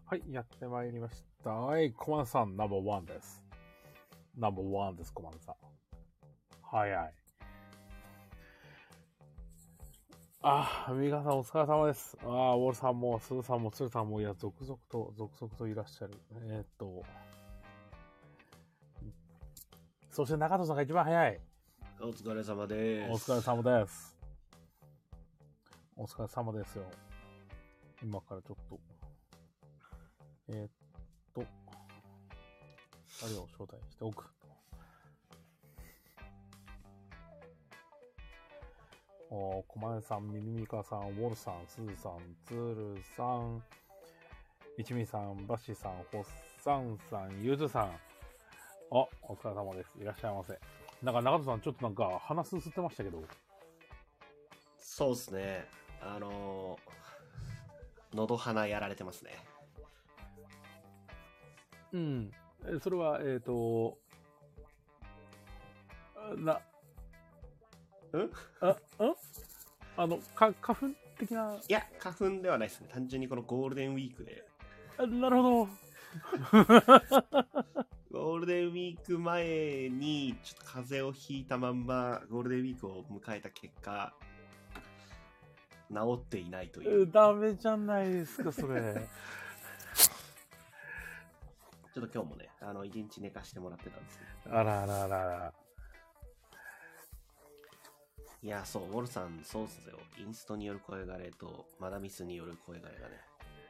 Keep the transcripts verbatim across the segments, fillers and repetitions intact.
はい、やってまいりました。はい、コマンさん、ナンバーワンです。ナンバーワンです、コマンさん。はいはい。あ、ミカさんお疲れ様です。あ、ウォルさんも、スーさんも、ツルさんも、いや、続々と、続々といらっしゃる。えー、っと。そして中戸さんが一番早い。 お疲れ様です。 お疲れ様です。お疲れ様ですよ。今からちょっと。えー、っと、あれを招待しておく。おー、コマネさん、ミミミカさん、ウォルさん、スーさん、ツールさん、一味さん、バッシーさん、ホッサンさん、ユズさん。あ、お疲れ様です。いらっしゃいませ。なんか中戸さん、ちょっとなんか鼻すすってましたけど。 そうですね。あのー、喉鼻やられてますね。 うん。それは、えっ、ー、と、な、んあ、んあの、か、花粉的な。 いや、花粉ではないですね。単純にこのゴールデンウィークで。 あ、なるほど。 ゴールデンウィーク前に、ちょっと風邪をひいたまんま、ゴールデンウィークを迎えた結果、治っていないという。 ダメじゃないですか、それ。 ちょっと今日もね、あの、一日寝かしてもらってたんですね。 あらあらあらあら。 いや、そう、ウォルさん、そうっすよ。インストによる声枯れと、マダミスによる声枯れがね、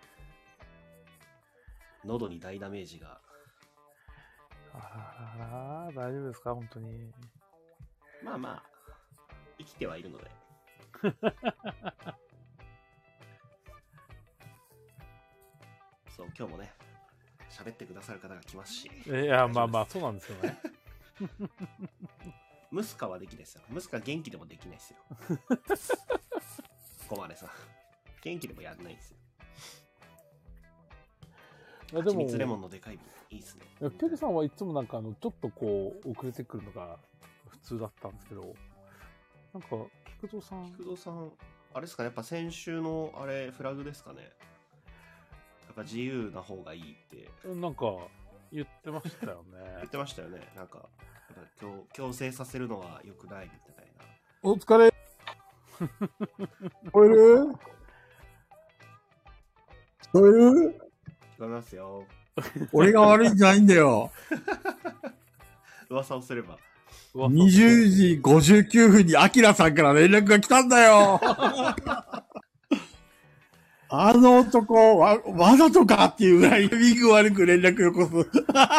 喉に大ダメージが。 あらあら、大丈夫ですか、本当に。 まあまあ、生きてはいるので。そう、今日もね、喋ってくださる方が来ますし。 いや、まあまあ、そうなんですよね。 ムスカはできないですよ。ムスカ元気でもできないですよ。コマネさん。元気でもやんないんですよ。 いやでも、 蜂蜜レモンのでかい瓶、いいっすね。 ペグさんはいつもなんかあの、ちょっとこう、遅れてくるのが普通だったんですけど、なんか、菊蔵さん。 菊蔵さん、あれですかね、やっぱ先週のあれ、フラグですかね。やっぱ自由な方がいいって。 なんか、言ってましたよね。 言ってましたよね。なんか、やっぱ強強制させるのは良くないみたいな。 お疲れ。聞こえる？聞こえる？ 聞こえますよ。 俺が悪いんじゃないんだよ。 噂をすれば。 にじゅうじごじゅうきゅうふんにアキラさんから連絡が来たんだよ。あの男わ、わざとかっていうぐらいタイミング悪く連絡よこす。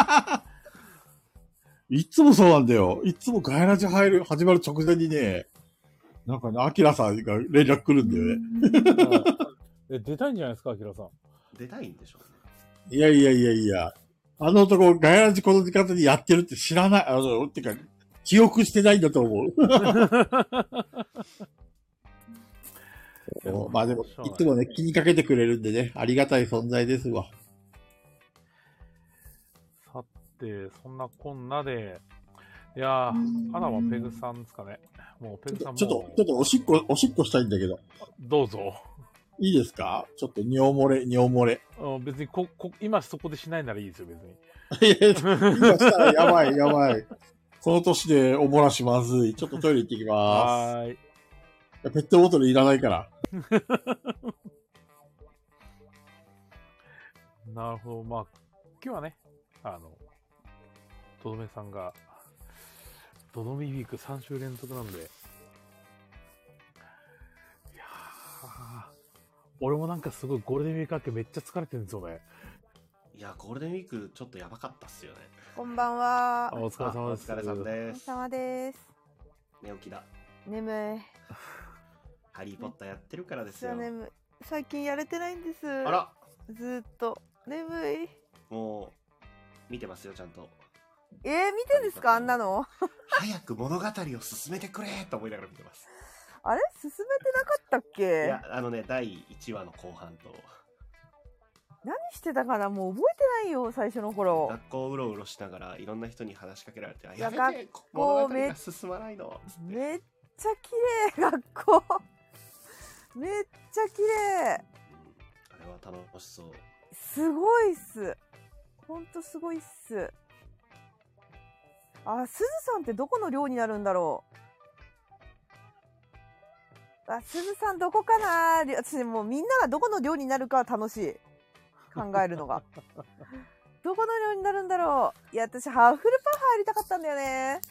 いつもそうなんだよ。いつもガヤラジ入る、始まる直前にね、なんかね、アキラさんが連絡来るんだよね。 え、出たいんじゃないですか、アキラさん。 出たいんでしょうね。 いやいやいやいや。あの男、ガヤラジこの時間にやってるって知らない。あの、ってか、記憶してないんだと思う。まあでも、いつもね、気にかけてくれるんでね、ありがたい存在ですわ。 さて、そんなこんなで、いやー、あらはペグさんですかね。もうペグさんも。 ちょっと、ちょっとおしっこ、おしっこしたいんだけど。 どうぞ。 いいですか？ちょっと尿漏れ、尿漏れ。 別にこ、こ、今そこでしないならいいですよ、別に。 いや、今したらやばい、やばい。この年でお漏らしまずい。ちょっとトイレ行ってきまーす。 はーい。 ペットボトルいらないから。 なるほど。まあ、今日はね、あの、とどめさんが、とどめウィークさん週連続なんで、いやー、俺もなんかすごいゴールデンウィーク明けめっちゃ疲れてるんですよね。 いや、ゴールデンウィークちょっとやばかったっすよね。 こんばんは。 お疲れ様です。 お疲れ様でお疲れす。 様です。 寝起きだ。 眠い。 ハリーポッターやってるからですよ。 眠い。最近やれてないんです。 あら、 ずーっと眠い。 もう見てますよちゃんと。 えー、見てんですかあんなの？ 早く物語を進めてくれと思いながら見てます。 あれ進めてなかったっけ？ いや、あのね、だいいちわの後半と。 何してたかな、もう覚えてないよ、最初の頃。 学校をうろうろしながらいろんな人に話しかけられて、あ、 いややめて、物語が進まないのつって。 めっちゃ綺麗、学校。めっちゃ綺麗。 あれは楽しそう。 すごいっす。ほんとすごいっす。あ、すずさんってどこの寮になるんだろう。あ、すずさんどこかな。私もうみんながどこの寮になるかは楽しい。考えるのが。どこの寮になるんだろう。いや、私ハッフルパン入りたかったんだよね。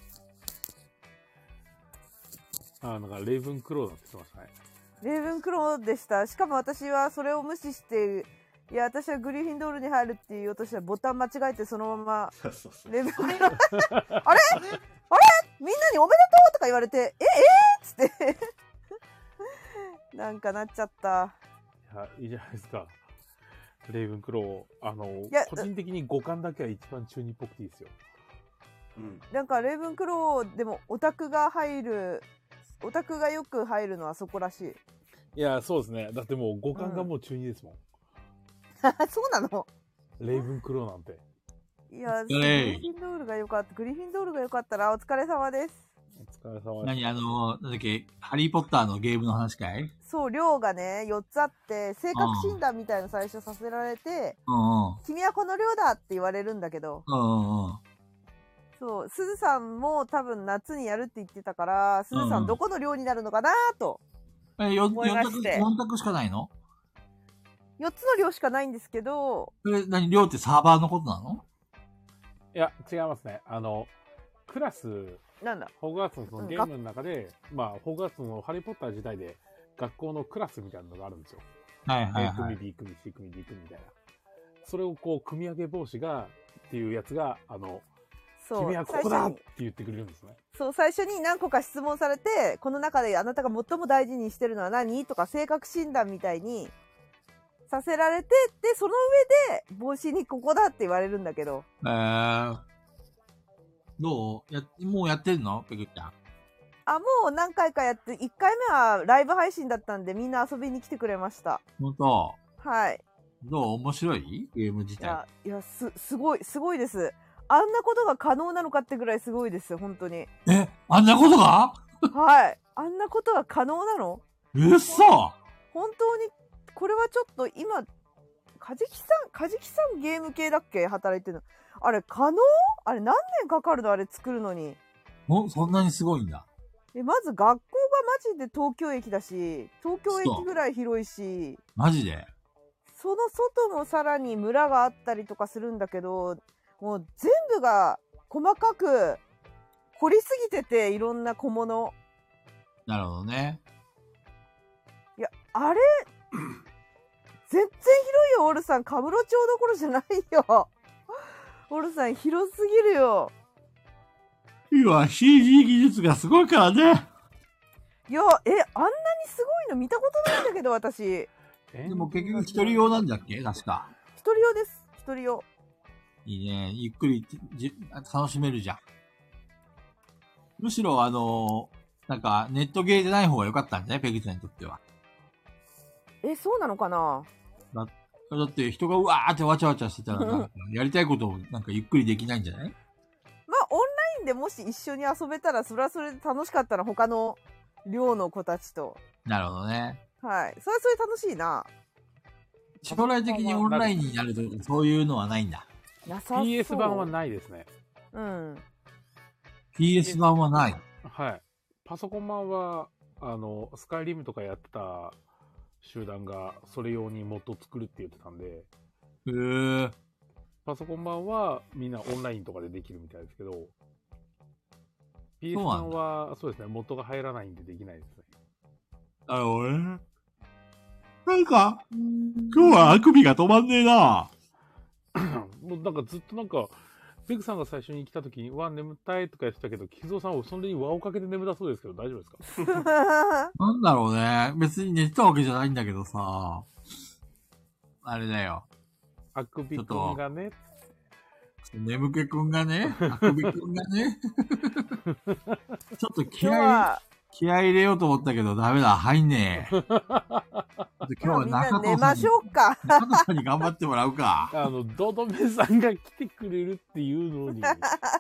あ、なんかレイブンクローだって言ってましたね。 レイブンクローでした。しかも私はそれを無視して、いや、私はグリフィンドールに入るって言おうとしたらボタン間違えてそのままそうそうそう。 レイブンクローあれあれみんなにおめでとうとか言われて、ええー、っつってなんかなっちゃった。 いや、いいじゃないですか。レイブンクロー、あの、 や個人的に五感だけは一番中二っぽくていいですよ。 うん。 なんかレイブンクローでもオタクが入る、オタクがよく入るのはそこらしい。 いや、そうですね。だってもう五感がもう中二ですもん。 そうなの？ レイブンクローなんて。 いや、グえいリフィンドールがよかった。グリフィンドールがよかったらお疲れ様です。 お疲れ様です。 何あの、なんだっけ、ハリーポッターのゲームの話かい？ そう、寮がね、よっつあって、性格診断みたいな最初させられて、 うんうん。 君はこの寮だって言われるんだけど、 うんうんうん。 そう、すずさんも多分夏にやるって言ってたから、すずさうんんどこの寮になるのかなと。 え、よ、 思いま四択、 して四択しかないの？ よっつの寮しかないんですけど、 それ、何、寮ってサーバーのことなの？ いや、違いますね。あの、クラス、 なんだ、 ホグワーツのそのゲームの中で、まあ、ホグワーツのハリーポッター自体で、学校のクラスみたいなのがあるんですよ。 はいはい A は組、 い。 B 組、C 組、D 組みたいな。それをこう、組み上げ帽子が、っていうやつが、あの、 そう、 君はここだって最初に、 言ってくれるんですね。 そう、最初に何個か質問されて、この中であなたが最も大事にしてるのは何とか性格診断みたいにさせられて、で、その上で帽子にここだって言われるんだけど、 えー、どうや、もうやってんのペグちゃん。 あ、もう何回かやって、いっかいめはライブ配信だったんでみんな遊びに来てくれました。 ほんと。 はい。 どう面白いゲーム自体。 いや、いや、す、すごい、すごいです。あんなことが可能なのかってぐらいすごいです、本当に。 え、あんなことが？ はい。あんなことは可能なの？ うっそ！ 本当に、これはちょっと今、カジキさん、カジキさんゲーム系だっけ働いてるの。あれ、可能？あれ何年かかるのあれ作るのに。 お、そんなにすごいんだ。 え、まず学校がマジで東京駅だし、東京駅ぐらい広いし、 マジで？ その外もさらに村があったりとかするんだけど、もう全部が細かく凝りすぎてて、いろんな小物。 なるほどね。 いや、あれ、全然広いよ、オルさん。カムロ町どころじゃないよ。オルさん、広すぎるよ。 今 シージー 技術がすごいからね。 いや、え、あんなにすごいの見たことないんだけど、私。 でも結局一人用なんだっけ確か。 一人用です。一人用。 いいね。ゆっくりじ楽しめるじゃん。むしろあのー、なんかネットゲーじゃない方が良かったんじゃないペグちゃんにとっては。 え、そうなのかな？ だ、だって人がうわーってわちゃわちゃしてたらなんかやりたいことをなんかゆっくりできないんじゃない？ まあ、オンラインでもし一緒に遊べたら、それはそれで楽しかったら、他の寮の子たちと。 なるほどね。 はい。それはそれで楽しいな。 将来的にオンラインになるとそういうのはないんだ。 なさそう。 ピーエス 版はないですね。 うん。 ピーエス 版はない。 はい。パソコン版は、あの、スカイリムとかやってた集団が、それ用にモッド作るって言ってたんで、 へー。 パソコン版はみんなオンラインとかでできるみたいですけど、ピーエスそうなんだ版は、そうですね、モッドが入らないんでできないですね。 なるほどね。なんか、今日はあくびが止まんねえな。 もうなんかずっとなんか、ペグさんが最初に来た時に、うわ、眠たいとか言ってたけど、キゾウさんはそんなに輪をかけて眠たそうですけど、大丈夫ですか？ なんだろうね。別に寝てたわけじゃないんだけどさ。あれだよ。 あくびくんがね、 眠気くんがね、あくびくんがね。ちょっと気今日合い、 は、 気合い入れようと思ったけどダメだ、入んねえ。今日はみんな中寝まし藤さんに、 ょうか。 中藤さんに頑張ってもらうか。 あの、ドドメさんが来てくれるっていうのに、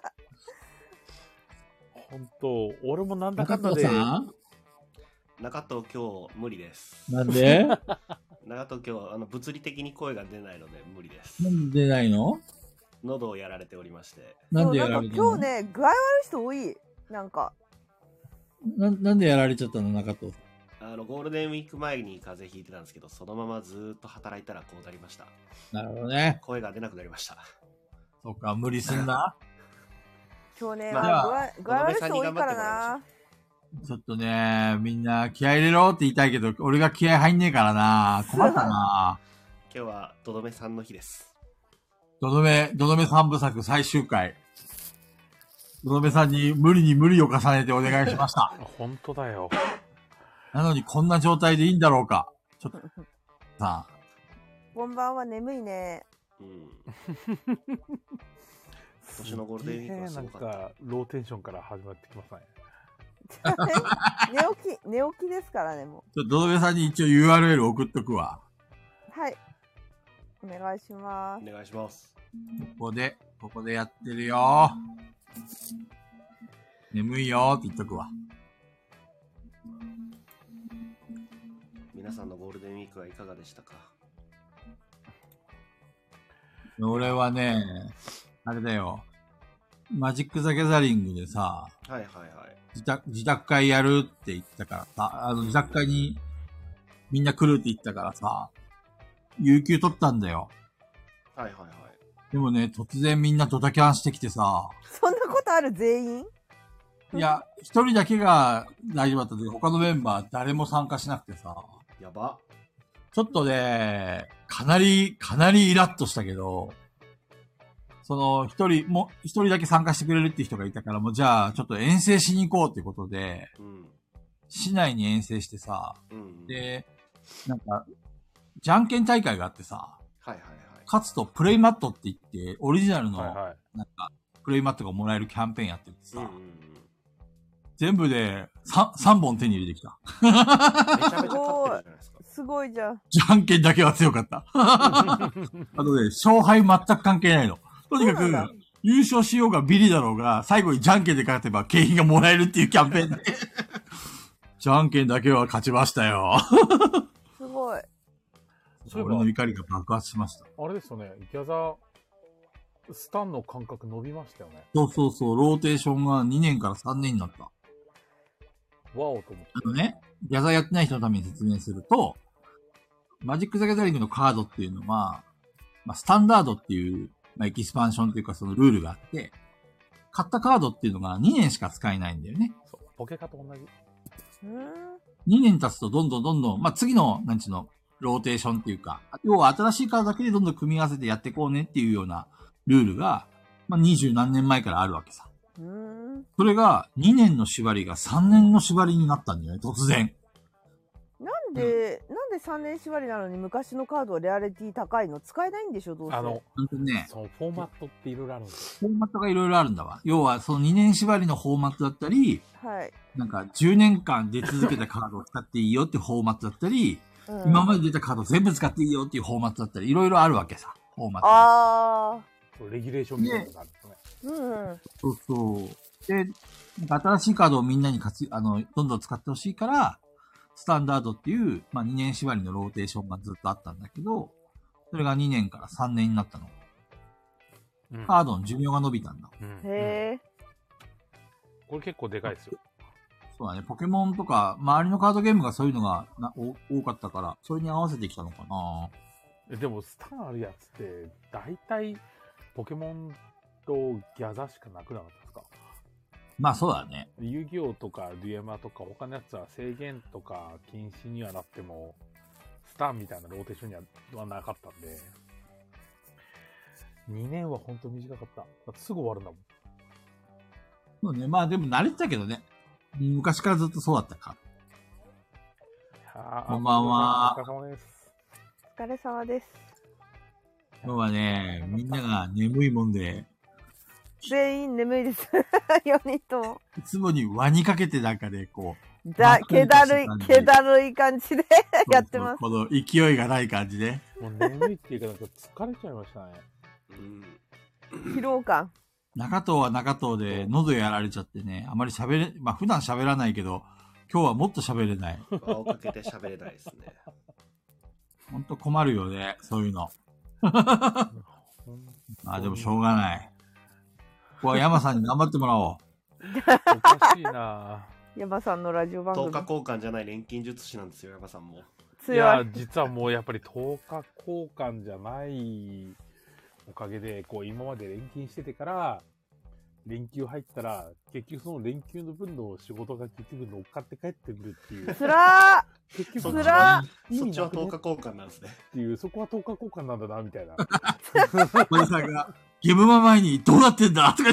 本当俺もなんだか中んだで、 藤さん中藤今日無理です。 なんで？ 長藤今日はあの物理的に声が出ないので無理です。 なんで出ないの？ 喉をやられておりまして。 なんでやられたの？ 今日ね、具合悪い人多い。なんか。 な、なんでやられちゃったの、中藤？ あの、ゴールデンウィーク前に風邪ひいてたんですけど、そのままずーっと働いたらこうなりました。 なるほどね。 声が出なくなりました。 そっか、無理すんな。 今日ね、 まあ具合、具合悪い人多いからな。 ちょっとね、みんな気合い入れろって言いたいけど、俺が気合入んねえからな。困ったな。 今日はどどめさんの日です。 どどめ、どどめ三部作最終回。どどめさんに無理に無理を重ねてお願いしました。 本当だよ。 なのにこんな状態でいいんだろうか。ちょっと、さあ。 こんばんは、眠いね。 うん。今年のゴールデンウィークはすごかった。 なんか、ローテンションから始まってきますね。 寝起き、寝起きですからね、もちょっと、どどめさんに一応 ユーアールエル 送っとくわ。 う。はい。お願いします。 お願いします。 ここで、ここでやってるよ。眠いよって言っとくわ。 皆さんのゴールデンウィークはいかがでしたか？ 俺はね、あれだよ。マジック・ザ・ギャザリングでさ、 はいはいはい。 自宅、自宅会やるって言ったからさ、あの、自宅会にみんな来るって言ったからさ、有給取ったんだよ。 はいはいはい。 でもね、突然みんなドタキャンしてきてさ、 そんなことある全員？ いや、一人だけが大丈夫だったんで、他のメンバー誰も参加しなくてさ、 やば。 ちょっとね、かなり、かなりイラッとしたけど、その、一人、もう、一人だけ参加してくれるって人がいたから、もうじゃあ、ちょっと遠征しに行こうってことで、 うん。 市内に遠征してさ、 うん。 で、なんか、じゃんけん大会があってさ、 はいはいはい。 勝つとプレイマットって言って、オリジナルの、 はいはい。 なんか、プレイマットがもらえるキャンペーンやっててさ、 うんうんうん。全全部でさん、さんぼん手に入れてきた。 めちゃめちゃ勝ってるじゃないですか。 すごいじゃん。 じゃんけんだけは強かった。あとね、勝敗全く関係ないの。とにかくそうなんだ、 優勝しようがビリだろうが、最後にじゃんけんで勝てば景品がもらえるっていうキャンペーンで。じゃんけんだけは勝ちましたよ。 すごい。 そういえば俺の怒りが爆発しました。 あれですよね、ギャザー、スタンの間隔伸びましたよね。 そうそうそう、ローテーションがにねんからさんねんになった。 わおと思って。 あのね、ギャザーやってない人のために説明すると、マジック・ザ・ギャザリングのカードっていうのは、まあ、スタンダードっていう、まあ、エキスパンションというかそのルールがあって、買ったカードっていうのがにねんしか使えないんだよね。 そう、ポケカと同じ。 うーん。 にねん経つとどんどんどんどん、まあ、次の、なんちゅうの、ローテーションっていうか、要は新しいカードだけでどんどん組み合わせてやっていこうねっていうようなルールが、まあ、二十何年前からあるわけさ。 うーん。 それがにねんの縛りがさんねんの縛りになったんだよね、突然。 なんで、なんでさんねん縛りなのに昔のカードはレアリティ高いの？使えないんでしょ、どうせ。 あの、 ほんとね、 そのフォーマットっていろいろあるんですよ。 フォーマットがいろいろあるんだわ。要は、そのにねん縛りのフォーマットだったり、 はい。 なんかじゅうねんかん出続けたカードを使っていいよっていうフォーマットだったり、 うん、 今まで出たカード全部使っていいよっていうフォーマットだったり、いろいろあるわけさ、フォーマット。 あそうレギュレーションみたいなのがあるんですね。 ー。うんうん。 そうそう。で、なんか新しいカードをみんなに活あの、どんどん使ってほしいから、スタンダードっていう、まあにねん縛りのローテーションがずっとあったんだけど、それがにねんからさんねんになったの。 うんカードの寿命が伸びたんだ。 うんへえ。 これ結構でかいですよ。 そうだね。ポケモンとか、周りのカードゲームがそういうのがなお多かったから、それに合わせてきたのかな。 えでも、スタンあるやつって、大体、ポケモンとギャザしかなくなかったですか？ まあそうだね。 遊戯王とかデュエマとか他のやつは制限とか禁止にはなっても、スタンみたいなローテーションにはなかったんで、にねんは本当短かった。だってすぐ終わるんだもん。 そうね。まあでも慣れてたけどね。昔からずっとそうだったか。こんばんはお疲れ様です。 お疲れ様です。 今日はね、みんなが眠いもんで、 全員眠いです。よにんとも。 いつもに輪にかけてなんかね、こう。 だ、 ま気だるいまっ、 気だるい感じでやってます。 この勢いがない感じね。 もう眠いっていうか、なんか疲れちゃいましたね。 うん。 疲労感。 中藤は中藤で喉やられちゃってね、あまり喋れ、まあ普段喋らないけど、今日はもっと喋れない。 輪をかけて喋れないですね。 ほんと困るよね、そういうの。 ほんあ、でもしょうがない。ここは山さんに頑張ってもらおう。 おかしいな。 山さんのラジオ番組とおか交換じゃない錬金術師なんですよ、山さんも。 い強やい。 実はもうやっぱりとおか交換じゃないおかげで、こう今まで連勤しててから、連休入ったら、結局その連休の分の仕事が結局乗っかって帰ってくるっていう。 つら結局そっちつらそっちはとおか交換なんですね。 っていう、そこはとおか交換なんだな、みたいな。 おじさんが、ゲームマ前にどうなってんだとか言って。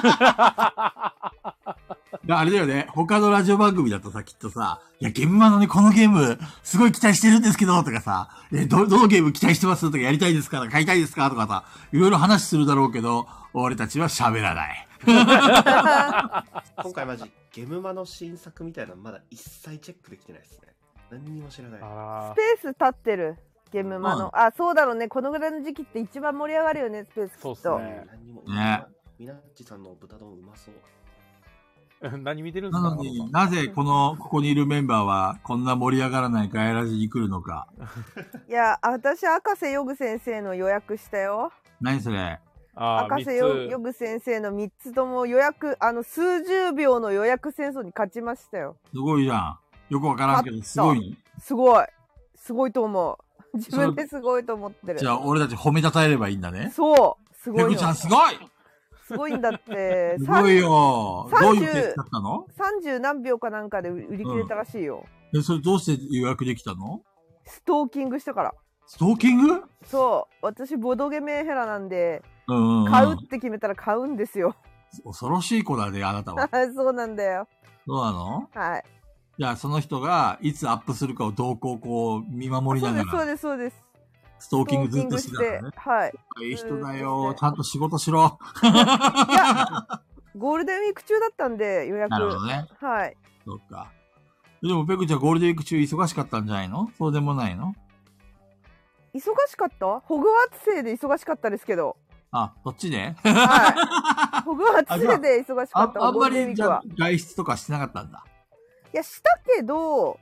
あれだよね。他のラジオ番組だとさ、きっとさ、いや、ゲームマのね、このゲーム、すごい期待してるんですけど、とかさ、え、ど、どのゲーム期待してますとか、やりたいですか買いたいですかとかさ、いろいろ話するだろうけど、俺たちは喋らない。 今回マジ、ゲムマの新作みたいなのまだ一切チェックできてないですね。何にも知らない。 あスペース立ってる。ゲームマの。あ、そうだろうね。このぐらいの時期って一番盛り上がるよね、スペースきっと。 そうっすね何にも、 ねみなっちさんの豚丼うまそう。 ー何見てるんですかなのになぜこの、ここにいるメンバーは、こんな盛り上がらないガヤラジに来るのか。 いや、私、赤瀬ヨグ先生の予約したよ。 何それあー赤瀬ヨヨグ先生のみっつとも予約、あの、数十秒の予約戦争に勝ちましたよ。 すごいじゃん。よくわからんけど、すごい。 すごい。すごいと思う。自分ですごいと思ってる。 じゃあ、俺たち褒めたたえればいいんだね。 そう。すごいの。 ペグちゃんすごいすごいんだって。 すごいよ。 さんどういうケースだったのさんじゅう何秒かなんかで売り切れたらしいよ。 え、それどうして予約できたの？ ストーキングしたから。 ストーキング？ そう。私、ボドゲメンヘラなんで、 うんうんうん。 買うって決めたら買うんですよ。 恐ろしい子だね、あなたは。 そうなんだよ。 そうなの？ はい。 じゃあ、その人がいつアップするかを動向こう見守りながら、 そうです、そうです、そうです。 ストーキングずっとしてたのね。 はい。 いい人だうよ。 んちゃんと仕事しろ。 いや、ゴールデンウィーク中だったんで、予約。 なるほどね。 はい。 そっか。でも、ペグちゃんゴールデンウィーク中忙しかったんじゃないの？そうでもないの？ 忙しかったホグワーツ生で忙しかったですけど。 あ、そっちで？ はい。ホグワーツ生で忙しかあった。ゴーあんまルデンウィークはりじゃあ。外出とかしてなかったんだ。 いや、したけど、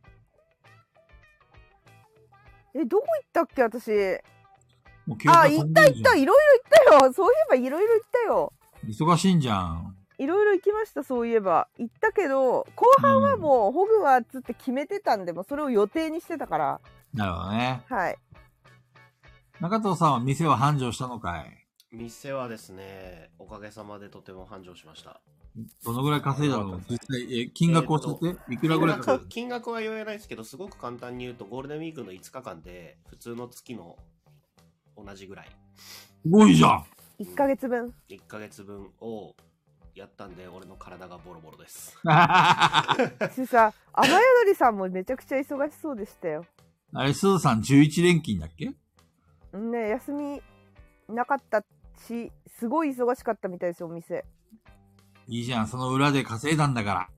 え、どこ行ったっけ、私。 もう記憶あ、 が行った飛んでるじゃん行った、いろいろ行ったよ。そういえばいろいろ行ったよ。 忙しいんじゃん。 いろいろ行きました、そういえば。行ったけど、後半はもう、ホグワーツって決めてたんで、もうそれを予定にしてたから。 なるほどね。 はい。 中藤さんは店は繁盛したのかい？ 店はですね、おかげさまでとても繁盛しました。 どのぐらい稼いだの？実際、え、金額を教えて、いくらぐらいかかる？ 金額は言えないですけど、すごく簡単に言うと、ゴールデンウィークのいつかかんで、普通の月の同じぐらい。 すごいじゃん。 いっかげつぶん。 いっかげつぶんをやったんで、俺の体がボロボロです。 しさ、雨宿りさんもめちゃくちゃ忙しそうでしたよ。 あれ、すずさんじゅういち連勤だっけ？ ね、休みなかったし、すごい忙しかったみたいですよ、お店。 いいじゃん、その裏で稼いだんだから。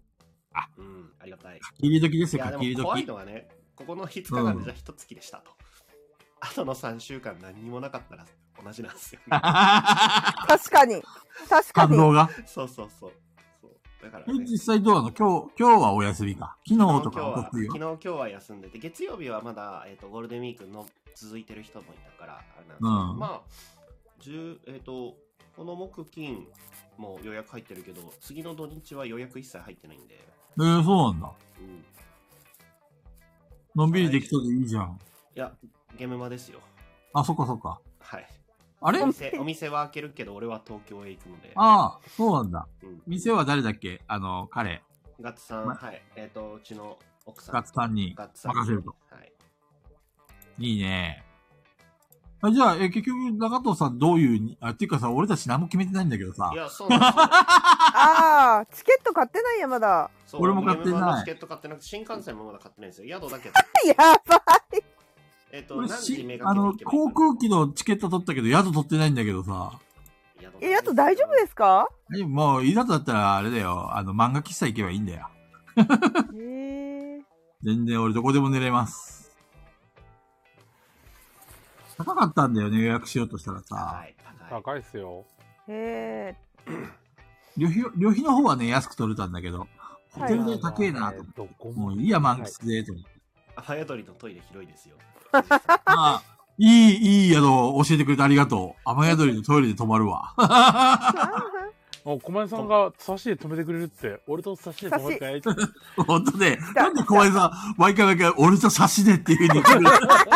うん、ありがたい。 切り時ですよ、 いや、で切り時。 も怖いのはね、ここのいつかかんでじゃあ一月でしたと。あとのさんしゅうかん何にもなかったら同じなんですよ、ね。 確かに。確かに。 感動が。 そうそうそう。そうだからえ、 ね。 実際どうなの？今日、今日はお休みか。昨日とか昨日はお得意昨日よ。 今日は休んでて、月曜日はまだ、えー、とゴールデンウィークの続いてる人もいたからあれなんですけど、 うんまあ10えっ、とこの木金も予約入ってるけど、次の土日は予約一切入ってないんで、 えー、そうなんだ。 うん、 のんびりできそうでいいじゃん。 いやゲームマですよ。 あ、そっかそっか。 はい。 あれお店お店は開けるけど俺は東京へ行くので、 ああ、そうなんだ。 うん、 店は誰だっけ？あの、彼、 ガッツさん、 まはい、えっ、とうちの奥さんガッツさんにガッツさん任せると。 はい。 いいね。あ、じゃあ、え、結局、中藤さんどういうに、あ、っていうかさ、俺たち何も決めてないんだけどさい。やそうなんですよ。 ああ、チケット買ってないや、まだ。 そう俺も買ってないゲームマのチケット買ってなくて、新幹線もまだ買ってないんですよ。宿だけど。 やばい。 えっと、 俺何時し目がけてあの、 行けばいいか航空機のチケット取ったけど、宿取ってないんだけどさ。 宿え、やっと大丈夫ですか？ えもう、いざとだったら、あれだよ。あの、漫画喫茶行けばいいんだよ。 へえ。 全然俺どこでも寝れます。高かったんだよね、予約しようとしたらさ。 はい、高い。 高いっすよ。 へえ。 旅費、旅費の方はね、安く取れたんだけど、ホテル代高えなと思って。 どこもういいや、満喫で、と思って。 雨宿りのトイレ広いですよ。 まあ、いい、いい宿教えてくれてありがとう。雨宿りのトイレで泊まるわ。 お、小林さんが差しで止めてくれるって、俺と差しで止まるかいって。 本当ね。なんで小林さん、毎回毎回、俺と差しでっていう風に来る。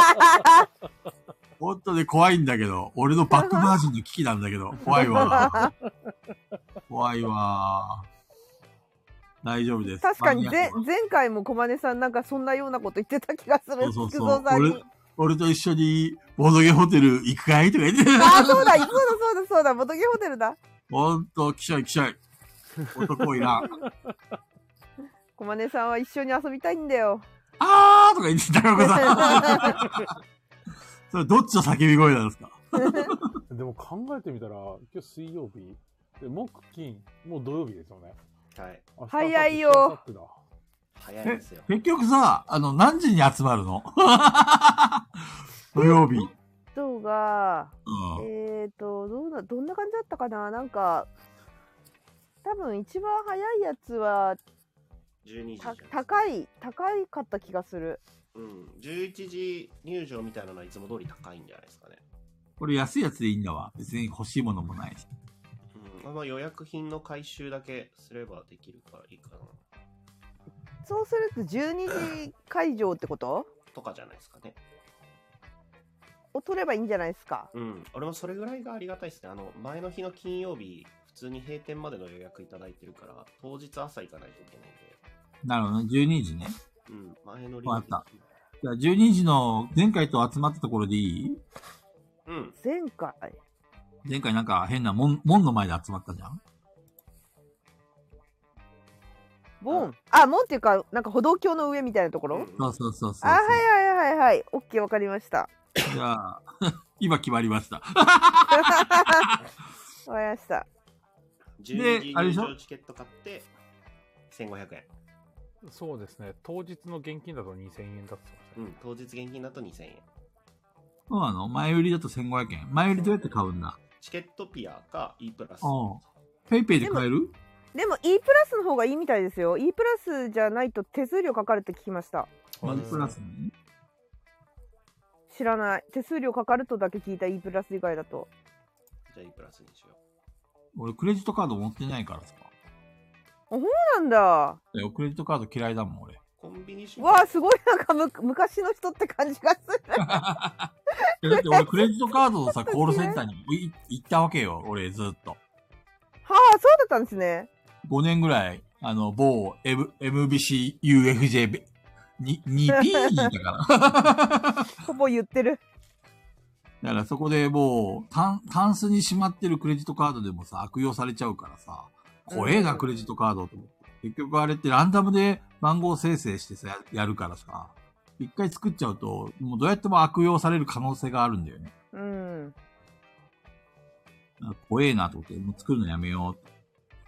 本当ね、怖いんだけど、俺のバックバージンの危機なんだけど、怖いわ。怖いわ。大丈夫です。 確かに前、前回も小金さんなんかそんなようなこと言ってた気がする。 そうそう菊そう。 蔵さんに。 俺、俺と一緒に、ボードゲホテル行くかいとか言って。 ああ、そうだ、そうだ、そうだ、そうだ、ボトゲホテルだ。 ほんと、きしょいきしょい。男いらん。 小金さんは一緒に遊びたいんだよ。 あーとか言ってた高岡さん。それどっちの叫び声なんですか？ でも考えてみたら、今日水曜日、で木金、もう土曜日ですよね。 はい。 明日早いよ。 明後日明後日だ。 早いですよ。 結局さ、あの、何時に集まるの？土曜日。 人が、 うん。 えーと、どうな、どんな感じだったかな、なんか、多分一番早いやつは、 じゅうにじじゃたないですか。 高い、高いかった気がする。 うん。じゅういちじ入場みたいなのはいつも通り高いんじゃないですかね。 これ安いやつでいいんだわ。別に欲しいものもないし。 うん。まあまあ予約品の回収だけすればできるからいいかな。 そうするとじゅうにじ会場ってこととかじゃないですかね。 を取ればいいんじゃないですか。 うん。俺もそれぐらいがありがたいですね。あの、前の日の金曜日、普通に閉店までの予約いただいてるから、当日朝行かないといけないんで。 なるほどね。じゅうにじね。 うん。前のリわかった。じゃあじゅうにじの前回と集まったところでいい？ うん。 前回。 前回なんか変な門、門の前で集まったじゃん？ 門、あ、門っていうか、なんか歩道橋の上みたいなところ、 うんそうそうそうそう。 あ、はいはいはいはい。オッケー、わかりました。 じゃあ、今決まりました。 わかりました。 じゅうにじ入あれでしょ場チケット買って、せんごひゃくえん。 そうですね。当日の現金だとにせんえんだって言ってましたね。 うん。当日現金だとにせんえん。 そうなの？前売りだとせんごひゃくえん。前売りどうやって買うんだ？ チケットピアか E プラス。 ああ。ペイペイで買える？ でも E プラスの方がいいみたいですよ。E プラスじゃないと手数料かかるって聞きました。 ワンプラスね。 知らない。手数料かかるとだけ聞いた E プラス以外だと。 じゃあ E プラスにしよ俺クレジットカード持ってないからさ。 そうなんだ。 いやクレジットカード嫌いだもん俺。 う。コンビニショッわあ、すごいなんかむ昔の人って感じがする。 いやだって俺クレジットカードのさ、コールセンターにい行ったわけよ。俺ずっと。 はあ、そうだったんですね。 ごねんぐらい、あの、某 M- エムビーシーユーエフジェー に、にピーだから。 ほぼ言ってる。 だからそこでもう、タン、タンスにしまってるクレジットカードでもさ、悪用されちゃうからさ、怖えな、 うんクレジットカードと思って。結局あれってランダムで番号生成してさ、ややるからさ、一回作っちゃうと、もうどうやっても悪用される可能性があるんだよね。 うん。 怖えなと思って、もう作るのやめようって。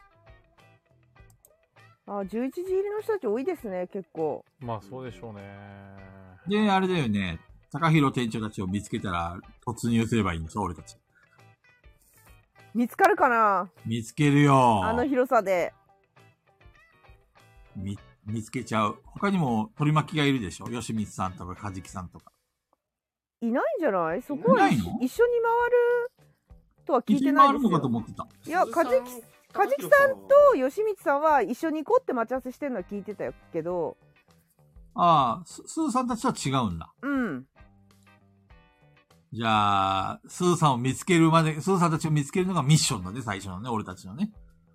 あ、じゅういちじ入りの人たち多いですね、結構。 まあそうでしょうね。 で、あれだよね、高弘店長たちを見つけたら突入すればいいんですよ、俺たち。 見つかるかな、 見つけるよ。 あの広さで。 み、見つけちゃう。他にも取り巻きがいるでしょ？吉光さんとか梶木さんとか。 いないんじゃない？そこはいないの一緒に回るとは聞い一緒てないですに回るのかとよ。 思ってた。 いや、梶木梶木さんと吉光さんは一緒に行こうって待ち合わせしてるのは聞いてたけど、 ああ、ススーさんたちは違うんだ。 うん。 じゃあ、スーさんを見つけるまで、スーさんたちを見つけるのがミッションだね、最初のね、俺たちのね。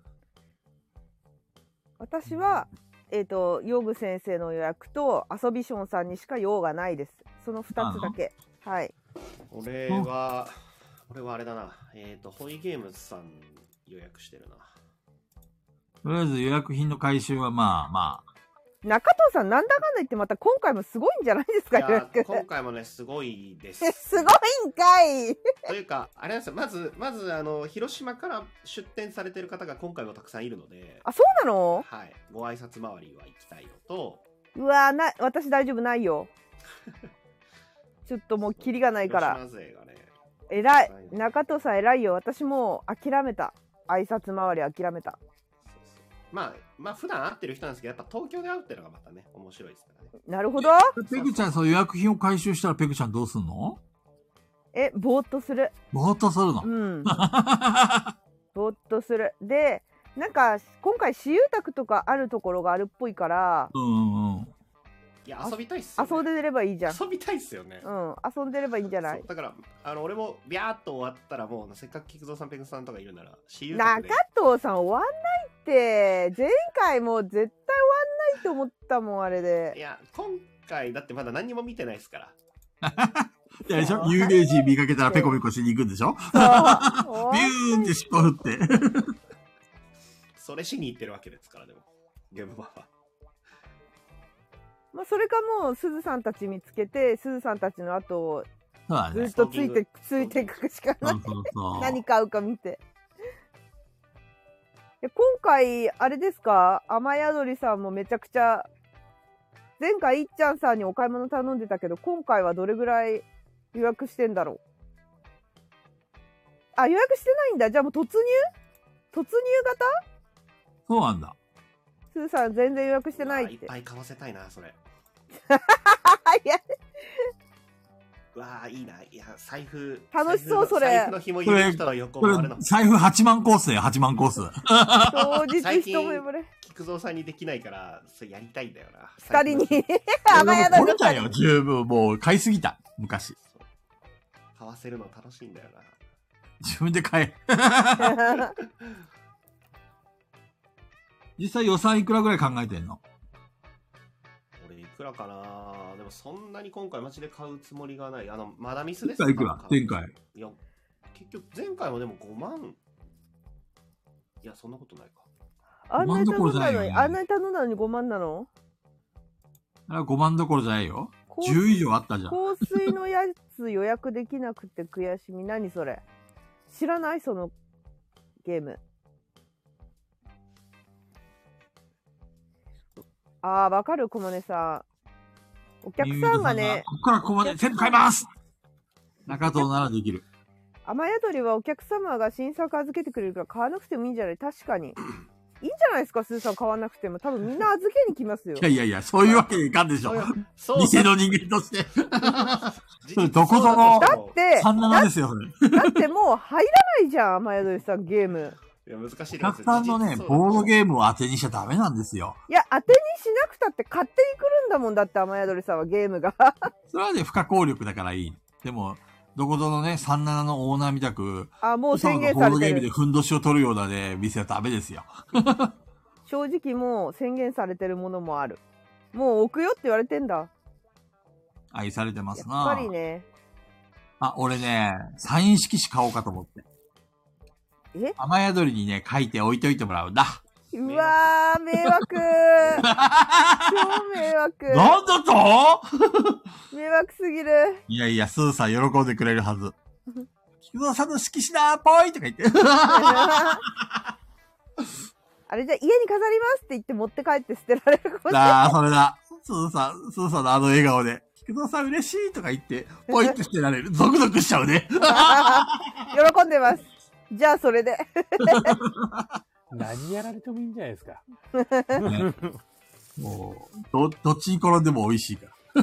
私は、えっ、と、ヨグ先生の予約と、アソビションさんにしか用がないです。そのふたつだけ。はい。 俺は、俺はあれだな。えっ、と、ホイゲームズさん予約してるな。 とりあえず予約品の回収はまあまあ。 中藤さん、なんだかんだ言ってまた今回もすごいんじゃないですか、 いや予約。 今回もね、すごいです。 すごいんかい。 というか、あれなんですよ。まず、まず、あの、広島から出店されてる方が今回もたくさんいるので、 あ、そうなの？ はい。ご挨拶回りは行きたいのと、 うわーな、私大丈夫ないよ。ちょっともうキリがないから。 広島勢がね、 偉い。中藤さん偉いよ。私もう諦めた。挨拶回り諦めた。 そうそうまあ、まあ、普段会ってる人なんですけど、やっぱ東京で会うっていうのがまたね、面白いですからね。 なるほど。 ペグちゃん、そう予約品を回収したらペグちゃんどうすんの？ え、ぼーっとする。 ぼーっとするの。 うん。ぼーっとする。で、なんか、今回私有宅とかあるところがあるっぽいから、 うんうんうん。 いや、遊びたいっすよ、ね。 遊んでればいいじゃん。 遊びたいっすよね。 うん、遊んでればいいんじゃない？ だから、あの、俺もビャーっと終わったら、もう、せっかく菊蔵さん、ペグさんとかいるなら、私有宅で。 中藤さん終わんないって。前回もう絶対終わんないと思ったもん、あれで。 いや、今回、だってまだ何にも見てないですから。 いやでしょ、有名人見かけたらペコペコしに行くんでしょ。 そうビューンって尻尾振って。 それしに行ってるわけですから、でも。ゲームバーは。 まあ、それかもう、すずさんたち見つけて、すずさんたちの後をそうだね。 ずっとついて、ついていくしかない。 そうそうそう何買うか見て。いや今回、あれですか、雨宿りさんもめちゃくちゃ、前回いっちゃんさんにお買い物頼んでたけど、今回はどれぐらい予約してんだろう。あ、予約してないんだ。じゃあもう突入突入型そうなんだ。 すずさん全然予約してないって。 いっぱい買わせたいな、それ。 いや、 うわあ、いいな。いや、財布。 楽しそうそれ財布の紐緩む人の横これ回るの。、 財布はちまんコースだよ、はちまんコース。 当日最一目近惚れ。 菊蔵さんにできないから、それやりたいんだよな。 二人に財布の。 雨宿りこれだよ、十分。もう買いすぎた。昔。 そう買わせるの楽しいんだよな。 自分で買え。実際予算いくらぐらい考えてんの？ 俺いくらかな。でもそんなに今回マジで買うつもりがない。あの、まだミスでいすくらいくら前回。 いや、結局前回もでもごまん。いや、そんなことないか。 あんなに頼んだのに、 ごまんどころじゃないよねあんなに頼んだのにごまんなの？ あれはごまんどころじゃないよ。 香じゅう以上あったじゃん。 香水のやつ予約できなくて悔しみ。何それ？知らないそのゲーム。あー、わかる、小金さん。お客さんがね、 ここからここまで全部買います。中藤ならできる。 雨宿りはお客様が新作預けてくれるから買わなくてもいいんじゃない？確かに。いいんじゃないですか、スーさん買わなくても。多分みんな預けに来ますよ。 いやいやいや、そういうわけにいかんでしょ。 そう店の人間として。 それどこぞのだって、 さんじゅうななですよ、それ。 だってもう入らないじゃん、雨宿りさんゲーム。 いや、難しいですお客さんのね、ボードゲームを当てにしちゃダメなんですよ。 いや、当てにしなくたって勝手に来るんだもんだって、雨宿りさんはゲームが。 それはね、不可抗力だからいい。でも、どこぞのね、さんじゅうななのオーナーみたく、 あ、もう嘘の宣言ボードゲームでされてる。 ふんどしを取るようなね、店はダメですよ。 正直もう宣言されてるものもある。もう置くよって言われてんだ。 愛されてまやっすな。 ぱりね。 あ、俺ね、サイン色紙買おうかと思って。 え雨宿りにね、書いて置いといてもらうんだ。 うわー、迷惑超迷惑なんだと迷惑すぎる。 いやいや、スーさん喜んでくれるはず。菊蔵さんの色紙だーぽいとか言って。 あれじゃ家に飾りますって言って持って帰って捨てられるかもしれない。 ああ、それだ。スーさん、スーさんのあの笑顔で、菊蔵さん嬉しいとか言って、ポイって捨てられる。ゾクゾクしちゃうね。 喜んでます。じゃあそれで。 何やられてもいいんじゃないですか。 ねもう、ど、どっちに転んでも美味しいから。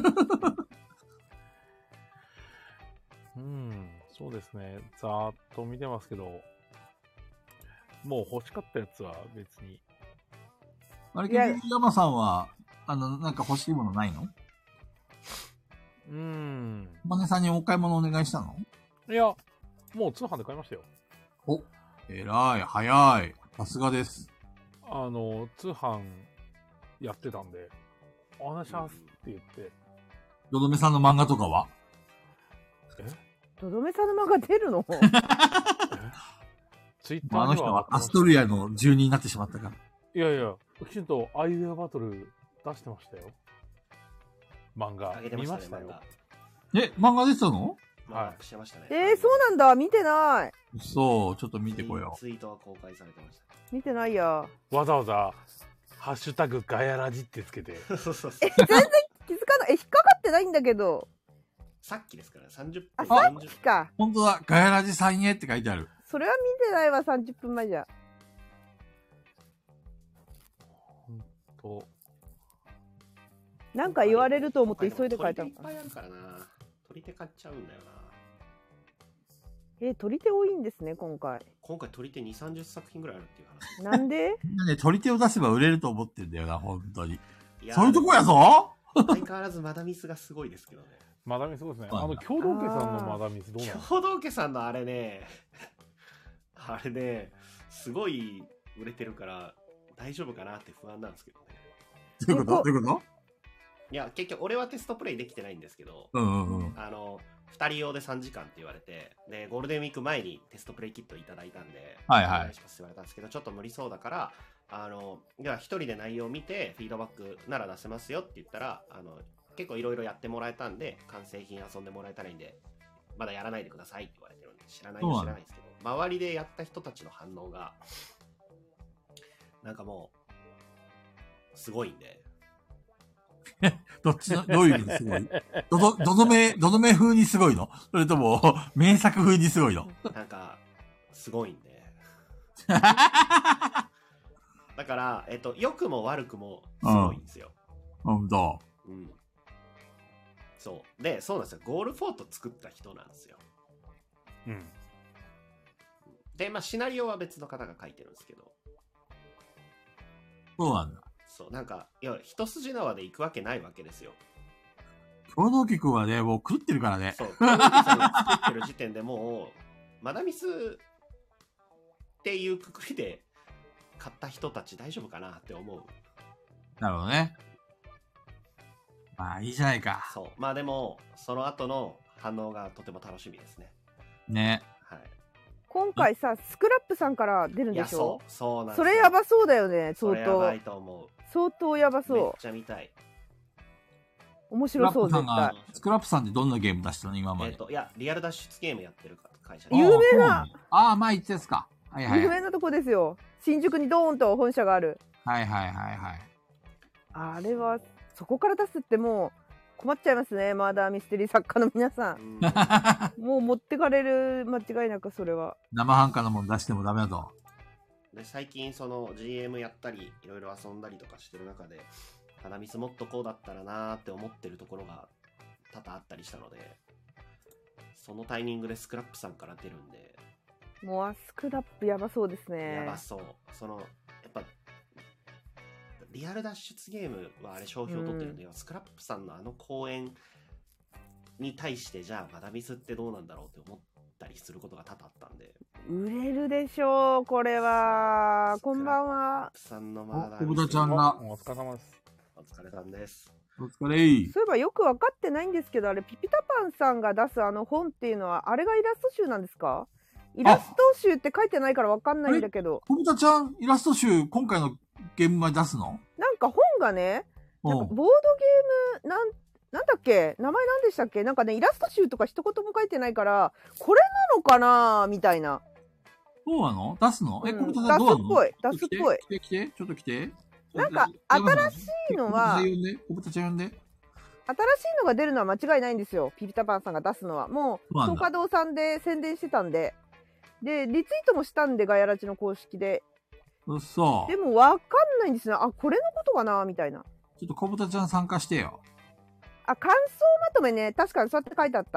うん、そうですね。ざーっと見てますけど、もう欲しかったやつは別に。 あれ、 いや結局山さんは、あの、なんか欲しいものないの？ うーん。 マネさんにお買い物お願いしたの？ いや、もう通販で買いましたよ。 お、偉い、早い。さすがです。 あの、通販やってたんで、お話しますって言って。 どどめさんの漫画とかは？ えとどめさんの漫画出るの？ ツイッターにあの人ははアストリアの住人になってしまったから。 いやいや、きちんとアイデアバトル出してましたよ。漫画あげてましたね、 見ましたよ。 え、漫画出てたの？ はい。してましたね。 えー、そうなんだ。見てない。 そう、ちょっと見てこよう。 ツイートは公開されてました。 見てないや。 わざわざ、ハッシュタグガヤラジってつけて。 そうそうそう。 え、全然気づかない。え、引っかかってないんだけど。 さっきですから、さんじゅっあ、 ぷん。 さっきか。 ほんとだ、ガヤラジさんへって書いてある。 それは見てないわ、さんじゅっぷんまえじゃ。 と、 なんか言われると思って急いで書いたのかな。 取り手いっぱいあるからな。取り手買っちゃうんだよな。 え、取り手多いんですね、今回。 今回取り手にじゅう、さんじゅっさく品ぐらいあるっていう話。 なんでみんなね、取り手を出せば売れると思ってんだよな、本当に。 いやそういうとこやぞ。 相変わらずマダミスがすごいですけどね。 マダミスそうですね。 そうなんだあの、共同家さんのマダミスどうなの？ 共同家さんのあれね、あれね、すごい売れてるから大丈夫かなって不安なんですけどね。 どういうことどういうこいや、結局俺はテストプレイできてないんですけど、 とうんうんうん。 あの、ふたり用でさんじかんって言われて、で、ゴールデンウィーク前にテストプレイキットいただいたんで、 はいはいお願いしますって言われたんですけど、ちょっと無理そうだから、あの、では一人で内容を見て、フィードバックなら出せますよって言ったら、あの、結構いろいろやってもらえたんで、完成品遊んでもらえたらいいんで、まだやらないでくださいって言われてるんで、知らないよ知らないですけど、周りでやった人たちの反応が、なんかもう、すごいんで、 どっちの、どういう意味ですごいどど、どどめ、どどめ風にすごいのそれとも、名作風にすごいのなんか、すごいんで。だから、えっと、良くも悪くもすごいんですよ。 ほんと。 うん。そう。で、そうなんですよ。ゴールフォート作った人なんですよ。 うん。 で、まあ、シナリオは別の方が書いてるんですけど、 そうなんだ。 そう、なんか、いや、一筋縄で行くわけないわけですよ。 共同家君はね、もう狂ってるからね。 そう、クローンさんが作ってる時点でもう、マダミスっていうくくりで買った人たち大丈夫かなって思う。 なるほどね。まあ、いいじゃないか。 そう。まあでも、その後の反応がとても楽しみですね。 ね。 はい。 今回さ、スクラップさんから出るんいや、 でしょそう、そうなんですそよ。 れやばそうだよね、相それやば当。 いと思う。 相当やばめっそちゃ見たい。 う。面スクラ白そう、 ップさんが絶対。、 スクラップさんってどんなゲーム出したの今まで。 えっと、いや、リアル脱出ゲームやってる会社有名なああそうなんだああ、まあ言ってたやつか。はいはいはい。 有名なとこですよ。新宿にドーンと本社がある。 はいはいはいはい。 あれは、そこから出すってもう困っちゃいますね、マーダーミステリー作家の皆さ。 うんんもう持ってかれる、間違いなくそれは。 生半可なもの出してもダメだと。 で最近その ジーエム やったりいろいろ遊んだりとかしてる中でマダミスもっとこうだったらなーって思ってるところが多々あったりしたので、そのタイミングでスクラップさんから出るんで、 もうアスクラップやばそうですね。 やばそう。そのやっぱリアル脱出ゲームはあれ商標取ってるんで、スクラップさんのあの公演に対してじゃあマダミスってどうなんだろうって思ったりすることが多々あったんで、 売れるでしょう、これは。こんばんは。 スクラップさんのマダお、小ミス豚ちゃんが、 お疲れ様です。 お疲れさんです。 お疲れい。 そういえばよく分かってないんですけど、あれピピタパンさんが出すあの本っていうのはあれがイラスト集なんですか？イラスト集って書いてないから分かんないんだけど、 小豚ちゃん、イラスト集、今回のゲームまで出すのなんか本がね、なんかうん。 ボードゲームなんなんだっけ、名前なんでしたっけ、なんかねイラスト集とか一言も書いてないからこれなのかなみたいな。 そうなの出すのえ、 うん小豚ちゃんどうなの出すっぽい出すっぽい来て、来て、来て、ちょっと来て。 なんか新しいのは小豚ちゃん呼んで、小豚ちゃん呼んで。 新しいのが出るのは間違いないんですよ、ピピタパンさんが出すのは。もうそうなんだ東華堂さんで宣伝してたんで、でリツイートもしたんで、ガヤラジの公式で。 うっそ。 でも分かんないんですよ。あ、これのことかなみたいな。 ちょっと小豚ちゃん参加してよ。 あ、感想まとめね、確かにそうやって書いてあった。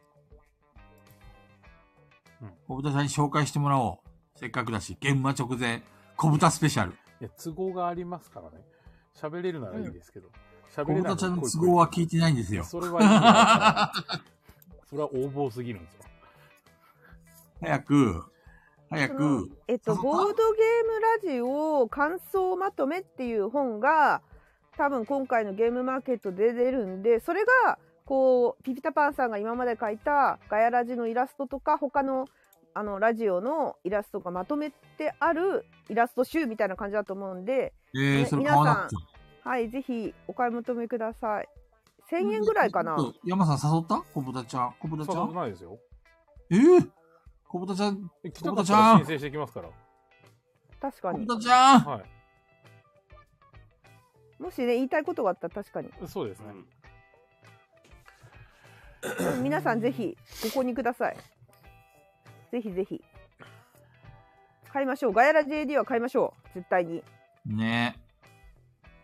小豚ちゃんに紹介してもらおう。せっかくだし、現場直前、小豚スペシャル。 いや、都合がありますからね。喋れるならいいですけど。喋、 小れない豚ちゃんの都合は聞いてないんですよ。 それはいいな。それは横暴すぎるんですよ。 早く、早そのく、 えっと、 誘ったボードゲームラジオ感想まとめっていう本が、多分今回のゲームマーケットで出るんで、それが、こう、ピピタパンさんが今まで描いたガヤラジのイラストとか、他の、あの、ラジオのイラストがまとめてあるイラスト集みたいな感じだと思うんで、 えー、 ねそれ買わなくちゃ。 はい、ぜひお買い求めください。せんえんぐらいかな。 ちょっと山さん誘った小豚ちゃん。小豚ちゃそうんないですよ。 えー、小豚ちゃん、 え来たかったら申請してきますから。 小確かに。 豚ちゃん、 はもしね、言いたいことがあったら確かに。 い。そうですね。 うん。 皆さんぜひご購入ください。ぜひぜひ。買いましょう。ガヤラ ジェーディー は買いましょう。絶対に。 ね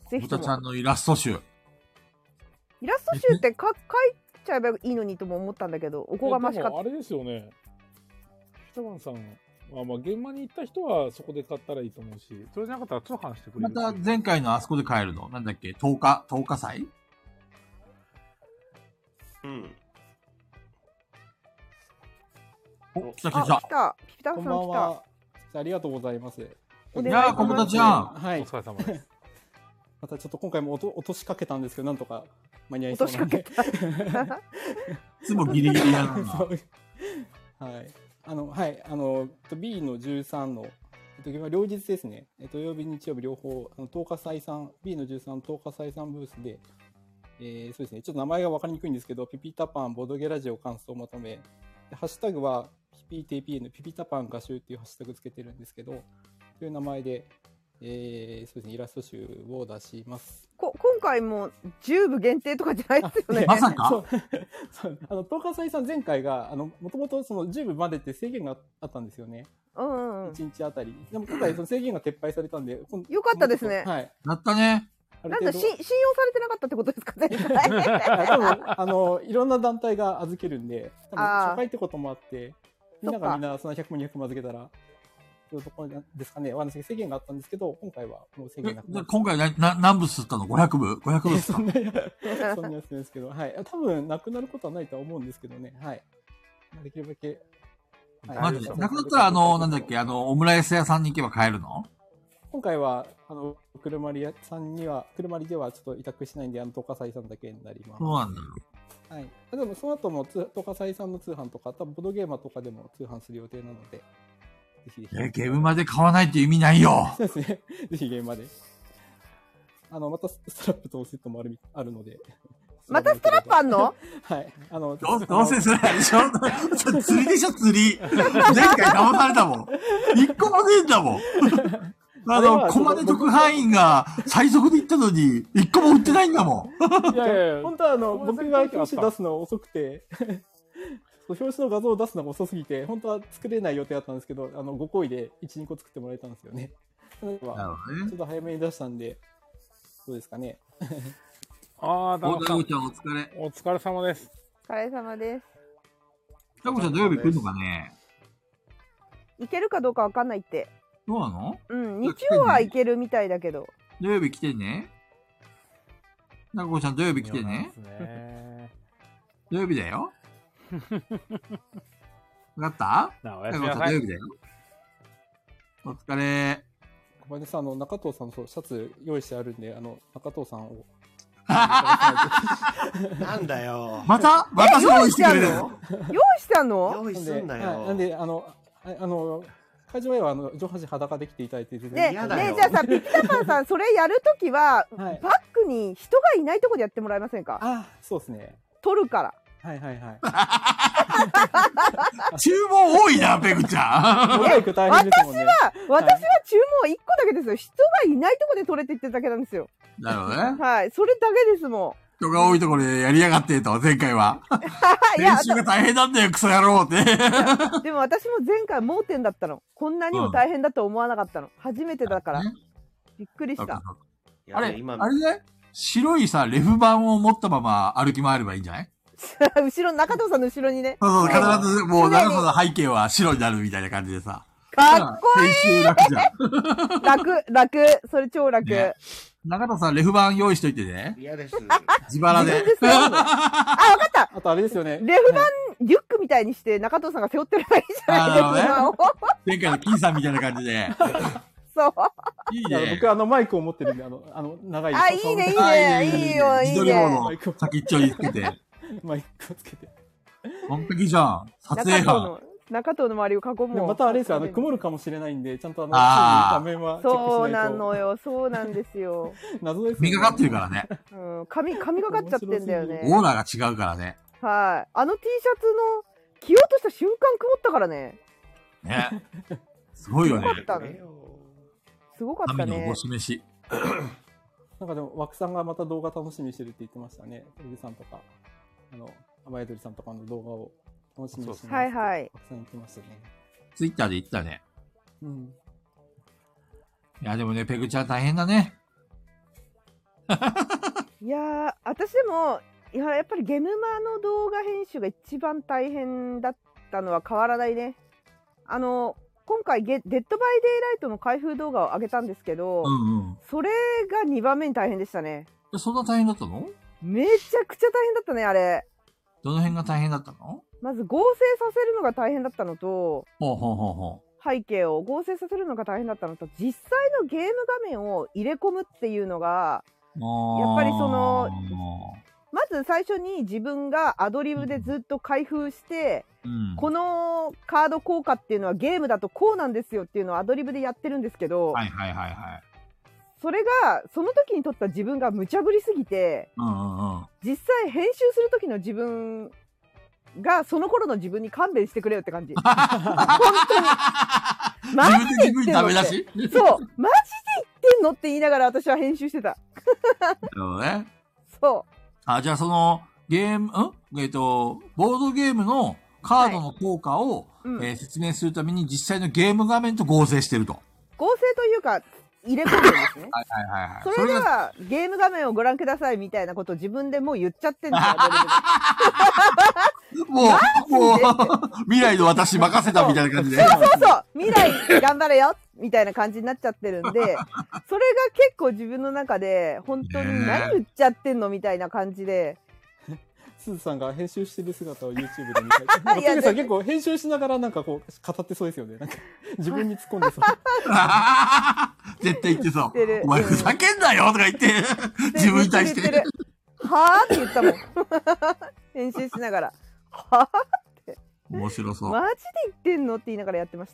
ぜひとも。 ボタちゃんのイラスト集。 イラスト集ってか書いちゃえばいいのにとも思ったんだけど、おこがましかった。 えでもあれですよね。北番さん、まあまあ現場に行った人はそこで買ったらいいと思うし、それじゃなかったら通販してくれまる。 た前回のあそこで買えるのなんだっけ ?とおか、とおか祭うん。 お、来た来たあ、 来た来。た。ピピタパこんさん来た。 ばんは。ありがとうございます。 おいやー、 願いします。 小豚ちゃん。 はい。 お疲れ様です。 またちょっと今回も落と落としかけたんですけど、なんとか間に合いそうなんで。 いつもギリギリやるな。 そうはい。あの、はい。あの、B のじゅうさんの、えっと、今、両日ですね。えっと、土曜日、日曜日両方、あのとおか採算、B のじゅうさん、とおか採算ブースで、えー、そうですね。ちょっと名前が分かりにくいんですけど、ピピタパン、ボドゲラジオ感想まとめ。でハッシュタグは、ピピティーピーエヌ、ピピタパン画集っていうハッシュタグつけてるんですけど、という名前で、えー、そうですね、イラスト集を出します。 こ今回もじゅう部限定とかじゃないですよね。 まさかそうそうあの東海祭さん前回があのもともとそのじゅう部までって制限があったんですよね、 うんうんうんいちにちあたり。でも今回その制限が撤廃されたんで、こんよかったですねはい、 やったね。 あるなんだ程度し信用されてなかったってことですか前回。 多分あのいろんな団体が預けるんで、多分あー初回ってこともあってみんながみんなそのひゃくもにひゃくも預けたらそういうところですかね。わかんないですけど制限があったんですけど、今回はもう制え限なくなって今回な、な、何部吸ったの ?ごひゃく 部 ?ごひゃく 部吸っそんなそんなやつですけど、はい、多分なくなることはないとは思うんですけどね、はい、できるだけ、 たはいマジでなくなったら、あの、なんだっけ、あの、オムライス屋さんに行けば買えるの今回はあの車り屋さんには車りではちょっと委託しないんで、あの東海祭さんだけになります。 そうなんだ。 はい。でもその後もつ東海祭さんの通販とか、多分ボードゲーマーとかでも通販する予定なので、ぜひぜひ。 え、ゲームまで買わないって意味ないよ。 そうですね。ぜひゲームまで。あのまたストラップとセットもあるみあるので。 またストラップあんの？ はい。あのどうどうせそれあれでしょちょ釣りでしょ釣り。前回騙されたもん。一個もねえんだもん。あの、コマネ特派員が最速で行ったのに、一個も売ってないんだもん。 いやいやいやいや本当はあの、 これ僕が表紙出すの遅くて、そう表紙の画像を出すのが遅すぎて、本当は作れない予定だったんですけど、あの、ごこいでいち、にこ作ってもらえたんですよね。なのでなるまあほどねちょっと早めに出したんで、どうですかね。 ああ、だ大田ちゃんお疲れ。 お疲れ様です。 お疲れ様です。 タコちゃん土曜日来るのかねいけるかどうかわかんないって。 そうなのうん、日曜はいけるみたいだけど。 土曜日来てね。タコちゃん土曜日来てね。 そうなんですね。 土曜日だよ。わかったなあ、おやタコちゃすみなんさい。 土曜日だよ。お疲れ。 小林さん、あの、中藤さんのそうシャツ用意してあるんで、あの、中藤さんを。 なんだよ。 また私が用意してくれる。 用意してあんの？ 用意すんなはいなんよ。 で、あの、ああの、会場へはあの上半身裸で来ていただいて全然ね嫌だよねじゃあさ、ピピタパンさん、それやるときは、 はいバックに人がいないとこでやってもらえませんか？ あ、そうですね。 撮るから。 はいはいはい。 注文多いな、ペグちゃん。 モザイク大変ですもんね。 私は注文はいっこだけですよ。人がいないとこで撮れって言ってるだけなんですよ。 なるほどね。 はい。それだけですも人が多いところでやりやがってと、前回は。 ん。いや練、習が大変なんだよ、クソ野郎って。 でも私も前回盲点だったの。こんなにも大変だと思わなかったの。初めてだから。 ねびっくりした。 あれ、 今あれね、白いさ、レフ板を持ったまま歩き回ればいいんじゃない後ろ、中藤さんの後ろにね。 そうそう、 はい必ず、もう、 常に長さの背景は白になるみたいな感じでさ。 かっこ編集楽じゃん。 いい。楽、楽。それ超楽。 ね中田さん、レフ板用意しといてね。 嫌です。 自腹で。 自分で背負うのあ、わかった。 あとあれですよね。 レフ板、リュックみたいにして中藤さんが背負ってればいいじゃないですあーなるほか。 前回の金さんみたいな感じで。 そう。 いいいやね。 僕あのマイクを持ってるんで、あの、あの、長い。 あ、いいね、いいあね。いいよ、いい自撮り棒ね。 の先っちょにつけて。 マイクをつけて。 完璧じゃん。撮中影班。 藤の、中藤の周りを囲でむ。 もまたあれですよ、あの、曇るかもしれないんで、ちゃんとあの、 あー画面はチェックしないと。 そうなのよ、そうなんですよ。 謎ですよね。 見かかってるからね。 うん、髪、髪がかっちゃってんだよね。 オーラが違うからね。 はい。あの T シャツの、着ようとした瞬間曇ったからね。 ね。すごいよね。 よかったね。すごかったね神のお。示し。 なんかでも、枠さんがまた動画楽しみにしてるって言ってましたね。テレビさんとか、あの、甘えどりさんとかの動画を楽しみにしてます。 はいはい。 枠さん言ってましたね。 ツイッターで言ったね。 うん。 いや、でもね、ペグちゃん大変だね。 いやー、私でも、いや、やっぱりゲムマの動画編集が一番大変だったのは変わらないね。あの、今回ゲ、デッドバイデイライトの開封動画を上げたんですけど、 うんうん。 それがにばんめに大変でしたね。 えそんな大変だったの？ めちゃくちゃ大変だったね、あれ。 どの辺が大変だったの？ まず合成させるのが大変だったのと、 ほうほうほうほ背景を合成させるのが大変だったのと、実際のゲーム画面を入れ込むっていうのが、 う。 やっぱりそのまず最初に自分がアドリブでずっと開封して、 うん、 このカード効果っていうのはゲームだとこうなんですよっていうのをアドリブでやってるんですけど、 はいはいはいはい。 それがその時に撮った自分が無茶ぶりすぎて、 うんうんうん。 実際編集する時の自分がその頃の自分に勘弁してくれよって感じ。本当に。マジで自分で自分にダメだしそう、マジで言ってんのって言いながら私は編集してた。 なるほどね。 そう。 あ、じゃあその、ゲーム、んえっ、と、ボードゲームのカードの効果を、 はいうんえー説明するために実際のゲーム画面と合成してると。 合成というか、入れ込んでるんですね。 はいはいはいはい。 それでは、ゲーム画面をご覧くださいみたいなことを自分でもう言っちゃってんですよ、アドリブで。 もう、もう、未来の私任せたみたいな感じで。 そうそうそう未来頑張れよみたいな感じになっちゃってるんで、それが結構自分の中で、本当に何言っちゃってんのみたいな感じで。 すずさんが編集してる姿を YouTube で見たい。なんかトゲさん結構編集しながらなんかこう語ってそうですよね。なんか自分に突っ込んでそう。 絶対言ってそう。 言ってるお前ふざけんなよとか言って、自分に対して。 言ってるはぁって言ったもん。編集しながら。はぁって。 面白そう。 マジで言ってんのって言いながらやってました。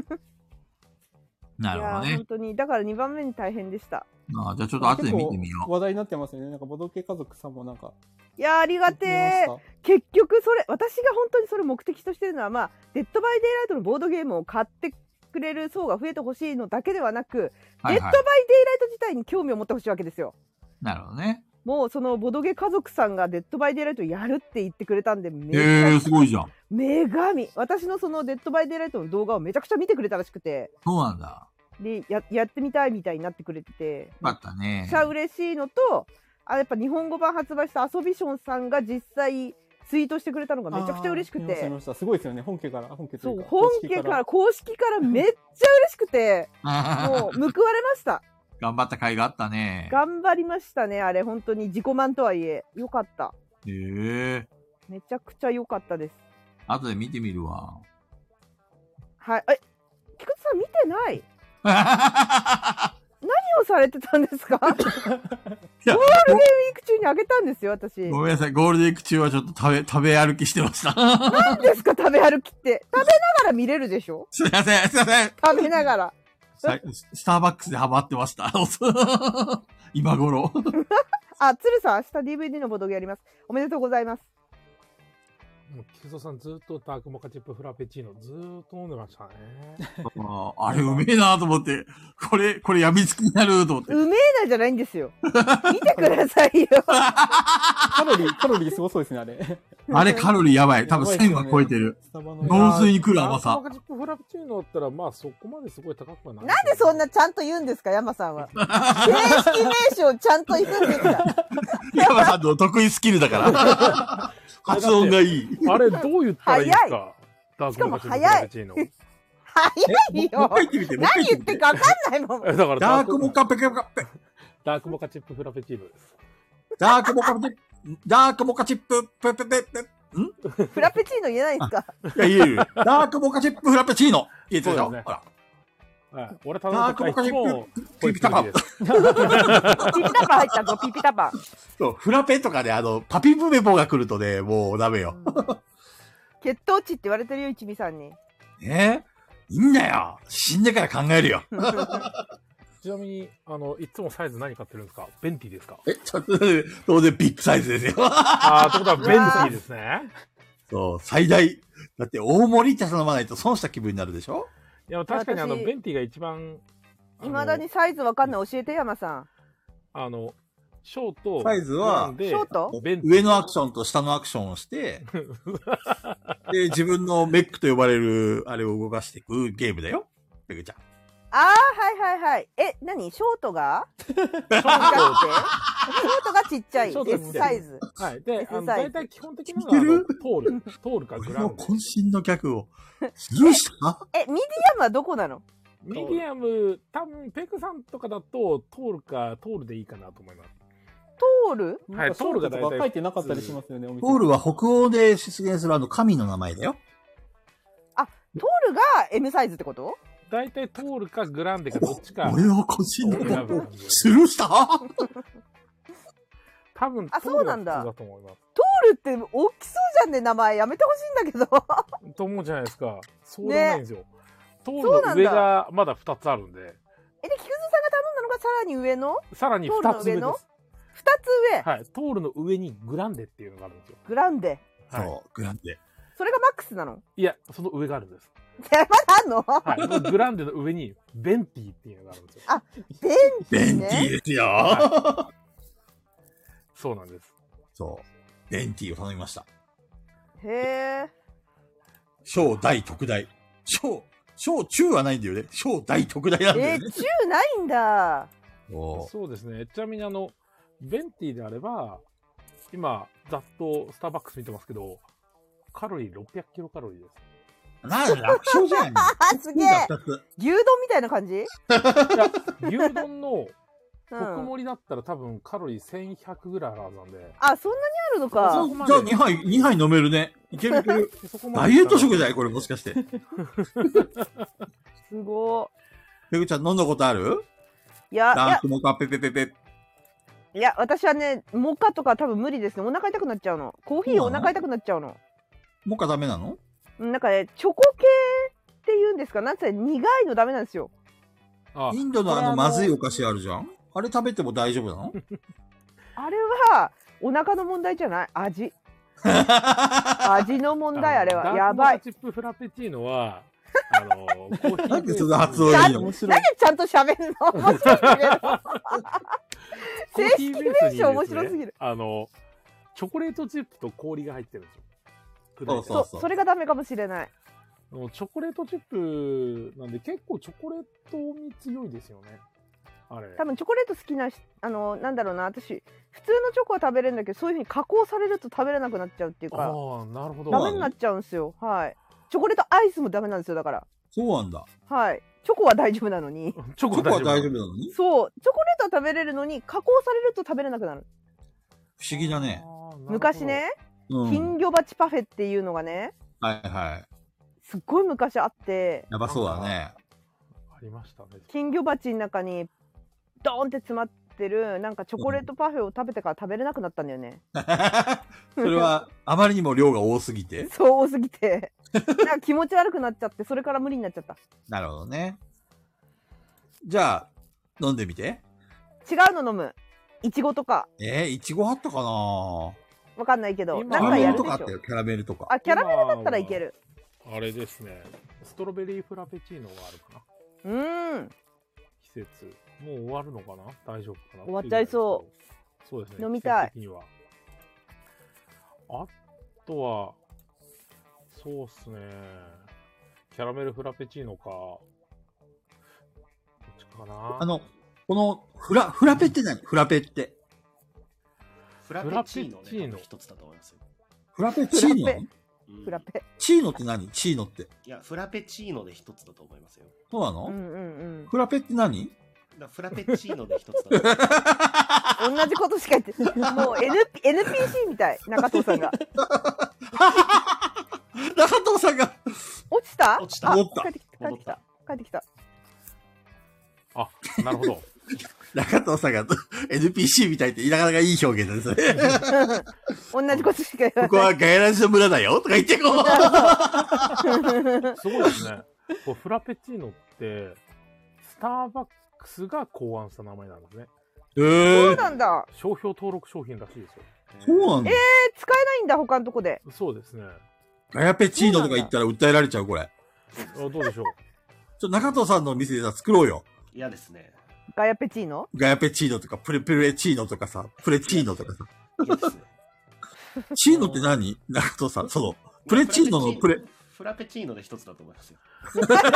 なるほどねいや本。当に、だからにばんめに大変でした。 あじゃあちょっと後で見てみよ話題になってますよね。なんかボドケ家族さんもなんか。 いやありがてえ。結局それ、私が本当にそれ目的としてるのは、まあ、デッドバイデイライトのボードゲームを買ってくれる層が増えてほしいのだけではなく、 う。はいはいデッドバイデイライト自体に興味を持ってほしいわけですよ。 なるほどね。 もうそのボドゲ家族さんがデッドバイデイライトやるって言ってくれたんで、めちゃくちゃえー、すごいじゃん。 女神。私のそのデッドバイデイライトの動画をめちゃくちゃ見てくれたらしくて、 そうなんだ。 で、や、やってみたいみたいになってくれてて、 よかったねめっち。ゃ嬉しいのと、あ、やっぱ日本語版発売したアソビションさんが実際ツイートしてくれたのがめちゃくちゃ嬉しくて、 あー見ました見ましたすごいですよね。本家から本家とそ、 いううか本家から公式からめっちゃ嬉しくて、もう報われました。 頑張った甲斐があったね。 頑張りましたね、あれ。本当に自己満とはいえ。よかった。 へえ。 めちゃくちゃ良かったです。 後で見てみるわ。 はい。え、菊池さん見てない何をされてたんですかゴールデンウィーク中にあげたんですよ、私。 ごめんなさい、ゴールデンウィーク中はちょっと食べ、食べ歩きしてました。 何ですか、食べ歩きって。食べながら見れるでしょすいません、すいません。 食べながら。 さスターバックスでハマってました。今頃。 あ、鶴さん、明日 ディーブイディー のボドゲやります。おめでとうございます。 もう菊蔵さんずっとダークモカチップフラペチーノずーっと飲んでましたね。 ああれうめえなと思って、これ、これ病みつきになると思って。 うめえなじゃないんですよ。見てくださいよ。 カロリー、カロリーすごそうですね、あれ。 あれカロリーやばい。多分せんは超えてる。 スタバのノースに来る甘さダークモ。カチップフラペチーノだったら、まあそこまですごい高くはない。 なんでそんなちゃんと言うんですか、山さんは。正式名称をちゃんと言うんですか。 山さんの得意スキルだから。発音がいい。 あれどう言ったらいいですかダークモカチップフラペチーノ。 早いよ。 もう一回言ってみて、もう一回何言ってか分かんないもん。 えだからダークモカペケカペ。 ダークモカチップフラペチーノです。 ダークモカペ、ダークモカチップ、ペペペペ、んフラペチーノ言えないんですか。 いや、言える。ダークモカチップフラペチーノ。言えてるでしょ、 そうだねほら。 はい、俺頼んだ時はいつもピピタパン。 ピピタパン入ったぞ、ピピタパン。 そう、フラペとかで、あの、パピプペポが来るとね、もうダメよ。 血糖値って言われてるよ、一味さんに。 えいいんだよ。死んでから考えるよ。 ちなみに、あの、いつもサイズ何買ってるんですかベンティですかえ、ちょっと、当然ビッグサイズですよ。 ああ、ってことはベンティですね。 そう、最大。だって大盛りって頼まないと損した気分になるでしょいや、確かにあの、 私ベンティが一番、 いまだにサイズわかんない。教えて、山さん。 あの、ショート、 サイズはなんでショートベンティ上のアクションと下のアクションをして、で、自分のメックと呼ばれる、あれを動かしていくゲームだよ。ペグちゃん。 ああ、はいはいはい。え、何ショートがショートってショートがちっちゃい。 ショートがちっ S ちゃいサイズ。 はい。で、 S あの、 サイズ大体基本的なのは、あのトール、トールかグランデ。 渾身の客を。スルーしたえ、ミディアムはどこなの？ ミディアム、多分ペクさんとかだと、トールか、トールでいいかなと思います。 トール？ はいなんかショートとトールが大体か書いてなかったりしますよね、お店。 トールは北欧で出現するあの神の名前だよ。 あ、トールが エム サイズってこと？ 大体トールかグランデかどっちか。 俺は渾身の選ぶ客を感じスルーした多分、 あそうなんだトールが普通だと思います。 トールって大きそうじゃんね、名前。やめてほしいんだけど。 と思うじゃないですか。そうでもないんですよ。トーそうなんだルの上がまだふたつあるんで、 え、で、菊蔵さんが頼んだのがさらに上のさらにふたつ上です。 ふたつ上、 はい。トールの上にグランデっていうのがあるんですよ。 グランデ。 はい。 そう、グランデ。 それがマックスなの？ いや、その上があるんです。 え、まだあんの？ はい。そのグランデの上にベンティっていうのがあるんですよ。 あ、ベンティベンね。 ティですよ、 はそうなんです。 そう。ベンティを頼みました。 へえ。 小大特大。小、小中はないんだよね。小大特大なんだえ、 よね。 中ないんだ。 おそうですね。ちなみにあの、ベンティであれば、今、ざっとスターバックス見てますけど、カロリーろっぴゃくキロカロリーです。 なんだ、楽勝じゃん。 あ、すげえ。 二つ牛丼みたいな感じ？ いや、牛丼の特うん。 盛りだったら多分カロリーせんひゃくぐらいあるはずなんで、 あ、そんなにあるのか。 そこまでじゃあにはい、にはい飲めるね。いけるいける。 そこまでダイエット食だよ、これもしかして。 すごペグちゃん飲んだことある？ い。いや、いや、 ランクモカペペペペ。 いや、私はね、モカとか多分無理ですね。お腹痛くなっちゃうの。コーヒーお腹痛くなっちゃうの。 モカダメなの？ なんかね、チョコ系っていうんですか、なんつうの、苦いのダメなんですよ。 あインドのあこれのまずいお菓子あるじゃん？あれ食べても大丈夫なの？ あれは、お腹の問題じゃない。味。味の問題、あれは。やばい。 ダークモカチップフラペチーノは、あの、コーヒーなんでベースその発音ちゃんいいの？ 面白いなん。でちゃんと喋んの面白すぎる。 コーヒーベースに正式名称面ですね白すぎるあの、チョコレートチップと氷が入ってるんですよ。 そうそうそうそれがダメかもしれない。 あのチョコレートチップなんで結構チョコレートに強いですよね。あれ。 多分チョコレート好きなし、あの、なんだろうな、私、普通のチョコは食べれるんだけど、そういうふうに加工されると食べれなくなっちゃうっていうか、 ああ、なるほど。 ダメになっちゃうんですよ。はい。チョコレートアイスもダメなんですよ、だから。 そうなんだ。 はい。チョコは大丈夫なのに。 チョコチョコは大丈夫だ。 なのに？ そう。チョコレートは食べれるのに、加工されると食べれなくなる。 不思議だね。 あーなるほど昔ね、 うん。 金魚鉢パフェっていうのがね、 はいはい。 すっごい昔あって、 やばそうだね。 ありましたね。 金魚鉢の中にドーンって詰まってるなんかチョコレートパフェを食べてから食べれなくなったんだよね。 それは、あまりにも量が多すぎて。 そう多すぎてなんか気持ち悪くなっちゃって、それから無理になっちゃった。 なるほどね。じゃあ、飲んでみて。 違うの飲む。いちごとかえー、いちごあったかな？ わかんないけど、 今キャラメなんかやるでしょ。 ルとかあったよ、キャラメルとか。 あ、キャラメルだったらいける。 あれですね。ストロベリーフラペチーノがあるかな。 うーん。 季節。もう終わるのかな大丈夫かな。 終わっちゃいそうそうですね。 飲みたい季節的には。あとは、そうっすね。キャラメルフラペチーノか。どっちかな。 あの、この、フラ、フラペって何？フラペって。 フラペチーノフラペチーノね、一つだと思いますよ。 フラペチーノフラペなの？ うんフラペ。 チーノって何？チーノって。 いや、フラペチーノで一つだと思いますよ。 そうなの？ うんうんうん。 フラペって何？ だからフラペチーノで一つだと思います。 同じことしか言ってない。もう N P、エヌピーシー みたい。中藤さんが。 中藤さんが、 落ちた？ 落ちたあ戻った帰ってきた。帰ってきた。帰ってきた。 あ、なるほど。 中藤さんが エヌピーシー みたいってなかなかいい表現ですね。 同じことしか言わない。 ここはガヤラジの村だよとか言ってこう。 すごいですね。こうフラペチーノって、スターバックスが考案した名前なんですね。 えそうー、 なんだ。 商標登録商品らしいですよ。 そうなんだ。 え、使えないんだ、他のとこで。 そうですね。 ガヤペチーノとか言ったら訴えられちゃう、これ。 あどうでしょう。 ちょ、中藤さんの店でさ、作ろうよ。 嫌ですね。 ガヤペチーノ？ ガヤペチーノとか、プレプレチーノとかさ、プレチーノとかさ。 嫌ですね。 チーノって何？中藤さん、その、プレチーノのプレ、 フラペチーノで一つだと思いますよ。 フラッペ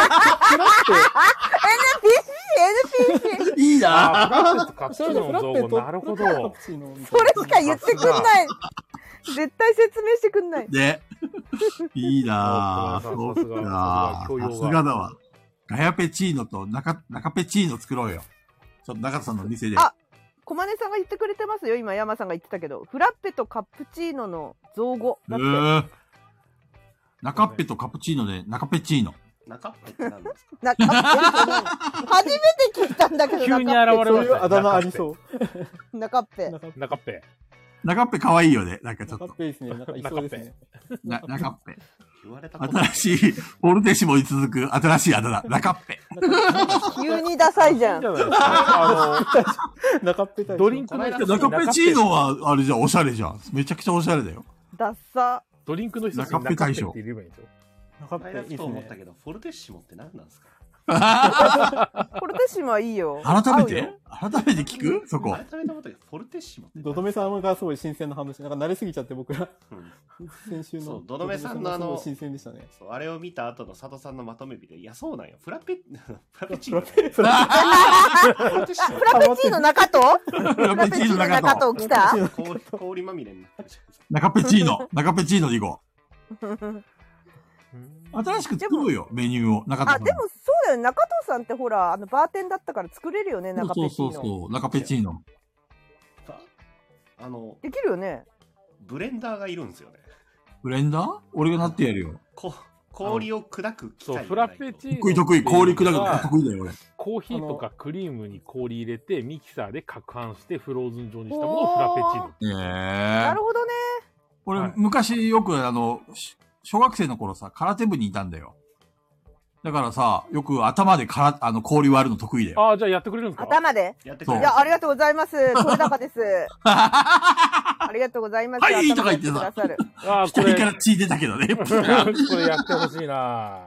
エヌピーシー、エヌピーシー。 いいあなー、フラッペとカプチーノの造語、なるほど。 カプチーノみたいなそれしか言ってくんない。絶対説明してくんない。 で、いいなぁ。 あーそっさすがかさすが教養がさすがだわ。ガヤペチーノと中、中ペチーノ作ろうよ。ちょっと中田さんの店で。 あ小金さんが言ってくれてますよ。今山さんが言ってたけど、フラッペとカプチーノの造語えだって。 ー、中っぺとカプチーノで中ペチーノ。 中っぺって何ですか？ 中っぺ初めて聞いたんだけど。 急に現中っれましたね。 そういうあだ名ありそう。 ぺ中っぺ。 中中っぺ。 中っぺ可愛いよね。なんかちょっと。 中っぺですね。なんかいそうですね。 な中っぺ。 言われたことない。 新しい、フォルテシモに続く新しいあだ名。中っぺ。 急にダサいじゃんいいじ。ゃないですか。あ中っぺ大の、ドリンクのこの間一つに中ペチーノは、あれじゃん、おしゃれじゃん。めちゃくちゃおしゃれだよ。 ダッサ。 ドリンクの一つに中っぺ大将中っぺって言えばいいんですよ。 中っぺ前だいいですね。 と思ったけど、フォルテッシモって何なんですか？ これテシモはいいよ。 改め合うよて改めて聞くそこ。 改めて思ったけど、フォルテッシモって何ドドメさんがすごい新鮮な話。なんか慣れすぎちゃって僕ら。 うん先週の。 そうドドメさんのあのドドメさがすごい新鮮でしたね。 そうあれを見た後の佐藤さんのまとめ日で、いや、そうなんよ。フラペ、フラペチーノ。 フラペ、フラフォルテッシモフラペチーノ中とフラペチーノ中中と。 と来た氷氷まみれになってるじゃないですか。 中ペチーノ。中ペチーノでいこう。 うん新しく作ろうよ、メニューを。中田さあ、 ん。 でもそうだよね。中藤さんってほら、あの、バーテンだったから作れるよね、中そうペチーノ。 そうそう。中ペチーノ。 あの、 できるよね。 ブレンダーがいるんですよね。 ブレンダー俺がなってやるよ。 こ氷を砕く機そう、 械フラペチーノ。 得意得意。氷砕くの得意だよ、俺。 コーヒーとかクリームに氷入れて、ミキサーで攪拌してフローズン状にしたものをフラペチーノ。 ええなるほどね。 俺、 はい昔よくあの、し小学生の頃さ、空手部にいたんだよ。だからさ、よく頭でから、あの、氷割るの得意だよ。 ああ、じゃあやってくれるんですか？ 頭で。 そうやってくれるいや、ありがとうございます。取れ高です。ありがとうございます。 はい頭でとか言ってさくださる。 ああ、これ、 額から血出たけどね。 これやってほしいな。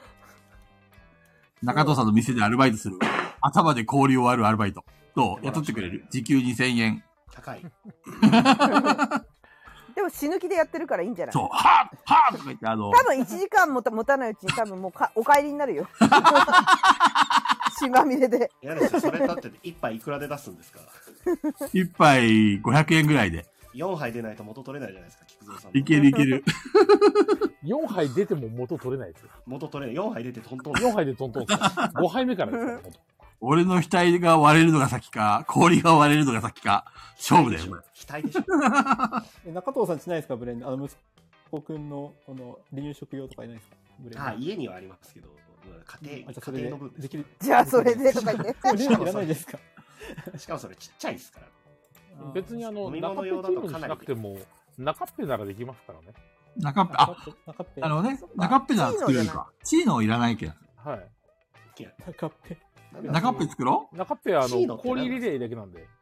中藤さんの店でアルバイトする。頭で氷を割るアルバイト。と、雇ってくれる。時給にせんえん。 高い。 でも死ぬ気でやってるからいいんじゃない？ そう、はぁはぁとか言って、あの、 多分いちじかんもた持たないうちに多分もうかお帰りになるよ。血まみれで。 嫌ですよ。それだって一杯いくらで出すんですか？ 一杯ごひゃくえんぐらいで。 よんはい出ないと元取れないじゃないですか、菊蔵さんの。 いけるいける。 よんはい出ても元取れないですよ。 元取れない。よんはい出てトントン。 よんはいでトントンですから。ごはいめからですから、元。 俺の額が割れるのが先か、氷が割れるのが先か、勝負だよ、これ。 期待でしょ。 え中藤さんちないですかブレンダー。あの、息子くんの、この、離乳食用とかいないですかブレンダー。 あ、家にはありますけど、家庭、 あじゃあそれで家庭の分ですできる。 じゃあそれでとか言って。 これレンジいらないですかしかもそれちっちゃいですから。 別にあの、 飲み中ペチ物用だとーノにしなくても、中っぺならできますからね。 中っぺ、あ、 中っぺ。 なるほどね。中っぺなら作れるか。チーノいらないけど。 はい。 いや、 中っぺ。 中っぺ作ろ中っぺはあの、 チーノって何氷リレーだけなんで。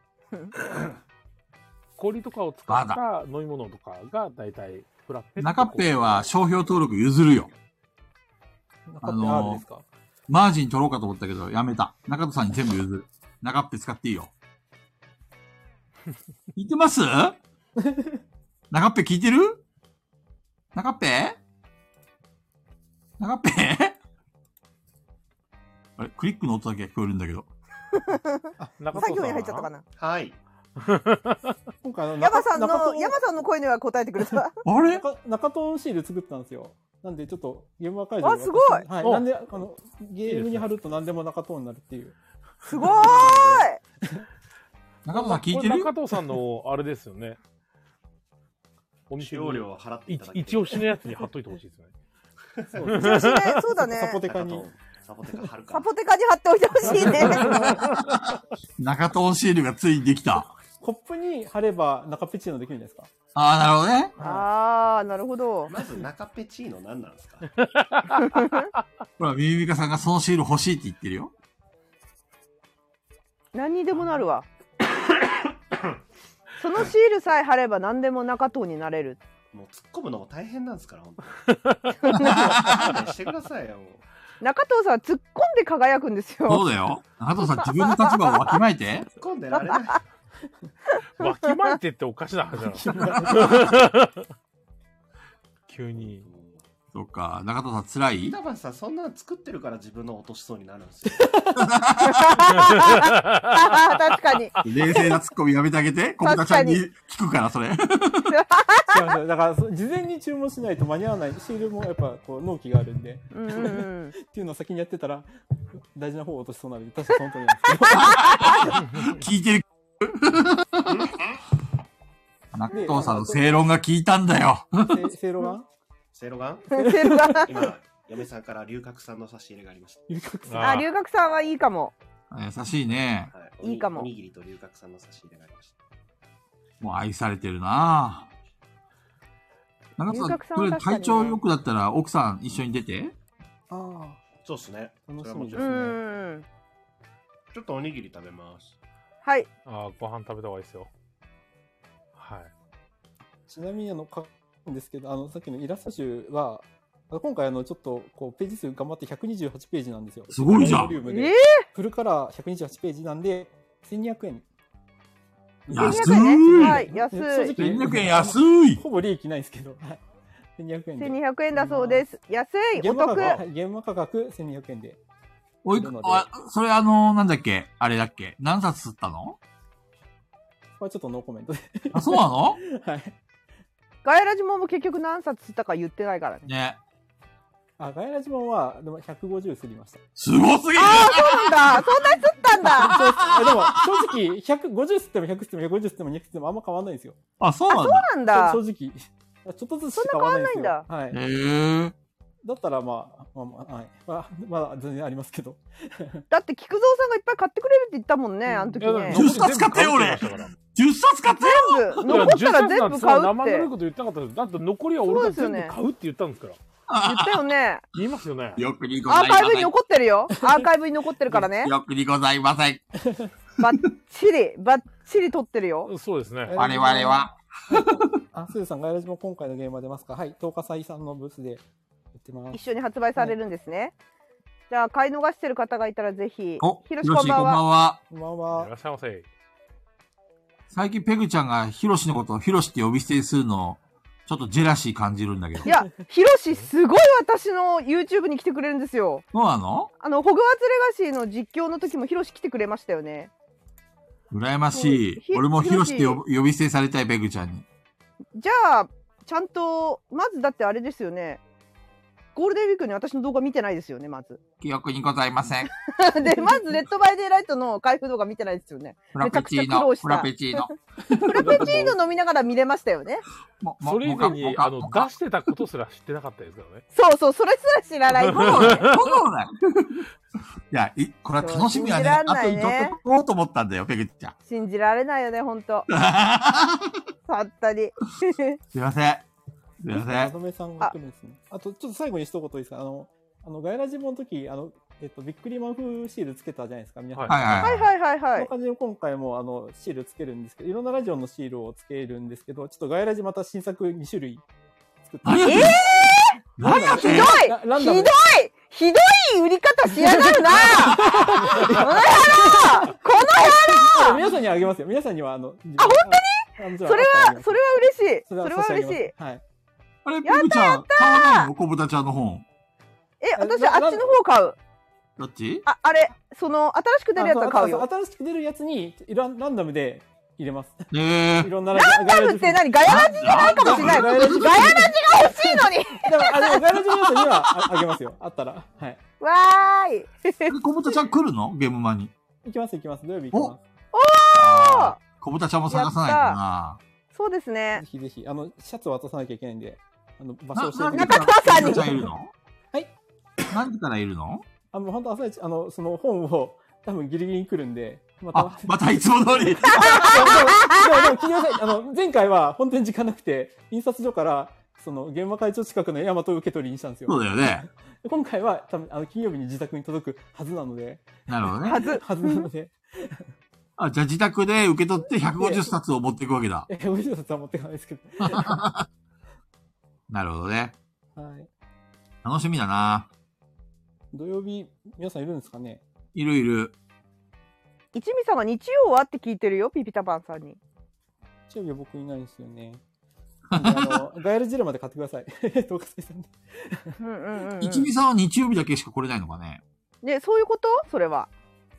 氷とかを使った飲み物とかが大体フラッペ。 う。中っぺは商標登録譲るよ。 中っぺ R ですかマージン取ろうかと思ったけど、やめた。中戸さんに全部譲る。中っぺ使っていいよ。聞いてます中っぺ聞いてる中っぺ中っぺあれクリックの音だけ聞こえるんだけど。 中作業に入っちゃったかな。 はい。 今回あの、 山さんの、 中藤山さんの声には答えてくれた。 あれ中中トーンシール作ったんですよ。なんでちょっとゲームアーカイブであすごい私はい。 おなんで、あの、ゲームに貼ると何でも中トーンになるっていう。 すごーい。 中戸さん聞いてるこれ中藤さんのあれですよね。お店使用料を払っていただき一押しのやつに貼っといてほしいですね。 そう一押しねそうだね。 サポテカに。 サポテカ貼るかサポテカに貼っておいてほしいね。 中戸シールがついにできた。 コップに貼れば中ペチーノできるんですかああ、なるほどね。 あー、なるほど。 まず中ペチーノ何なんですか？ ほら、ミミミカさんがそのシール欲しいって言ってるよ。 何にでもなるわ。そのシールさえ貼れば何でも中藤になれる。 もう突っ込むのも大変なんですから、本当に。勘弁してくださいよ、もう。 中藤さんは突っ込んで輝くんですそよ。 うだよ。中戸さん自分の立場をわきまえて。 突っ込んでられない。 わきまえてっておかしな話じゃないですか。急に。 そっか。中藤さん辛い？ 板橋さん、そんなの作ってるから自分の落としそうになるんですよ。 確かに。 冷静なツッコミやめてあげて。小豚ちゃんに聞くから、それ。 違うんですよ。だから、事前に注文しないと間に合わない。シールもやっぱ、こう、納期があるんで。 うんうんうん。 っていうのを先にやってたら、大事な方を落としそうなので、確かその通りなんですけど。 聞いてる。中藤さんの正論が聞いたんだよ。 せせいろがせいろがんセルが今、嫁さんから龍角散の差し入れがありました。 龍角散。 あ、龍角さんはいいかも。 優しいね。 はい、 いいかもおにぎりと龍角散の差し入れがありました。 もう愛されてるなぁ。中藤さん、これ体調良くなったら奥さん一緒に出て。 ああ。 そうっすね。 楽しみですうね。 ん。 ちょっとおにぎり食べます。 はい。 あーご飯食べた方がいいですよ。はい。 ちなみにあの書くんですけど、あのさっきのイラスト集はあの今回あのちょっとこうページ数頑張ってひゃくにじゅうはちページなんですよ。 すごいじゃんボリュームえでフルカラーひゃくにじゅうはちページなんでせんにひゃくえん。 安せんにひゃくえんね。はい、 ね安い。 正直せんにひゃくえん安い。 ほぼ利益ないですけど、はい、せんにひゃくえんで。 せんにひゃくえんだそうです。安い、お得。 現場価格、はい現場価格せんにひゃくえんで。 おいく、あ、それあの、なんだっけあれだっけ何冊吸ったの？ これちょっとノーコメントで。 あ、そうなの？ はい。 ガイラジモンも結局何冊吸ったか言ってないからね。 ね。 あ、ガイラジモンはでもひゃくごじゅうすりました。 すごすぎる。 ああ、そうなんだ。そんなに吸ったんだ。 あでも正直ひゃくごじゅう吸ってもひゃく吸ってもひゃくごじゅう吸ってもにひゃく吸ってもあんま変わんないんですよ。 あ、そうあ、そうなんだ。 なんだ。 正直ちょっとずつしか変わんないんですよ。はい。 へー。 だったらまあまあまあはい。まあまだ全然ありますけど。 だって菊蔵さんがいっぱい買ってくれるって言ったもんね、あの時ね。 じゅっさつ買ったよ俺じゅっさつ買ったよ。 全部、残ったら全部買うって生ぬるいこと言ってなかったです。だって残りは俺が全部買うって言ったんですから。 言ったよね。 言いますよね。 よくにござアーいません。 カイブに残ってるよ。アーカイブに残ってるからね。 よくにございません。 バッチリ、バッチリ撮ってるよ。 そうですね。 我々は。 あ、すずさん、ガイラジも今回のゲームは出ますか？はい、東華祭さんのブースでやってます。 一緒に発売されるんですね。じゃあ、買い逃してる方がいたらぜひ。 お、 ひろしこんばんこんばんは。 は。 こんばんいはら。っしゃいませ。 最近ペグちゃんがヒロシのことをヒロシって呼び捨てにするの、ちょっとジェラシー感じるんだけど。 いや、ひろし、すごい私の YouTube に来てくれるんですよ。 そうなの？ あの、ホグワーツレガシーの実況の時もひろし来てくれましたよね。 羨ましい。 ひ俺もヒロシってヒロ呼呼び捨てされたい、ペグちゃんに。 じゃあ、ちゃんと、まずだってあれですよね。ゴールデンウィークに私の動画見てないですよね、まず。 記憶にございません。 で、まず、レッドバイデイライトの開封動画見てないですよね。 フラペチーめちゃくちゃ苦労ノ、 したフラペチーノ。 フラペチーノ飲みながら見れましたよね。 ももそれ以前にもかあのもか出してたことすら知ってなかったですからね。 そうそう、それすら知らない。もうね、 そうだよ。いや、い、これは楽しみはね、 信じらん後ないねに取っとこうと思ったんだよ、ペグちゃん。 信じられないよね、ほんと。さったり。 すいません。すいません。 まとめさんが来るんですね。あと、ちょっと最後に一言いいですか？あの、あの、ガイラジモの時、あの、えっと、ビックリマン風シールつけたじゃないですか、皆さん。 はいはいはい。 はいはいはいはい。 この感じで今回もあのシールつけるんですけど、いろんなラジオのシールをつけるんですけど、ちょっとガイラジまた新作に種類作って何やってんの何やってんのひどいラランダムひどいひどい売り方しやがるなこの野郎この皆さんにはあげますよ。皆さんにはあの、 あ、本当にそそれは、それは嬉しい。それは差し上げ嬉しい。 ますはい。 あれ、ペグちゃん、買わないの小豚ちゃんの本。 え、私あっちの方買う。 どっち？ あ、あれ、その、新しく出るやつは買うよ。 あそう新しく出るやつにランランダムで入れます。 えいろんなラランダムって何ガヤラジじゃないかもしれない。ガヤラジが欲しいのにでも、あ、でもガイラジのやつにはああげますよ。あったら。はい。 わーい。 ー、小豚ちゃん来るのゲームマンに。 行きます行きます。土曜日行きます。 あー小豚ちゃんも探さないとな。 そうですねぜ。ひぜひ、あの、シャツを渡さなきゃいけないんで、あの、場所を教えてな、 ください。 何か中藤さんに小豚ちゃんいるの？ はい。 何時からいるの？ あの、本当朝一、あの、その本を、多分ギリギリに来るんで、また。 あ、またいつも通り。 でも、でも、聞いてください。あの、前回は本当に時間なくて、印刷所から、その、現場会長近くの大和受け取りにしたんですよ。 そうだよね。 で今回は、多分、あの、金曜日に自宅に届くはずなので、 なるほどね。 はず。 はずなので、 あ、じゃあ自宅で受け取ってひゃくごじゅっさつを持っていくわけだ。 え、おいしい札は持ってかないですけど。 なるほどね。 はい。 楽しみだな。 土曜日、皆さんいるんですかね？ いるいる。 一味さんが日曜はって聞いてるよ、ピピタパンさんに。 日曜日は僕いないんですよね。 なんであの、ガエルジレまで買ってください。東華祭さんで。 うんうんうん、うん。 一味さんは日曜日だけしか来れないのかね。 ね、そういうことそれは。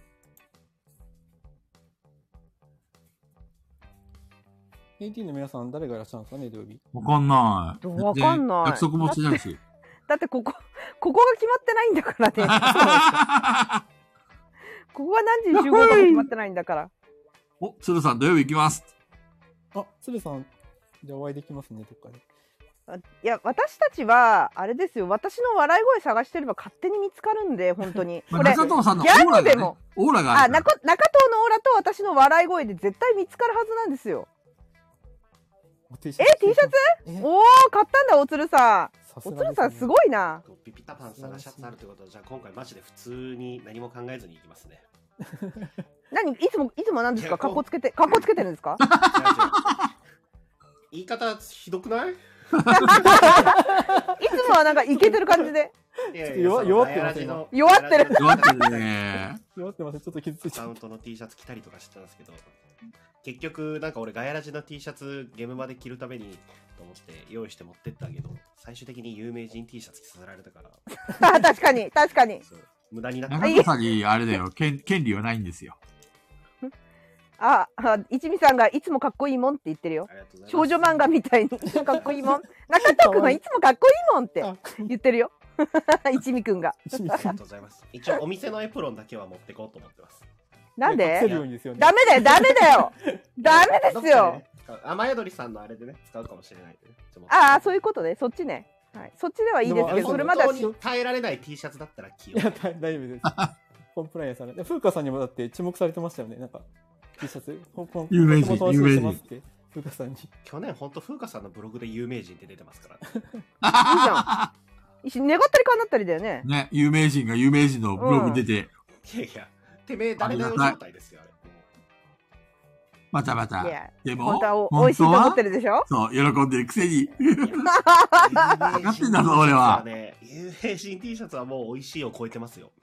エーティー の皆さん誰がいらっしゃるんですかね、土曜日。 わかんない。 わかんないで約束もしてないし。 だってここ、ここが決まってないんだからね。ここが何時に集合かも決まってないんだから。 お、鶴さん土曜日行きます。 あ、鶴さん、じゃあお会いできますね、どっかで。 あいや、私たちは、あれですよ、私の笑い声探してれば勝手に見つかるんで、本当に。 まあ、 これ、 中藤さんのオギャーラが、ねグでも、、 オーラがああ、 るから。 中中藤のオーラと私の笑い声で絶対見つかるはずなんですよ。 え、T シャツえおー、買ったんだ、おつるさん。 さすがですねおつるさんすごいな。 ピピタパンさんがシャツあるってことは、じゃあ今回マジで普通に何も考えずに行きますね。 何いつも、いつも何ですかいや格好つけて、格好つけてるんですか違う違う言い方ひどくない？ いつもはなんかイケてる感じで。 いやちょっと弱弱ってますガヤラジの弱ってる弱ってるね。 弱ってます。ちょっと傷ついちゃうアカウン。トの T シャツ着たりとかしてたんですけど、結局なんか俺ガヤラジの T シャツゲームまで着るためにと思って用意して持ってったけど、最終的に有名人 T シャツ着させられたから確かに、確かに。 そう無駄になった。 中藤さんに、あれだよ、権権利はないんですよ。 あ、あ一味さんがいつもかっこいいもんって言ってるよ。 ありがとうございます少女漫画みたいにいつもかっこいいもん。中藤くんはいつもかっこいいもんってあ言ってるよ。一味くんが。 一味ありがとうございます。一応お店のエプロンだけは持ってこうと思ってます。 なん隠せるでようにですよね。 ダメだよ、ダメだよ。ダメですよ。 どっかでね使う雨宿りさんのあれでね、使うかもしれないんでね。 ああ、そういいうことね。そっちね。はい。そっちではいいですけど、 でもそれまでは本当に耐えられない T シャツだったら着よいうや、大大丈夫です。コンプライアンスさんね。風花さんにもだって注目されてましたよね。なんか、T シャツ。コンコン有名人コンコン有名人してますって風花さんに。 去年ほんと風花さんのブログで有名人って出てますから、ね。 いいじゃん。一緒に願ったりかなったりだよね。 ね、有名人が有名人のブログに出て、 いやいや、てめえ誰だよ状態ですよ、あれ。 またまたいや。 でも、 本当はお本美味しいと思はってるでしょそう、喜んでるくせに。 分かってんだぞ俺は有名人 T シャツはもう美味しいを超えてますよ。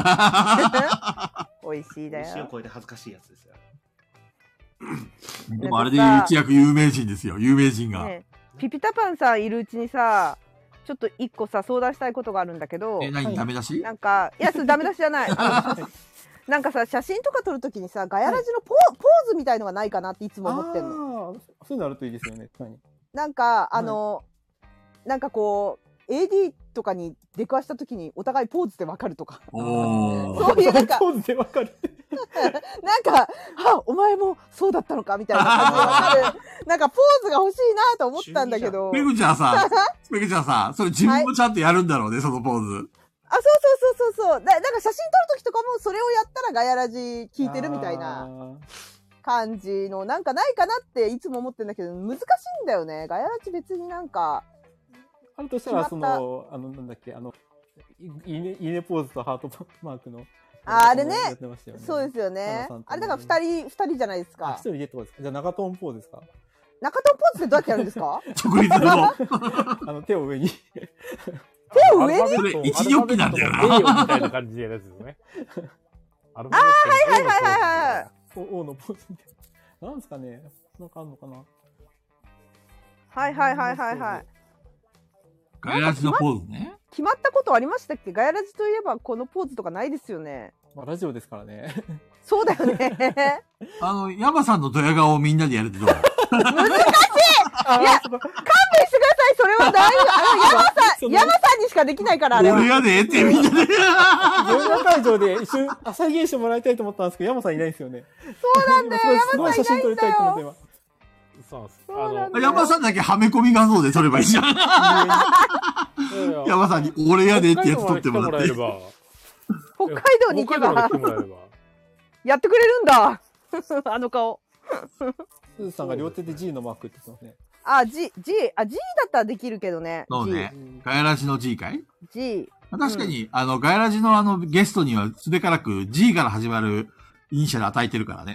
美味しいだよ。 美味しいを超えて恥ずかしいやつですよ。 でもあれで一躍有名人ですよ、有名人が。 ね、ピピタパンさんいるうちにさ、ちょっと一個さ相談したいことがあるんだけど、 え、何ダメ出しなんかいやそれダメ出しじゃない。あのなんかさ写真とか撮るときにさガヤラジのポ,、ポーズみたいのがないかなっていつも思ってんの。 ああ、そういうのあるといいですよね。確かに。 なんかあの、なんかこう エーディー とかに出くわしたときにお互いポーズでわかるとか。 おー。 そういうなんかポーズでわかる。 なんか、はお前もそうだったのかみたいな感じでわかる。なんかポーズが欲しいなと思ったんだけど。 めぐちゃんさ、めぐちゃんさ、それ自分もちゃんとやるんだろうね、そのポーズ。 あ、そうそうそうそうそう。だ、なんか写真撮るときとかもそれをやったらガヤラジ聞いてるみたいな感じのなんかないかなっていつも思ってんだけど、難しいんだよね。ガヤラジ別になんか。 あるとしたら、その、あの、なんだっけ、あの、いいいね、いいねポーズとハートマークの。 ああれねやってましたよね。 そうですよね花さん。とあれだから二人、二人じゃないですあ、 か一。人でってことですか。じゃあ長トーンポーズですか。 中トンポーズってどうやってやるんですか直立の。 あの、手を上に。 手を上にそれ一ニョッキなんだよな栄養みたいな感じのやつですね。あ、はいはいはいはいはい。 お、王のポーズみたいな。なんですかね。なんかあんのかな。 はいはいはいはいはい。 ガヤラジのポーズね。 決まったことありましたっけ？ガヤラジといえばこのポーズとかないですよね。 まあ、ラジオですからね。 そうだよね。 あの、山さんのドヤ顔をみんなでやるってどう難しいいや、勘弁してください。それは大丈夫。あの、山さん、山さんにしかできないから、あれは。 俺やでってみんなで。 ゲーム会場で一瞬、再現してもらいたいと思ったんですけど、山さんいないんですよね。 そうなんだよ。 すごい写真撮りたいと思って今。 そうです。 そうなんだよ山さんだけはめ込み画像で撮ればいいじゃん。山さんに俺やでってやつ撮ってもらって。 北海道まで来てもらえれば。 北海道に行けば北海道まで来てもらえれば。 やってくれるんだ。あの顔。 すずさんが両手で G のマークって言ってますね。 あ、G、G、あ、G だったらできるけどね。 そうね。ガヤラジの G かい G。 確かに、あの、ガヤラジのあの、ゲストにはすべからく G から始まるイニシャル与えてるからね。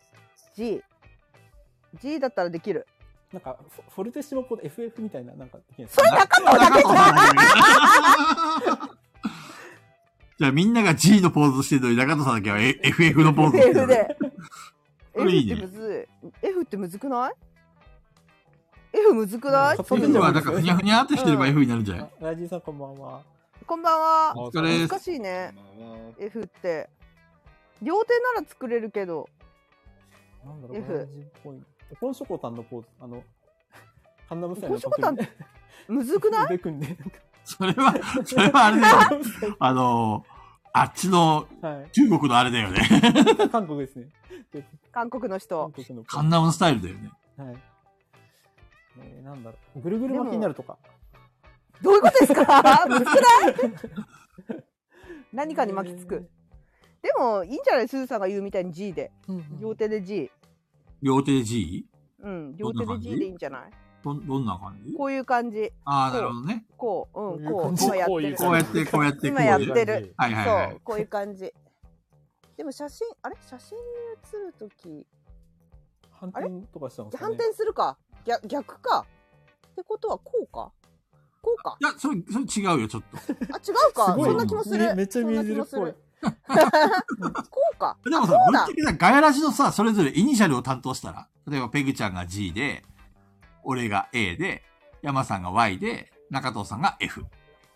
G。G だったらできる。 なんか、フォフォルテシモポ エフエフ みたいな、なんかできるんですそれ中藤だけじゃん。 じゃあみんなが G のポーズしてるのに中藤さんだけは エフエフ のポーズして F る。 で。 これ F いいねってむずい。F ってむずくない F むずくない？ F はなんかふにゃふにゃってしてれば F になるんじゃない？ ライジンさんこんばんは。 こんばんは。 お疲れです。 難しいね。F って。両手なら作れるけど。 なんだろう、 F ライジンっぽい。ポンショコタンのポーズ、あの、カンナムサイポンのショコタンってむずくない？ 腕組んで、なんかそれは、それはあれだよ。あの、あっちのはい。 中国のあれだよね。 韓国ですね。 韓国の人韓。国の。 カンナムスタイルだよね。 はい。えー、なんだろう。ぐるぐる巻きになるとか。 どういうことですか？むずくない？何かに巻きつく。でも、いいんじゃない？すずさんが言うみたいに G で。両手で G。 両手で G？ うん、両手で G でいいんじゃない？ ど、どんな感じ？ こういう感じ。 ああ、なるほどね。 こう、うん、こう。 こういう感じ今やってる。 こうやって、こうやって、 今やっこうてる。 はいはいはいそう、こういう感じ。でも写真、あれ写真に写るとき、 反転とかしたんですかね。 反転するか。逆、逆か。ってことはこうか。こうか。 いや、それ、それ違うよ、ちょっと。 あ、違うか。 すごいそんな気もする。 めめっちゃ見えてるっぽいそんな気もするこうか。 でもさ、ぶっちゃけさ、ガヤラジのさ、それぞれイニシャルを担当したら、例えばペグちゃんが G で、俺が A で、山さんが Y で、中藤さんが F。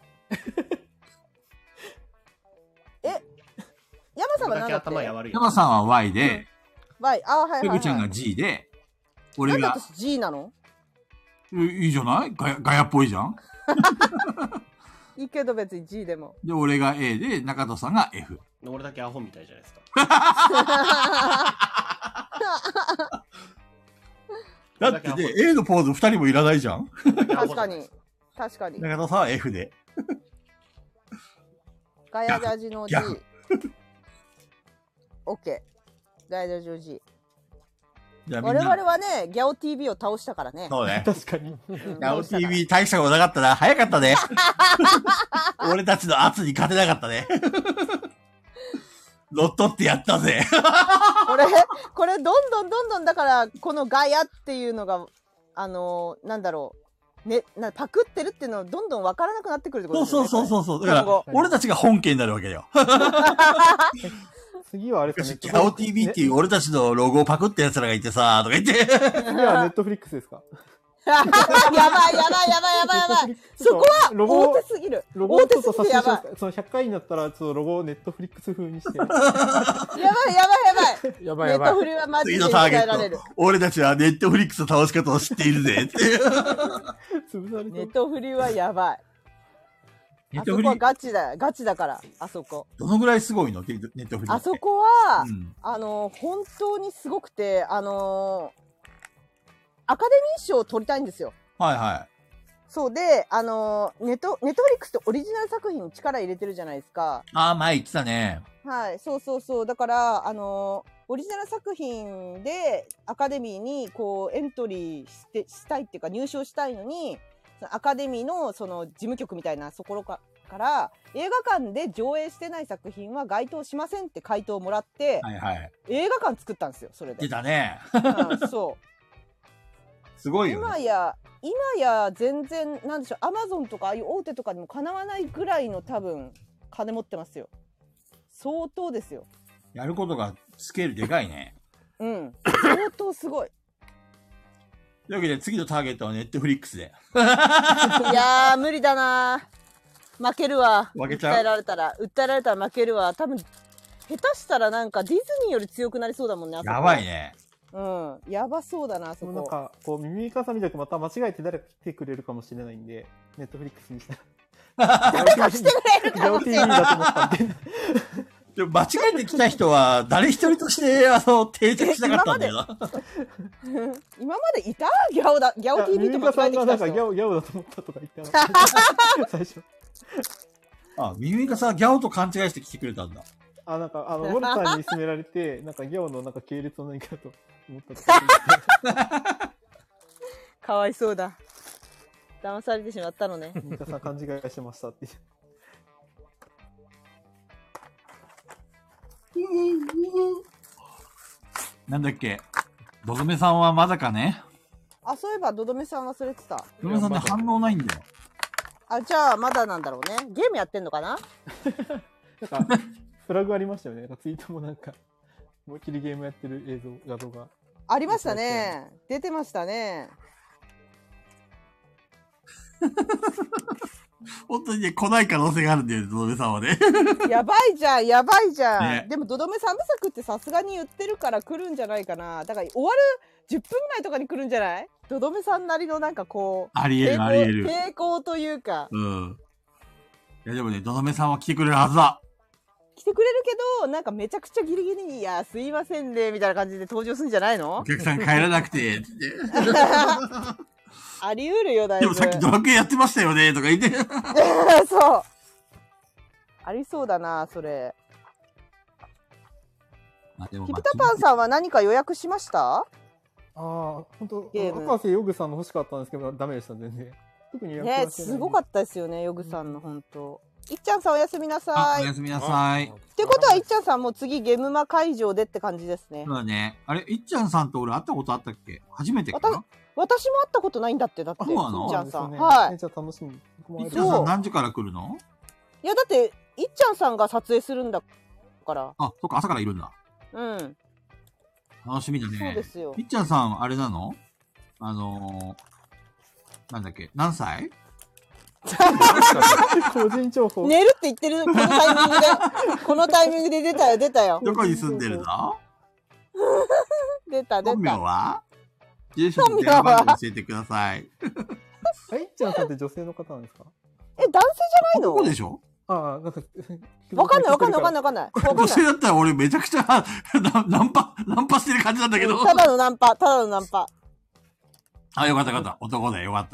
山さんは何だって頭や悪いよ。 山さんは Y で、 Y。あ、はいはい、はい。 ペグちゃんが G で、俺が、 なんで私 G なの？ いいいじゃないガヤ、ガヤっぽいじゃん。 いいけど別に G でも。 で、俺が A で、中藤さんが F。 俺だけアホみたいじゃないですか。 だってね、A のポーズふたりもいらないじゃん。 確かに。確かに。 中藤さんは F で。 ガヤジャジの G。 逆 OK。ガヤジャジの G。 じゃあみんな我々はね、ギャオ ティービー を倒したからね。 そうね。 確かに。 うんナオ ティービー 大したことなかったな。早かったね。俺たちの圧に勝てなかったね。乗っ取ってやったぜ。 これ、これ、どんどんどんどん、だから、このガヤっていうのが、あのー、なんだろう。ね、なパクってるっていうのはどんどん分からなくなってくるってことそうですよね。 そうそうそう。だから今後、 俺たちが本家になるわけよ。 次はあれですかね。 ギャオ ティービー っていう俺たちのロゴをパクった奴らがいてさ、とか言って。 次はネットフリックスですか？ やばいやばいやばいやばいやばい。そこはロゴ大手すぎる。 ロゴ大手をちょっとすぎてやばい。 撮影しますか？そのひゃっかいになったら、ちょっとロゴをネットフリックス風にして。 やばいやばいやばい。 やばいやばいネット。フリはマジで次のターゲ伝えられるット。。俺たちはネットフリックスの倒し方を知っているぜ。っていう。 潰されネッてトフリはやばい。あそこはネットフリ、 ガチだよ。ガチだから、あそこ。 どのぐらいすごいのネットフリ。 あそこは、 うん。 あの、本当にすごくて、あのアカデミー賞を取りたいんですよ。 はいはい。 そうで、あのネット、ネットフリックスってオリジナル作品に力入れてるじゃないですか。 ああ、前言ってたね。 はい、そうそうそう。だから、あのオリジナル作品でアカデミーにこうエントリーしてしたいっていうか入賞したいのに、そのアカデミーのその事務局みたいなところかから映画館で上映してない作品は該当しませんって回答をもらって、 はいはい。 映画館作ったんですよ、それで。 出たね。 うんそう。 すごいよね。 今や今や全然なんでしょう、アマゾンとかああいう大手とかにもかなわないぐらいの多分金持ってますよ。相当ですよ。 やることがスケールでかいね。 うん相当すごい。 というわけで次のターゲットはネットフリックスで。 いやー無理だな、負けるわ。 負けちゃう訴えられたら訴えられたら負けるわ。多分下手したらなんかディズニーより強くなりそうだもんね、あそこ。 やばいね。 うんやばそうだな、あそこ。 もうなんか、こう、耳かさみたくまた間違えて誰か来てくれるかもしれないんで、ネットフリックスにしたら。誰か来てくれるかもしれない。ギャオ ティービー だと思ったんで。 でも間違えてきた人は誰一人としてあの定着しなかったんだよな。 今までいたギャオだ、ギャオ ティービー と間違えてきた耳かさんがなんかギャ人。 オ、ギャオだと思ったとか言ってました。最初。 あ、耳かさんギャオと勘違いして来てくれたんだ。 あ、なんか、あの、ウォルさんに勧められて、なんかギャオのなんか系列の何かと思ったとか言って。 かわいそうだ。騙されてしまったのね。 耳かさん勘違いしてましたって。 なんだっけ。ドドメさんはまだかね。 あ、そういえばドドメさん忘れてた。 ドドメさんね、反応ないんだよ。 あ、じゃあまだなんだろうね。ゲームやってんのかな。 なんか、フラグありましたよね。なんかツイートもなんか、思いっきりゲームやってる映像、画像が。 ありましたね。出てましたね。 本当にね、来ない可能性があるんだよね、ドドメさんはね。 やばいじゃん、やばいじゃん。 ねでも、ドドメ三部作ってさすがに言ってるから来るんじゃないかな。だから終わるじゅっぷんまえとかに来るんじゃない？ドドメさんなりのなんかこう、 ありえる、ありえる。 抵抗というか。 うん。いや、でもね、ドドメさんは来てくれるはずだ。 来てくれるけど、なんかめちゃくちゃギリギリに、いや、すいませんね、みたいな感じで登場するんじゃないのお？客さん帰らなくて、つって。 あり得るよ、だいぶ。 でもさっきドラクエやってましたよね、とか言って。 そう。ありそうだな、それ。 まあでもピピタパンさんは何か予約しました？ ああ、本当ゲーム博士ヨグさんの欲しかったんですけど、ダメでしたね。特に予約はね、 してない。 すごかったですよね、ヨグさんの本当。いっちゃんさんおやすみなあ、 さい。っおやすみなさい。 てことは、いっちゃんさんもう次ゲームマ会場でって感じですね。 そうだね。あれ、いっちゃんさんと俺会ったことあったっけ？初めてかな？ 私も会ったことないんだって、だって。 そうなの？ いっちゃんさん。 ね、 はい。 じゃあ楽しみ。 いっちゃんさん何時から来るの？ いや、だって、いっちゃんさんが撮影するんだから。 あ、そっか、朝からいるんだ。 うん。 楽しみだね。 そうですよ。 いっちゃんさん、あれなの？あのー、なんだっけ、何歳？ 個人情報。 寝るって言ってる、このタイミングで。このタイミングで出たよ、出たよ。 どこに住んでるの？ 出た、出た。 本名は？住所と電話番号教えてください。 え、いっちゃんさんって女性の方なんですか？ え、男性じゃないの？ 男でしょ？ ああ、なんか、 わかんないわかんないわかんないわかんない。わかんない。 女性だったら俺めちゃくちゃナナンパ、ナンパしてる感じなんだけど。 ただのナンパ、ただのナンパ。 あ、よかったよかった。男だよ、よかった。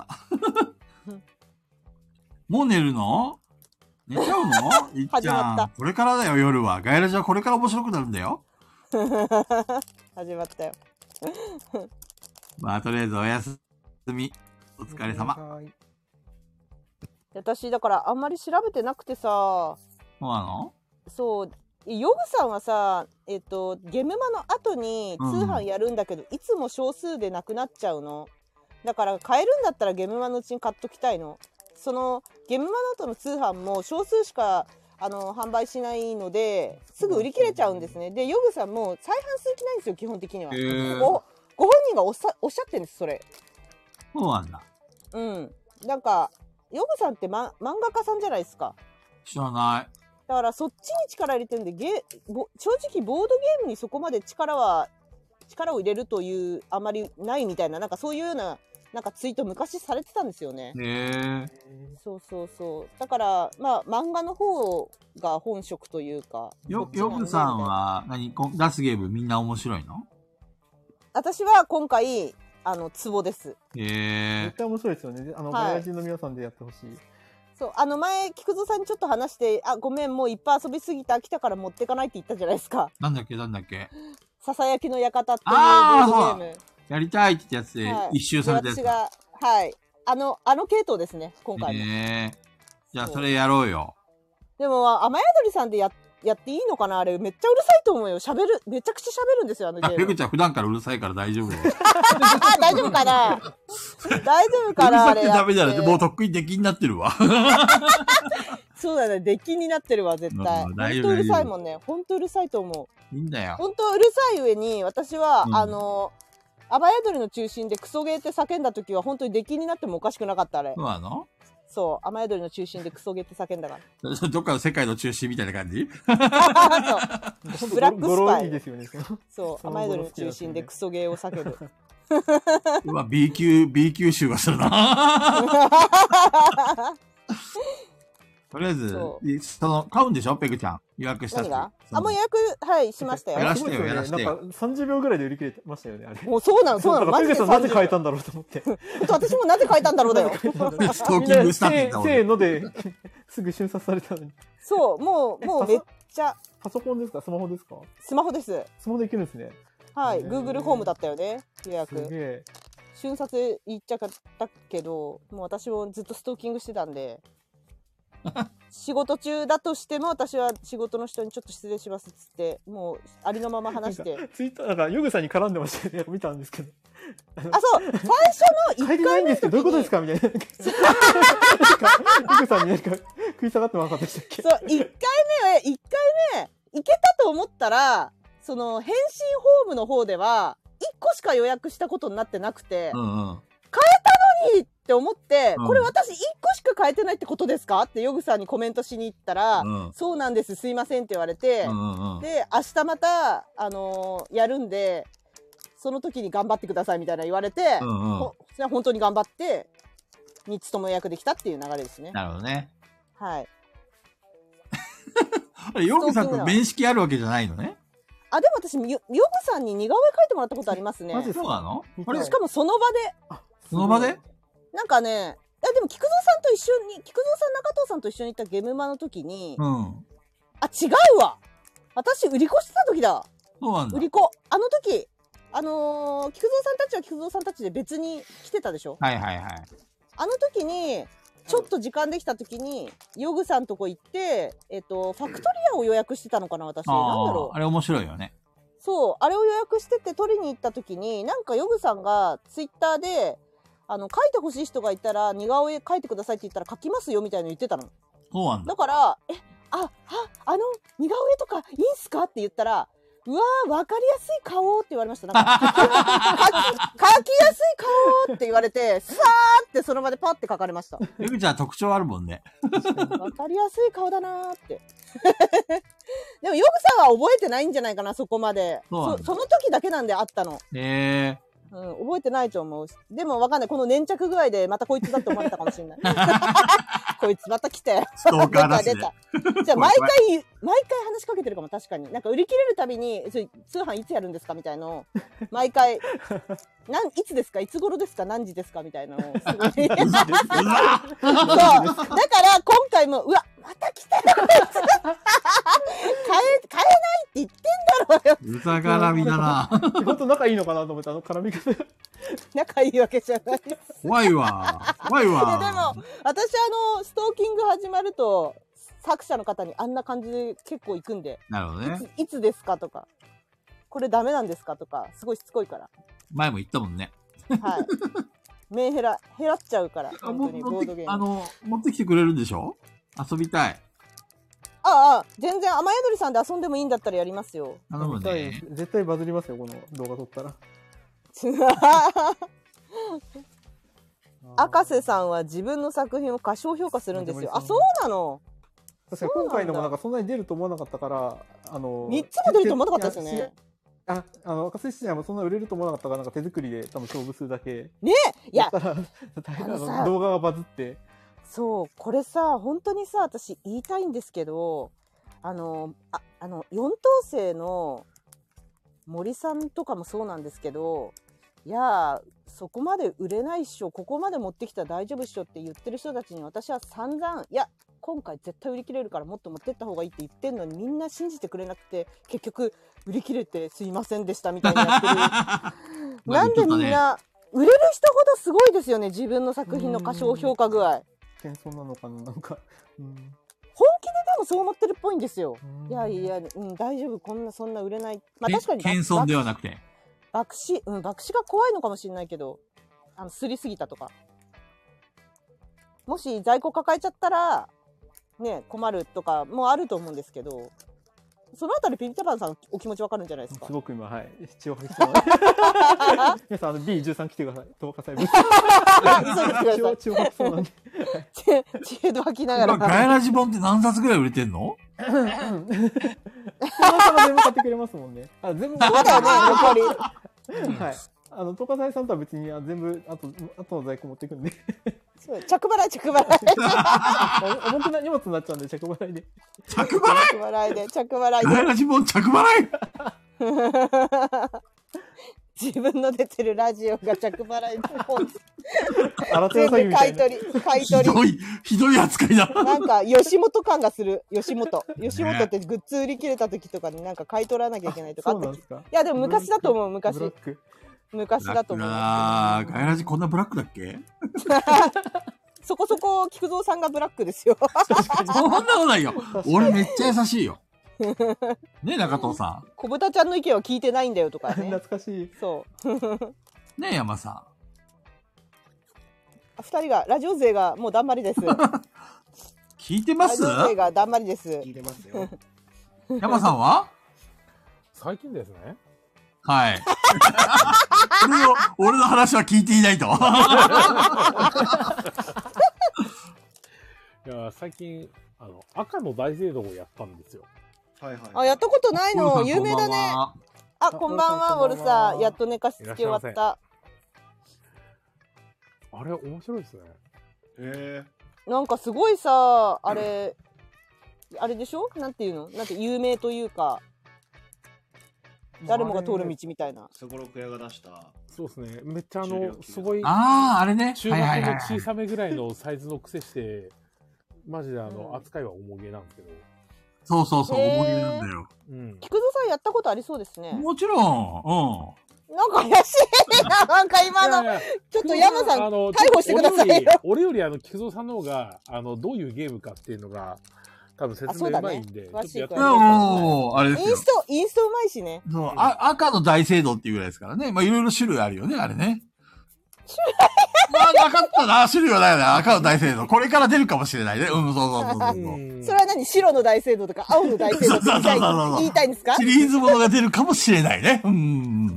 もう寝るの？寝ちゃうの？いっち始まったゃん。これからだよ、夜は。ガイラジはこれから面白くなるんだよ。 始まったよ。 まあ、とりあえずおやすみ。お疲れ様。 はい。 私、だからあんまり調べてなくてさ、 そうなの？ そう、ヨグさんはさ、えっと、ゲムマの後に通販やるんだけど、うん、いつも少数でなくなっちゃうの。だから買えるんだったらゲムマのうちに買っときたいの。そのゲムマの後の通販も少数しかあの販売しないのですぐ売り切れちゃうんですね。でヨグさんも再販する気ないんですよ、基本的には。ご, ご本人がおっさおっしゃってるんです、それ。 そうなんだ。 うん。なんかヨグさんって、ま、漫画家さんじゃないですか。 知らない。 だからそっちに力入れてるんで、ゲぼ正直ボードゲームにそこまで力は力を入れるというあまりないみたいな、なんかそういうようななんかツイート昔されてたんですよね。 へえ。 そうそうそう。だからまあ漫画の方が本職というか。 よヨグさんは何こ出すゲームみんな面白いの？ 私は今回あのツボです。 へえ。 絶対面白いですよね。あの、ガヤ人の皆さんでやってほしい。 そう、あの前菊蔵さんにちょっと話して、あ、ごめんもういっぱい遊びすぎた、来たから持ってかないって言ったじゃないですか。 なんだっけなんだっけ。 ささやきの館っていうボードゲーム。 やりたいってやつで一周されたやつ。 私がはいあのあの系統ですね、今回も。 へえ。じゃあそれやろうよ。 でも雨宿りさんでややっていいのかな、あれめっちゃうるさいと思うよ。喋るめちゃくちゃ喋るんですよ、あのゲーム。 ペグちゃん普段からうるさいから大丈夫だよ。 大丈夫かな大丈夫かな。 うるさくてダメだよ。もうとっくに出来になってるわ。 そうだね、出来になってるわ絶対。本当うるさいもんね。本当うるさいと思う。いいんだよ。 本当うるさい上に私は、うん、あの雨宿りの中心でクソゲーって叫んだ時は本当に出来になってもおかしくなかった、あれ。 そうなの？ そう雨宿りの中心でクソゲーって叫んだから。 どっかの世界の中心みたいな感じ？ そうブラックスパイですよね。 そう雨宿りの中心でクソゲーを叫ぶ。 うわ B 級 B 級集がするな。とりあえずその買うんでしょ、ペグちゃん予約した。 何が？あ、もう予約はいしましたよ。 やらしてよやらしてよ。 なんかさんじゅうびょうぐらいで売り切れましたよね、あれ。 もうそうなのそうなの。 ペグさんなぜ変えたんだろうと思って。 私もなぜ変えたんだろうだよ。 ストーキングしたって言ったせーのですぐ瞬殺されたのに。 そうもうもうめっちゃ。 パソコンですかスマホですか？ スマホです。 スマホでいけるんですね。 はい、Google ホームだったよね、予約。 すげえ。 瞬殺言っちゃったけど、もう私もずっとストーキングしてたんで。仕事中だとしても私は仕事の人にちょっと失礼しますっつってもうありのまま話してツイッターなんかヨグさんに絡んでましたよね、見たんですけど。 あ、そう最初のいっかいめの時にどういうことですかみたいな。ヨグさんに何か食い下がってませんでしたっけ？ そういっかいめはいっかいめいけたと思ったらその返信ホームの方ではいっこしか予約したことになってなくて、 うんうん、 変えたのにっって思って、 うんこれ私いっこしか変えてないってことですかってヨグさんにコメントしに行ったら、 うんそうなんですすいませんって言われて、 うんうんうん。 で明日また、あのーやるんでその時に頑張ってくださいみたいな言われて、 うんうんほそれは本当に頑張ってみっつとも予約できたっていう流れですね。 なるほどね。 はい。 あれ、ヨグさんと面識あるわけじゃないのね。 あ、でも私ヨヨグさんに似顔絵描いてもらったことありますね。 マジですかそうなの見たいあれしかもその場でその場でなんかね、いやでも菊蔵さんと一緒に菊蔵さん中藤さんと一緒に行ったゲームマの時に、 うん。 あ違うわ。私売り子してた時だ。 そうなんだ売。り子あの時あのー、菊蔵さんたちは菊蔵さんたちで別に来てたでしょ。 はいはいはい。 あの時にちょっと時間できた時にヨグさんとこ行ってえっとファクトリアを予約してたのかな私。なんだろう。 ああ、あれ面白いよね。 そうあれを予約してて取りに行った時になんかヨグさんがツイッターであの書いてほしい人がいたら似顔絵描いてくださいって言ったら書きますよみたいなの言ってたの。 そうなんだ。 だからえあああの似顔絵とかいいんすかって言ったらうわーわかりやすい顔って言われました。なんか描き描きやすい顔って言われてさーってその場でパッて描かれました。 ヨグちゃん特徴あるもんね。 わかりやすい顔だなーってでもヨグさんは覚えてないんじゃないかなそこまで。 そうなんだそその時だけなんであったの。 へえ。 うん、覚えてないと思う。でもわかんない。この粘着具合でまたこいつだって思われたかもしれない。こいつまた来て。 ストーカーだしね出た出た。じゃあ毎回、毎回話しかけてるかも確かに。なんか売り切れるたびに、それ通販いつやるんですかみたいなのを、毎回、なんいつですかいつ頃ですか何時ですかみたいなのをすごい。そう。だから今回も、うわ、また来てる買え、買えないって言ってんだろうよ。 うざ絡みだな。 本当仲いいのかなと思って、あの絡み方。 仲いいわけじゃないです。 怖いわ。怖いわ。 いやでも私あのストーキング始まると作者の方にあんな感じで結構行くんで、 なるほどね。 いついつですかとかこれダメなんですかとかすごいしつこいから前も言ったもんね。 はいメンヘラ減らっちゃうからあ、 本も当にボードゲームあの、持ってきてくれるんでしょ？遊びたい。 ああ全然雨宿りさんで遊んでもいいんだったらやりますよ頼むね。 絶対バズりますよ、この動画撮ったら。 赤瀬さんは自分の作品を過小評価するんですよ。あ、そうなの？ 確かに今回のもなんかそんなに出ると思わなかったから、あのみっつも出ると思わなかったですよね。 あ、あの赤瀬市内もそんな売れると思わなかったから、なんか手作りで多分勝負するだけ。 ねえ、いや、 だったら大変なあのさ動画がバズって。 そうこれさ本当にさ私言いたいんですけどあのああの四等星の森さんとかもそうなんですけどいやそこまで売れないっしょここまで持ってきたら大丈夫っしょって言ってる人たちに私は散々いや今回絶対売り切れるからもっと持ってった方がいいって言ってんのにみんな信じてくれなくて結局売り切れてすいませんでしたみたいにやってるなんでみんな売れる人ほどすごいですよね自分の作品の過小評価具合謙遜なのかななんか、うん、 本気ででもそう思ってるっぽいんですよ。いやいや、うん、大丈夫こんなそんな売れない。まあ確かに謙遜ではなくて爆死、うん、爆死が怖いのかもしれないけどあのすりすぎたとかもし在庫抱えちゃったらね困るとかもあると思うんですけどそのあたりピリタパンさんお気持ちわかるんじゃないですか。 すごく今はい血を吐きそうな皆さんあの ビーじゅうさん 来てくださいとおかさいぶつ血を血を吐きそうなんで血血吐きながらガヤラジ本って何冊ぐらい売れてんの？ その人も全部買ってくれますもんね。あ全部そうだよね残りはいあの、東海さんとは別にあ全部あとあとの在庫持っていくんでそう着払い着払い重くな荷物になっちゃうんで着払いで着払い着払いで着払いガヤラジ本着払い自分の出てるラジオが着払いで新手全部の詐欺みたいな買い取り買い取りひどいひどい扱いだ。 なんか吉本感がする吉本吉本ってグッズ売り切れた時とかになんか買い取らなきゃいけないとかあった気いそうなんですか。 やでも昔だと思う昔ブラック昔だと思うあーガヤラジこんなブラックだっけ？ そこそこ菊蔵さんがブラックですよそんなことないよ。俺めっちゃ優しいよ。ねえ中藤さ小豚ちゃんの意見は聞いてないんだよとかね懐かしい。 そうん。ねえ山さ二人がラジオ勢がもうだんまりですん。聞いてます？ ラジオ勢がだんまりです聞いてますよ。 山さんは？ 最近ですね、 はい。俺の、俺の話は聞いていないと。 いや、最近、あの、赤の大聖堂をやったんですよ。 はいはい。 あ、やったことないの。有名だね。 はあ、こんばんは、ウォルさん。やっと寝かしつけ終わった。 あれ、面白いですね。 へえ。なんかすごいさ、あれ、あれでしょ？なんていうの？なんて有名というか、誰もが通る道みたいな。 すごろく屋が出した。 そうですね。めっちゃあの、すごい。 ああ、あれね。 中学の小さめぐらいのサイズの癖して、マジであの、扱いは重げなんですけど。 そうそうそう、重げなんだよ。 うん。 菊蔵さんやったことありそうですね。 もちろん。うん。 なんか怪しいな、なんか今の。いやいやちょっと山さん、逮捕してくださいよ。 俺より、あの、菊蔵さんの方が、あの、どういうゲームかっていうのが、多分説明うまいんで。 詳しいから。 あれですよ。 インスト、インストうまいしね。 そう、あ、赤の大聖堂っていうぐらいですからね。まあ、いろいろ種類あるよね、あれね。まあ、なかったな、種類はないよね。赤の大聖堂。これから出るかもしれないね。うん、そうそうそうそう。 それは何？白の大聖堂とか青の大聖堂とか言いたいんですか？ シリーズものが出るかもしれないね。うん。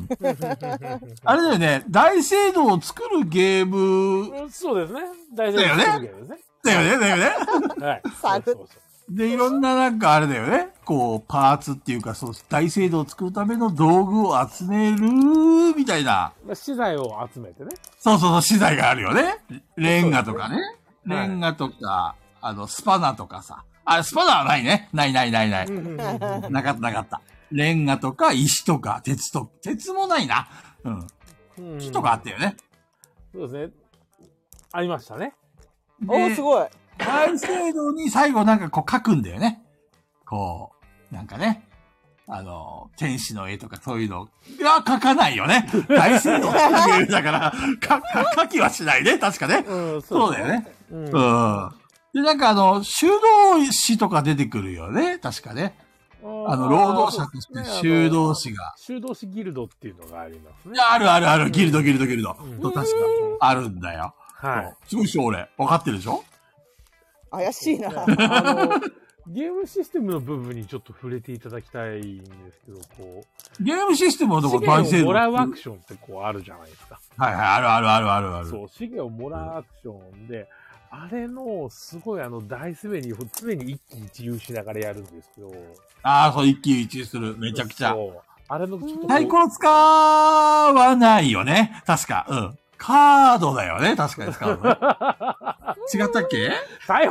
あれだよね。大聖堂を作るゲーム。 そうですね。大聖堂を作るゲームですね。 だよね、だよね。 はい。 そうそうそう。 で、いろんななんかあれだよね。こう、パーツっていうか、そう、大聖堂を作るための道具を集める、みたいな。 資材を集めてね。 そうそうそう、資材があるよね。レンガとかね。レンガとか、あの、スパナとかさ。あ、スパナはないね。ないないないない。なかったなかった。レンガとか石とか鉄と、鉄もないな。うん。木とかあったよね。 そうですね。ありましたね。 おー、すごい。 大聖堂に最後なんかこう書くんだよね。こう、なんかね。あの、天使の絵とかそういうのが書かないよね。大聖堂っていうだから、か、か、書きはしないね。確かね。うん、そうだよね。うん。うん。で、なんかあの、修道士とか出てくるよね。確かね。あの、労働者として修道士が。 修道士ギルドっていうのがありますね。 いや、あるあるある。ギルドギルドギルド。と確かあるんだよ。 はい。 すごいでしょ、俺。分かってるでしょ？ 怪しいな。あの、ゲームシステムの部分にちょっと触れていただきたいんですけど、こう。ゲームシステムはどこ？ 資源をもらうアクションってこうあるじゃないですか。 はいはい、あるあるあるあるある。 そう、資源をもらうアクションで、あれの、すごいあの、ダイス目に常に一喜一憂しながらやるんですけど。 ああ、そう、一喜一憂する。めちゃくちゃ。そう。 あれのちょっと。 太鼓を使わないよね。確か。うん。カードだよね。確かに使うの、ね。違ったっけ？ 逮捕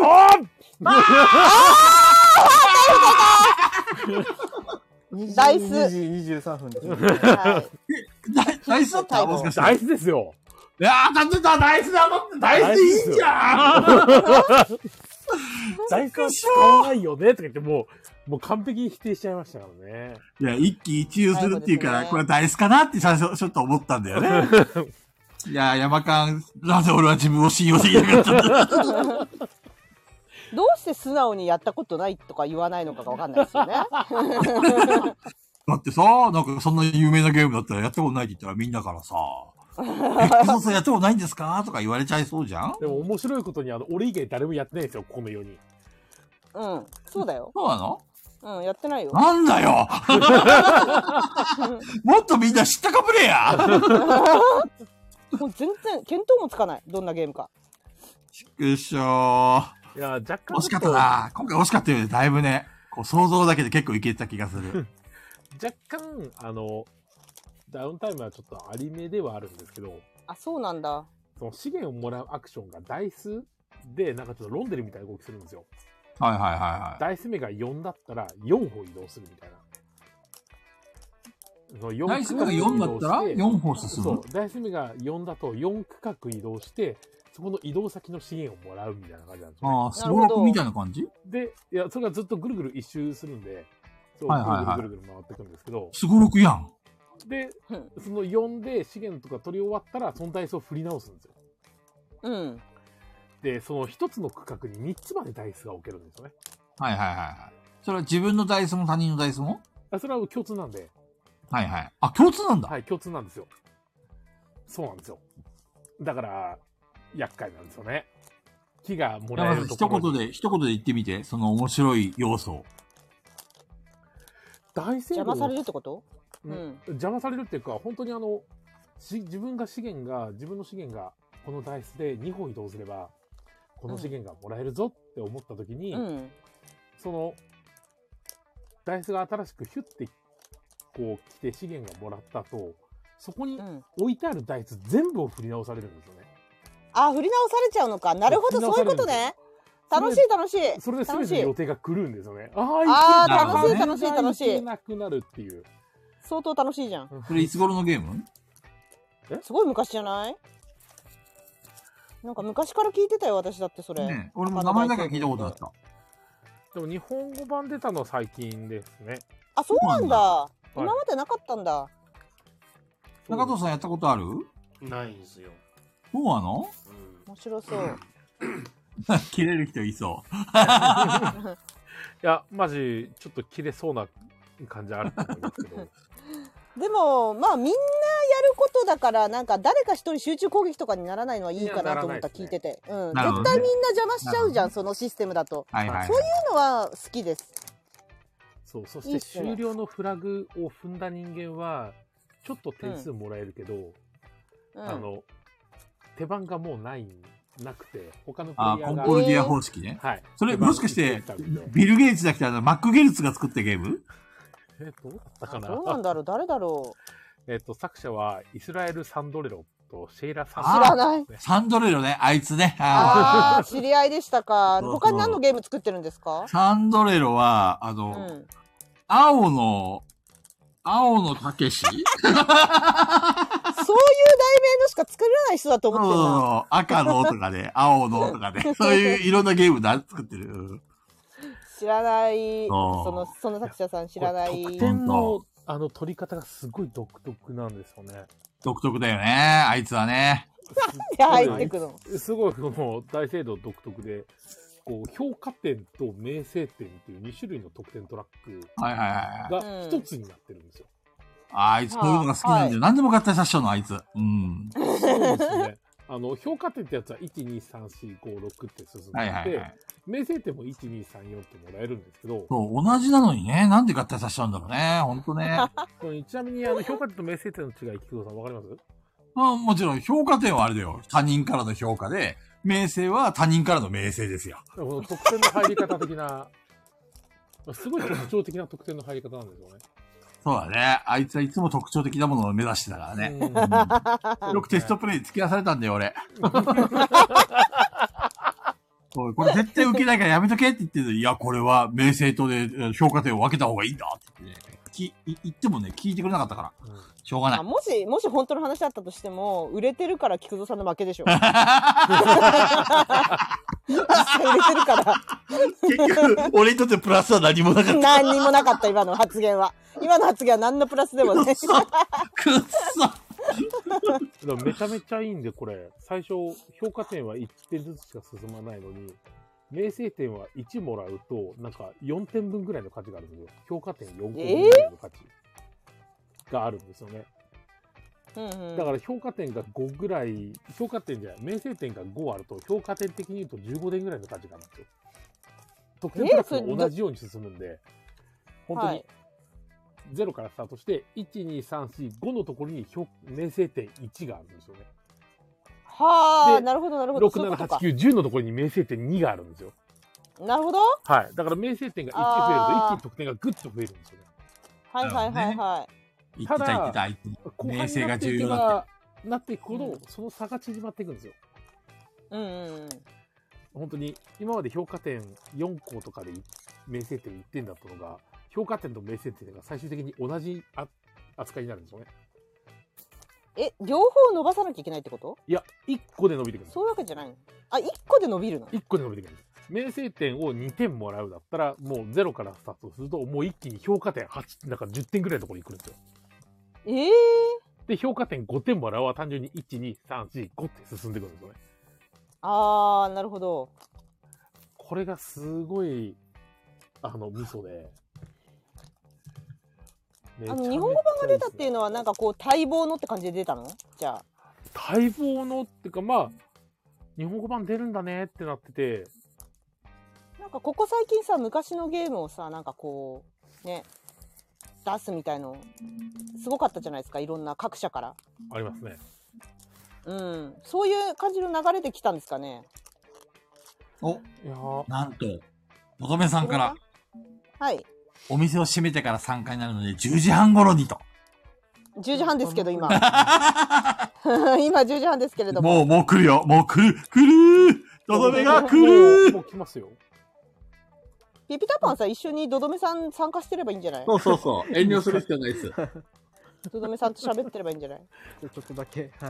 ダイス。 にじにじゅうさんぷんです、ね。 はい。 ダイスだった？もしかして。 ダイスですよ。 いやー、立ってた、ダイスだもん、ダイスいいんじゃんダイスは使わないよねとか言って、もう、もう完璧に否定しちゃいましたからね。 いや、一喜一憂するっていうから、ね、これダイスかなって最初、ちょっと思ったんだよね。いやー、山間、なぜ俺は自分を信用できなかったんだどうして素直にやったことないとか言わないのかがわかんないですよね。 だってさ、なんかそんな有名なゲームだったらやったことないって言ったらみんなからさ、え、そうそうやったことないんですかとか言われちゃいそうじゃん。 でも面白いことに、あの、俺以外誰もやってないんですよ、このよにん。 うん、そうだよ。 そうなの？ うん、やってないよ。 なんだよもっとみんな知ったかぶれやもう全然、見当もつかない。どんなゲームか。 ちくしょー。 いや、若干。 惜しかったな。今回惜しかったよね、だいぶね。こう想像だけで結構いけた気がする。 若干、あの、ダウンタイムはちょっとありめではあるんですけど。 あ、そうなんだ。 その資源をもらうアクションがダイスで、なんかちょっとロンデルみたいな動きするんですよ。 はいはいはいはい。 ダイス目がよんだったらよん歩移動するみたいな。そのダイス目がよんだったらよん歩進む？ そう。ダイス目がよんだとよん区画移動して、そこの移動先の資源をもらうみたいな感じなんですよ、ね。 ああ、すごろくみたいな感じ？ で、いや、それがずっとぐるぐる一周するんで、そう、はいはいはい、ぐるぐるぐるぐる回っていくんですけど。 すごろくやん。 で、そのよんで資源とか取り終わったら、そのダイスを振り直すんですよ。 うん。 で、その一つの区画にみっつまでダイスが置けるんですよね。 はいはいはいはい。それは自分のダイスも他人のダイスも？ あ、それは共通なんで。 はいはい。あ、共通なんだ。 はい、共通なんですよ。そうなんですよ。だから、厄介なんですよね。木がもらえるところ。 一言で、一言で言ってみて、その面白い要素。 大聖堂。 邪魔されるってこと？ うん邪魔されるっていうか、本当にあの、し自分が資源が、自分の資源がこのダイスでにほ移動すれば、この資源がもらえるぞって思った時に、 うん。 その、ダイスが新しくヒュッて、こう来て資源がもらった後、そこにうん。 置いてあるダイス全部を振り直されるんですよね。 あ、振り直されちゃうのか。なるほど、 振り直そういうされるんですよことね。楽しい楽しい。 それで全楽していての予。定が来るんですよね。ああーあ、いける楽しい楽しい楽しいいけなくなるっていう。 相当楽しいじゃん。 それいつ頃のゲーム？ すごい昔じゃない？なんか昔から聞いてたよ、私だってそれ。 ね、俺も名前だけは聞いたことあった。 でも日本語版出たのは最近ですね。 あ、そうなんだ。 い今までなかったんだ。 中藤さんやったことある？ ないんですよ。 そうなの？ うん。 面白そう。 切れる人いそいや、マジ、ちょっと切れそうな感じあると思いますけど。 でも、まあみんなやることだから、なんか誰か一人集中攻撃とかにならないのはいいかなと思った、 いやならないですね聞いてて。うん。 なるほどね絶対みんな邪魔しちゃうじゃん、 なるほそのシステムだと。 う。はいはい。 そういうのは好きです。 そう、そしていいっすね終了のフラグを踏んだ人間は、ちょっと点数もらえるけど、 うん。 あの、手番がもうない、なくて、他のプあ、 レイヤーが、 コンコルディア方式ね。 はい。 それ、 手番もしかして打ってきたんで、 ビル・ゲイツじゃなくて、あの、マック・ゲルツが作ったゲーム？ え、どうだったかあなどうなんだろう、誰だろう。 えっと、作者は、イスラエル・サンドレロとシェイラ・サンあ知らない。 サンドレロね、あいつね。あああ、知り合いでしたか。 そうそう他に何のゲーム作ってるんですかー？サンドレロは、あうの、 ん。 青の、青のたけしそういう題名のしか作れない人だと思ってるな。 赤のとかで、青のとかで、そういういろんなゲームだ作ってる。うん知らない。 そうその、その作者さん知らない。 得い点の、あの、取り方がすごい独特なんですよね。 独特だよね、あいつはね。 や入ってくの。 すごい、この大聖堂独特で、こう、評価点と名声点っていうに種類の得点トラックはいはいはい。 が一つになってるんですよ。 あいつこういうのが好きなんだよ。 はい何でも合体させちゃうの、あいつ。うん。 そうですね。あの、評価点ってやつは、いち、に、さん、よん、ご、ろくって進んでいて、 はいはいはい。 名声点もいち、に、さん、よんってもらえるんですけど、 そう、同じなのにね、なんで合体させちゃうんだろうね。ほんとね。 これちなみに、あの、評価点と名声点の違い、菊田さんわかりますまあ、もちろん評価点はあれだよ。他人からの評価で、名声は他人からの名声ですよ。 この得点の入り方的な、すごい特徴的な得点の入り方なんですよね。 そうだね。あいつはいつも特徴的なものを目指してたからね。 うんよくテストプレイ付き合わされたんだよ、俺。おいこれ絶対受けないからやめとけって言ってるのに、いや、これは名声とでえ評価点を分けた方がいいんだって言ってね。きい言ってもね、聞いてくれなかったから。 うんしょうがないあ。もし、もし本当の話だったとしても、売れてるから菊蔵さんの負けでしょ。実際売れてるから。 結局、俺にとってプラスは何もなかった。 何にもなかった、今の発言は。今の発言は何のプラスでもない。 くっそくっそだからめちゃめちゃいいんで、これ、最初、評価点はいってんずつしか進まないのに、名声点はいちもらうと、なんかよんてんぶんぐらいの価値があるんですよ。評価点よんこぶんぐらいの価値があるんですよね。 うんうんだから評価点がごぐらい、評価点じゃない、名声点がごあると、評価点的に言うとじゅうごてんぐらいの価値があるんですよ。得点プラスが同じように進むんで、本当にはいゼロからスタートして、いち、に、さん、よん、ごのところに評名声点いちがあるんですよね。 はあ、 でなるほど、なるほど。 ろく、なな、はち、きゅう、じゅうのところに名声点にがあるんですよ。 なるほど。 はい。だから名声点がいち増えるあーと、一気に得点がぐっと増えるんですよね。 はいはいはいはい。 言ってた言ってた言ってた。 後名声が半になってい重要だっけば、なっていくほど、 うんその差が縮まっていくんですよ。 うんうんうん。 本当に、今まで評価点よんこうとかで名声点いってんだったのが、評価点と名声点が最終的に同じあ扱いになるんですよね。 え、両方伸ばさなきゃいけないってこと？ いや、いっこで伸びてくるんですよ。 そういうわけじゃないの？あ、いっこで伸びるの？ いっこで伸びてくるんです。名声点をにてんもらうだったら、もうゼロからスタートすると、もう一気に評価点はち、なんかじゅってんぐらいのところに来るんですよ。 ええで、評価点ごてんもらうは単純にいち、に、さん、よん、ごって進んでくるんですよね。 あー、なるほど。 これがすごい、あの、味噌で。 あの、日本語版が出たっていうのは、なんかこう、待望のって感じで出たの？じゃあ。 待望のっていうか、まあ、日本語版出るんだねってなってて、 なんかここ最近さ、昔のゲームをさ、なんかこう、ね、 出すみたいのすごかったじゃないですか、いろんな各社から。 ありますね。 うん、そういう感じの流れで来たんですかね。 お、 いやーなんと、のどめさんから、 はいお店を閉めてからさんかいになるので、じゅうじはん頃にと。 じゅうじはんですけど今今じゅうじはんですけれども、 もう、もう来るよ。もう来る。来る。のどめが来る。 もう来ますよ。 ピピタパンさん一緒にドドメさん参加してればいいんじゃない？ そうそうそう。遠慮する必要ないです。 ドドメさんと喋ってればいいんじゃない？ じゃあちょっとだけ、はい。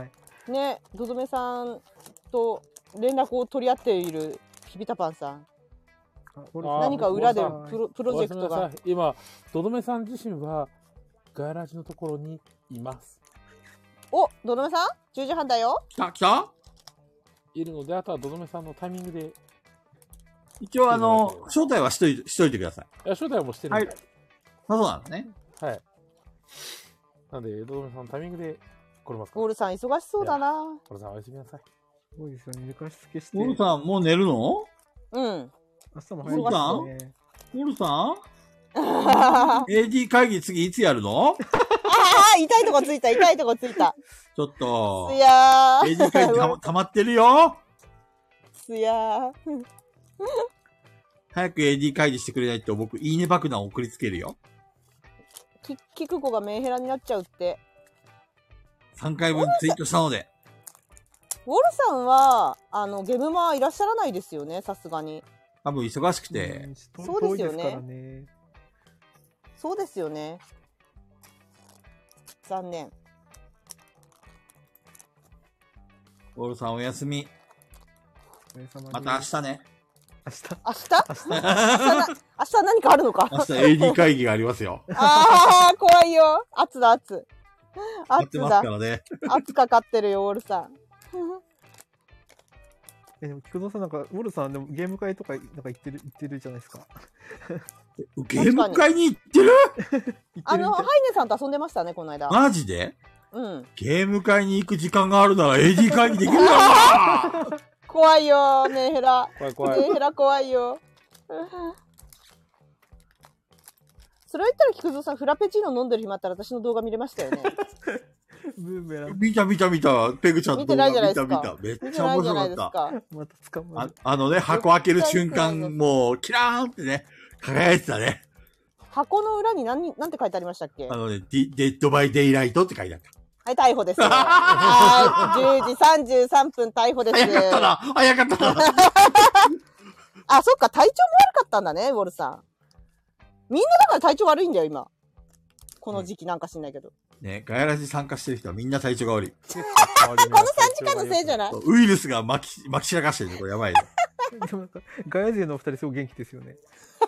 ね、ドドメさんと連絡を取り合っているピピタパンさん。何か裏でプロ、プロジェクトが。 今、ドドメさん自身はガヤラジのところにいます。 お、ドドメさんじゅうじはんだよ。 来た来たいるので、あとはドドメさんのタイミングで。 一応あの、招待はしといて、しといてください。 いや、招待はもうしてるんで。 はい。そうなんだね。 はい。なんで、ドドメさんのタイミングで来れますか？ ウォールさん忙しそうだな。 ウォールさんおやすみなさい。 すごいですよね。寝かしつけして。 ウォルさん、もう寝るの？ うん。 明日も早いですね。 ウォルさんエーディー 会議次いつやるの？ ああ、痛いとこついた、痛いとこついた。 ちょっと。 いやー。 エーディー 会議たま、たまってるよ。 すやー。 早く エーディー 会議してくれないと僕、いいね爆弾を送りつけるよ。 き、キクコがメンヘラになっちゃうって。 さんかいぶんツイートしたので。 ウォルさんは、あの、ゲムマいらっしゃらないですよね、さすがに。 多分忙しくて。 そうですよね。 ねそうですよね。残念。 ウォルさんおやすみ。また明日ね。 明日明日明日な、明日何かあるのか明日 エーディー 会議がありますよ。 ああ、怖いよ。圧だ、圧。圧だ。 ますからね。 圧かかってるよ、ウォルさん。 え、でも、菊蔵さんなんか、ウォルさんでもゲーム会とか、なんか行ってる、行ってるじゃないですか。 ゲーム会に行ってる？ あの、ハイネさんと遊んでましたね、この間。 マジで？ うん。 ゲーム会に行く時間があるなら エーディー 会議できるだろうな怖いよ、メンヘラ。 怖い怖い。 メンヘラ怖いよ。それを言ったら菊蔵さん、フラペチーノ飲んでる暇あったら私の動画見れましたよね。 ブーメラン。 見た見た見た。ペグちゃんの動画見た見た。めっちゃ面白かった。 また捕まる。 あ、あのね、箱開ける瞬間、もう、キラーンってね、輝いてたね。 箱の裏に何、なんて書いてありましたっけ？ あのね、デッドバイデイライトって書いてあった。 はい、逮捕です。はい、じゅうじさんじゅうさんぷん逮捕です。 早かったな早かったなあ、そっか、体調も悪かったんだね、ウォルさん。みんなだから体調悪いんだよ、今。この時期なんか知んないけど。 ね、ガヤラジ参加してる人はみんな体調が悪い。 このさんじかんのせいじゃない？ ウイルスが巻き、巻き散らかしてるとこやばいよ。 でもなんか、ガヤ勢のお二人すごい元気ですよね。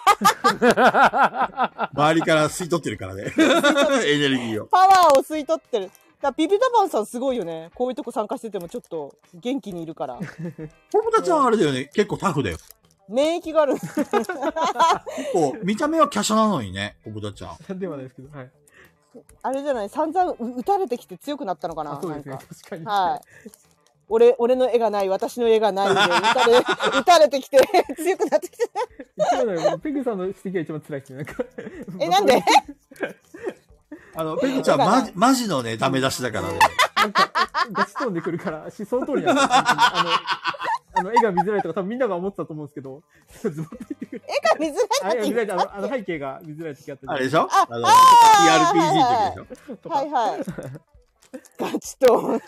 周りから吸い取ってるからね。エネルギーを。 パワーを吸い取ってる。だピピタパンさんすごいよね。こういうとこ参加しててもちょっと元気にいるから。 ポポタちゃんはあれだよね。結構タフだよ。 免疫がある。結構、見た目は華奢なのにね、ポポタちゃん。 ではないですけど、はい。 あれじゃない、散々打たれてきて強くなったのかな。 そうですね、 なんか確かに。 はい。俺、俺の絵がない、私の絵がないで、打たれ、打たれてきて、強くなってきて。 そうだよ、ペグさんの指摘が一番辛いですね。なんかえ、なんであの、ペグちゃん、マジ、マジのね、ダメ出しだからね。 なんか、ガチトーンで来るから、し、その通りなんですよ。あの、あの、絵が見づらいとか多分みんなが思ってたと思うんですけど、ズバッと言ってくる。 絵が見づらいあ、絵が見づらいって、あの、あの背景が見づらい時あったじゃん。 あれでしょああの、 あイーアールピージー の時でしょはいはい。ガチと。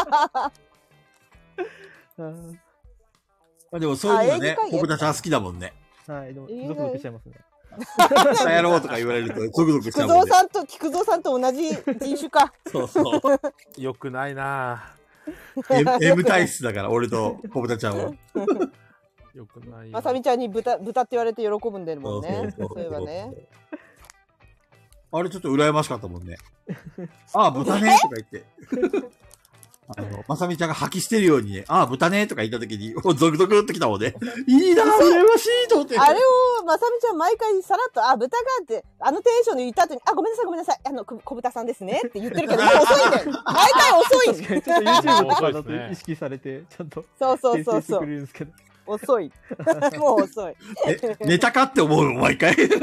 まあでもそういうのねあ、映画ポポタちゃん好きだもんね。 はい、でも、ゾクゾクしちゃいますね。 さやろうとか言われると、ゾクゾクしち菊ゃうもんね。 蔵さんと、菊蔵さんと同じ人種か。 そうそう。 よくないな M, M 体質だから、俺とポポタちゃんは。 ぁ。よくないよ。 まさみちゃんに豚、豚って言われて喜ぶんでるもんね。 そうそうそうそういえばね。 あれちょっと羨ましかったもんね。ああ、豚ねとか言って。あの、まさみちゃんが吐き捨てるようにね、ああ、豚ねとか言った時に、もうゾクゾクってきたもんね。いいなぁ、羨ましいと思って。 あれを、まさみちゃん毎回さらっと、あ、豚がって、あのテンションで言った後に、あ、ごめんなさいごめんなさい、あの、こ小豚さんですねって言ってるけど、もう遅いんだよ。毎回遅いん確かに、ちょっと YouTube とかだと意識されて、ちゃんとそうそう訂正してそうそう。 くれるんですけど。 遅い。もう遅い。 え、ネタかって思うよ、毎回。ナチュ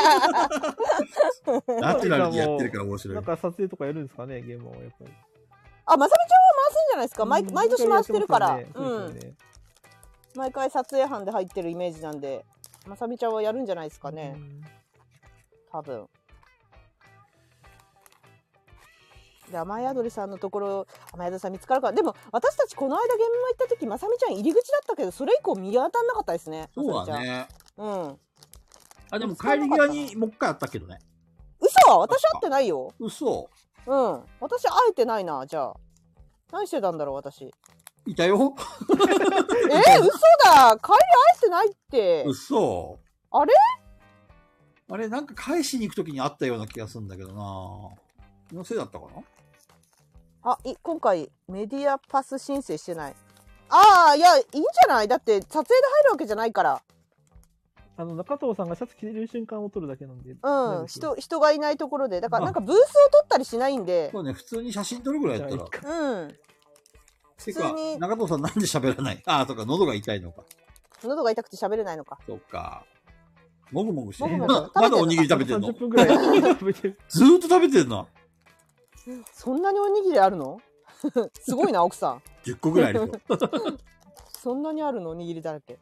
ラルにやってるから面白い。 なんか撮影とかやるんですかね、現場はやっぱり。 あ、まさみちゃんは回すんじゃないですか。毎毎年回してるから。 ね、 ううんん。 毎回撮影班で入ってるイメージなんで、まさみちゃんはやるんじゃないですかね。多分。で、雨宿りさんのところ、雨宿りさん見つかるから。でも、私たちこの間現場行った時、まさみちゃん入り口だったけど、それ以降見当たんなかったですね。 そうだね。 うん。 あ、でも帰り際にもう一回あったけどね。 嘘私会ってないよ。 嘘うん。私会えてないな、じゃあ。何してたんだろう、私。 いたよ。 えー、嘘だ帰り会えてないって。 嘘あれあれ、なんか返しに行くときにあったような気がするんだけどなぁ。のせいだったかなあ、い、今回メディアパス申請してない。ああ、いや、いいんじゃないだって撮影で入るわけじゃないから。 あの、中藤さんがシャツ着てる瞬間を撮るだけなんで。 うん、人、人がいないところで。だからなんかブースを撮ったりしないんで。 そうね、普通に写真撮るぐらいやったら。 うん。 てか、中藤さんなんで喋らないああ、そうか、喉が痛いのか。 喉が痛くて喋れないのか。 そうか。もぐもぐしてる。まだおにぎり食べてんのずーっと食べてんのそんなにおにぎりあるのすごいな、奥さん。 じゅっこぐらいあるよ。 そんなにあるのおにぎりだらけ。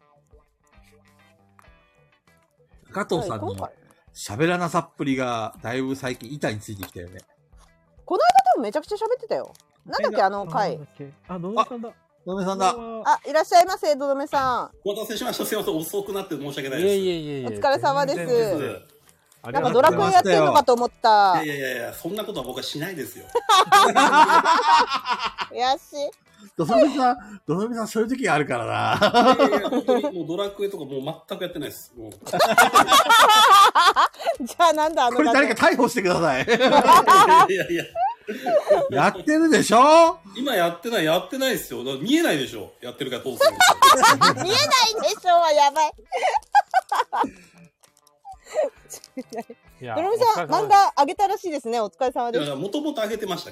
加藤さんの喋らなさっぷりがだいぶ最近板についてきたよね。 この間多分めちゃくちゃ喋ってたよ。なんだっけあの回。 あ、どどめさんだ。 どどめさんだ。 あ、いらっしゃいませ、どどめさん。 お待たせしました。すいません、遅くなって申し訳ないです。いやいやいやいやお疲れ様です。 ななんかドラクエやってるのかと思った。 いやいやいや、そんなことは僕はしないですよ。 悔しい。 どどめさん、どどめさんそういう時があるからな。いやいや、本当にもうドラクエとかもう全くやってないです。もうじゃあなんだあのこれ誰か逮捕してください。 いやいやいや。 やってるでしょ今やってない、やってないですよ。見えないでしょやってるかどうする見えないでしょはやばい。ドロミさん、漫画あげたらしいですね。お疲れ様です。 もともとあげてましたから。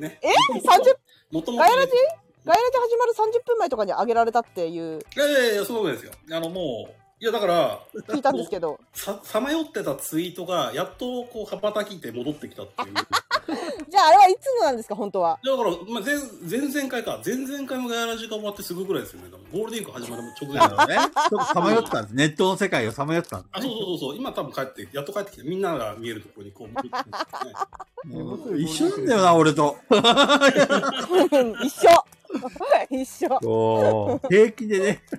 ね。 え ?さんじゅう、 もともと。 ガヤラジガヤラジ始まるさんじゅっぷんまえとかにあげられたっていう。 いやいやいや、そうですよ。あのもう、いやだから、 聞いたんですけど。 さ、さまよってたツイートが、やっとこう、羽ばたきって戻ってきたっていう。 じゃああれはいつのなんですか、本当は。 だから、まあ、前、前々回か。前々回のガヤラジが終わってすぐぐらいですよね。ゴールデンウィーク始まる直前だね。ちょっとさまよったんです。ネットの世界をさまよったんです、ね。 あ、そうそうそうそう。今多分帰って、やっと帰ってきて、みんなが見えるところにこう、見てね、一緒なんだよな、俺と。 一緒一緒。 平気でね。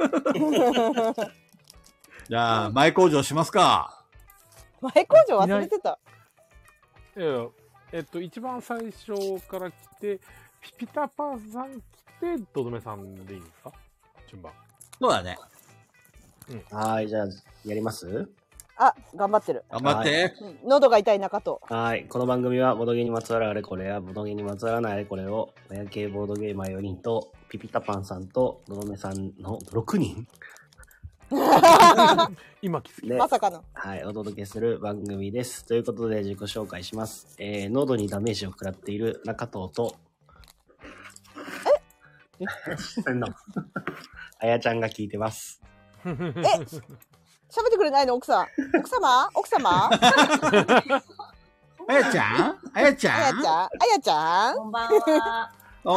じゃあ、前工場しますか。 前工場忘れてた。 いや、えっと、一番最初から来て、ピピタパンさん来て、ドドメさんでいいんですか順番。 そうだね。 うん。はい、じゃあ、やりますあ、頑張ってる。 頑張って。 喉が痛い中と。 はい。この番組は、ボドゲにまつわるあれこれや、ボドゲにまつわらないあれこれを、親系ボードゲーマーよにんと、ピピタパンさんと、ドドメさんのろくにん今気づきまさかの。 はい、お届けする番組です。ということで自己紹介します。えー、喉にダメージを食らっている中藤と、ええの、あやちゃんが聞いてます。 え喋ってくれないの奥さん。奥様奥様あやちゃんあやちゃんあやちゃんあやちゃんこんばんは。 おー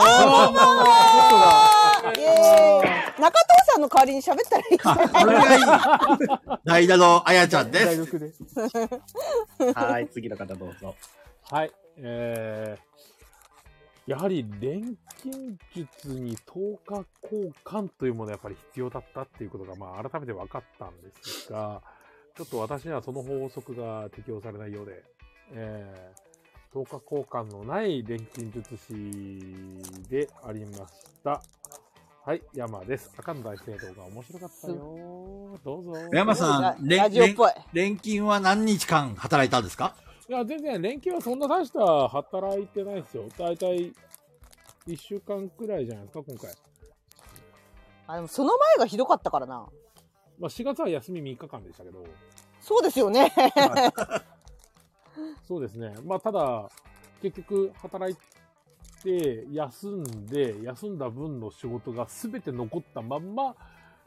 イエーイ中藤さんの代わりに喋ったらいいじゃないこれがいい代打のあやちゃんです。 大学で。 はい、次の方どうぞ。 はい。えー、やはり錬金術にとおか交換というものがやっぱり必要だったっていうことが、まあ改めて分かったんですが、ちょっと私にはその法則が適用されないようで、えー、とおか交換のない錬金術師でありました。はい、山です。赤の大聖堂が面白かったよ。どうぞ。 山さん、 ラジオっぽい。 錬金は何日間働いたんですか？ いや、全然、錬金はそんな大した働いてないですよ。だいたいいっしゅうかんくらいじゃないですか、今回。 あ、でもその前がひどかったからな。 まあ、しがつは休みみっかかんでしたけど。 そうですよね。 そうですね。まあ、ただ、結局、働いて、休んで、休んだ分の仕事が全て残ったまんま、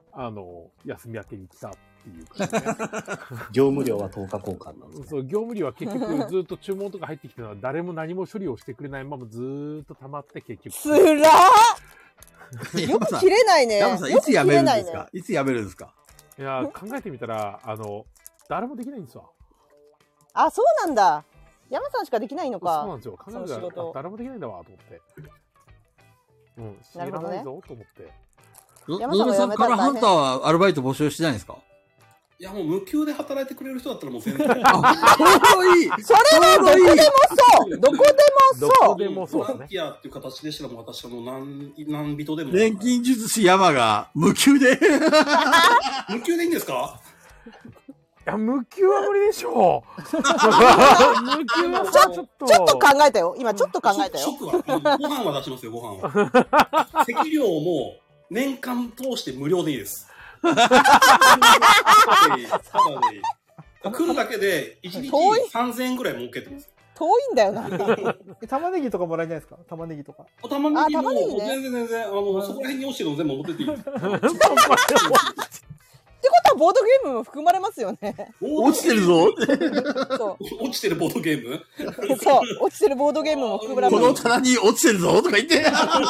あの、休み明けに来たっていう感じね。 業務量はとおか交換なんですね。 そう、業務量は結局ずっと注文とか入ってきてるのは誰も何も処理をしてくれないままずーっと溜まって結局。 つらーよく切れないね。 山さん、いつ辞めるんですか、いつ辞めるんですか。 いや、考えてみたら、あの、誰もできないんですわ。 あ、そうなんだ。山さんしかできないのか。 そうなんですよ。考えてみたら、誰もできないんだわ、と思って。うん、知らないぞ、と思って。 野田さんからハンターはアルバイト募集してないんですか。 いや、もう無給で働いてくれる人だったらもう全然。 あ、ちょうどいい。 それはどこでもそう。どこでもそう。 どこでもそうですね。 ボランティアっていう形でしたらもう私はもう何、何人でも。 錬金術師山が無給で。 無給でいいんですか。 いや、無給は無理でしょう。無給はちょっと、ちょっと考えたよ。今ちょっと考えたよ。 食は、ご飯は出しますよ、ご飯は。席料も年間通して無料でいいです。ただね、来るだけでいちにちさんぜんえんぐらい儲けてます。 遠いんだよな。 玉ねぎとかもらえないですか。玉ねぎとか。 玉ねぎも、 ね、 全然全然、あの、そこら辺に落ちてるの全部持ってっていいです。 ってことはボードゲームも含まれますよね。 落ちてるぞ。 そう。落ちてるボードゲームそう。落ちてるボードゲームも含まれます。 この棚に落ちてるぞとか言って。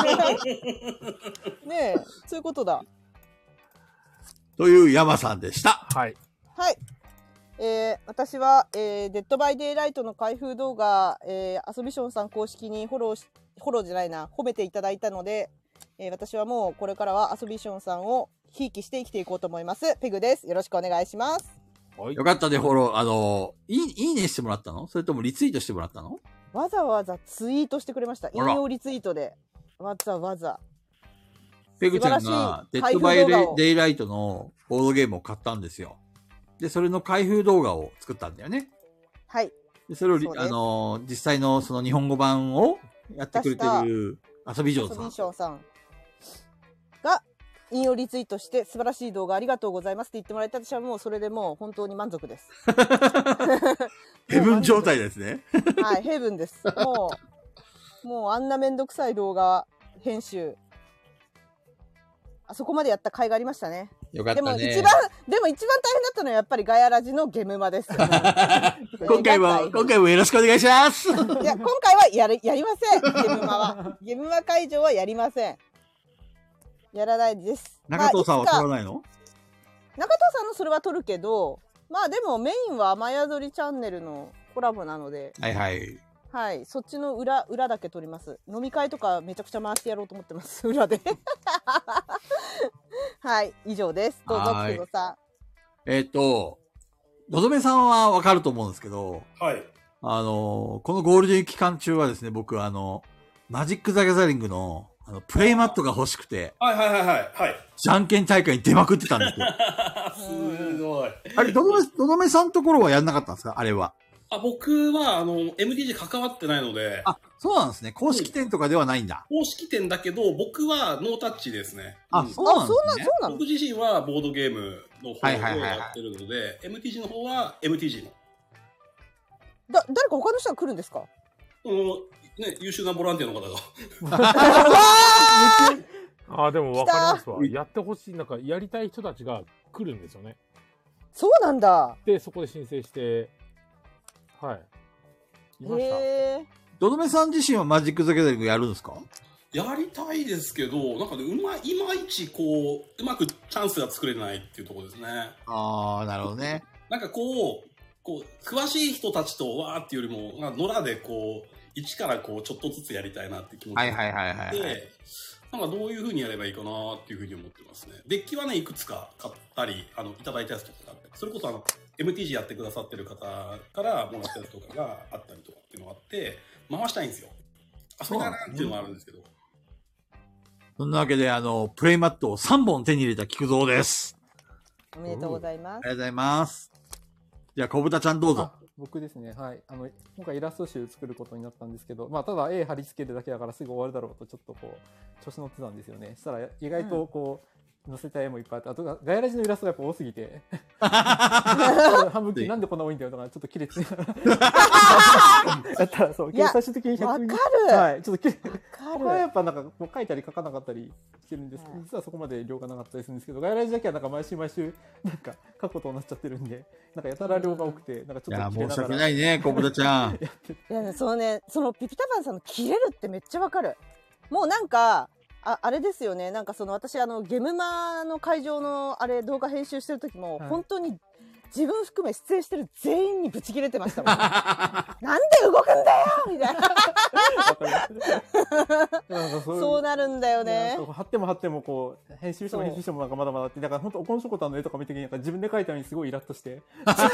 ねえ、そういうことだ。 という山さんでした。 はい。 はい。えー、私は、えー、デッドバイデイライトの開封動画、えー、アソビションさん公式にフォローし、フォローじゃないな、褒めていただいたので、えー、私はもうこれからはアソビションさんをひいきして生きていこうと思います。ペグです。よろしくお願いします。 はい、 よかったで、フォロー、あの、いい、いいねしてもらったの？それともリツイートしてもらったの？ わざわざツイートしてくれました。引用リツイートで。わざわざ。 ペグちゃんが、デッドバイデイライトのボードゲームを買ったんですよ。で、それの開封動画を作ったんだよね。 はい。 で、それを、あの、実際のその日本語版をやってくれてる遊び嬢さん。 遊び嬢さんが引用リツイートして素晴らしい動画ありがとうございますって言ってもらえた。私はもうそれでもう本当に満足です。 ヘブン状態ですね。 はい、ヘブンです。もう、もうあんなめんどくさい動画編集。あそこまでやった甲斐がありましたね。 よかったね。 でも一番、でも一番大変だったのはやっぱりガヤラジのゲムマです。 今回は、今回もよろしくお願いします。いや、 今回はやる、やりません。ゲムマは。ゲムマ会場はやりません。やらないです。 中藤さんは撮らないの？ 中藤さんのそれは撮るけど、まあでもメインは雨宿りチャンネルのコラボなので。 はいはい。 はい、そっちの裏、裏だけ撮ります。飲み会とかめちゃくちゃ回してやろうと思ってます。裏で。はい、以上です。どうぞ、菊野さん。 えっと、のぞめさんはわかると思うんですけど、 はい。 あの、このゴールデン期間中はですね、僕あの、マジック・ザ・ギャザリングの、あの、プレイマットが欲しくて、 はいはいはいはい。はい。 じゃんけん大会に出まくってたんですよ。 すごい。 あれ、のぞめ、のぞめさんのところはやんなかったんですか？あれは。 あ、僕は、あの、エムティージー 関わってないので。 あ、そうなんですね。公式店とかではないんだ。 公式店だけど、僕はノータッチですね。 あ、そうなんですね。 そうなの？ 僕自身はボードゲームの方をやってるので、エムティージー の方は エムティージー の。 だ、誰か他の人が来るんですか？ うん、ね、優秀なボランティアの方が。 あ、でも分かりますわ。やってほしい、なんかやりたい人たちが来るんですよね。 そうなんだ。 で、そこで申請して、はい。いました。 へー。 どどめさん自身はマジック・ザ・ギャザリングやるんですか？ やりたいですけど、なんかね、うまい、いまいちこう、うまくチャンスが作れないっていうところですね。 ああ、なるほどね。 なんかこう、こう、詳しい人たちとわーっていうよりも、まあ、野良でこう、一からこう、ちょっとずつやりたいなって気持ちがあって、 はいはいはいはいはい。 なんかどういう風にやればいいかなっていう風に思ってますね。デッキはね、いくつか買ったり、あの、いただいたやつとかがあって、それこそあの、エムティージー やってくださってる方からもらったやつとかがあったりとかっていうのがあって、回したいんですよ。遊びだなっていうのがあるんですけど。 そんなわけで、あの、プレイマットをさんぼん手に入れた菊蔵です。 おめでとうございます。 ありがとうございます。じゃあ、小豚ちゃんどうぞ。 僕ですね。はい。あの、今回イラスト集作ることになったんですけど、まあ、ただ絵貼り付けるだけだからすぐ終わるだろうと、ちょっとこう、調子乗ってたんですよね。したら、意外とこう、載せた絵もいっぱいあって、あと、ガヤラジのイラストがやっぱ多すぎて、半分なんでこんな多いんだよとか、ちょっと切れてやったら、そう、最終的にひゃくにん。 わかる。 はい。ちょっと切れ、 他はやっぱなんかこう書いたり書かなかったりしてるんですけど、実はそこまで量がなかったりするんですけど、ガイラジだけはなんか毎週毎週なんか書くことになっちゃってるんで、なんかやたら量が多くて、なんかちょっといや、 切れながら申し訳ないね、小豚ちゃん。 いやね、そのね、そのピピタパンさんの切れるってめっちゃわかる。もうなんか、あ、あれですよね。なんかその私あのゲムマの会場のあれ動画編集してる時も、 はい、 本当に自分含め出演してる全員にブチ切れてましたもん。なんで動くんだよみたいな。そう、そうなるんだよね。 貼っても貼ってもこう編集しても編集してもなんかまだまだって、だから本当おこんしょこたんの絵とか見てなんか自分で描いたのにすごいイラッとして。わかる。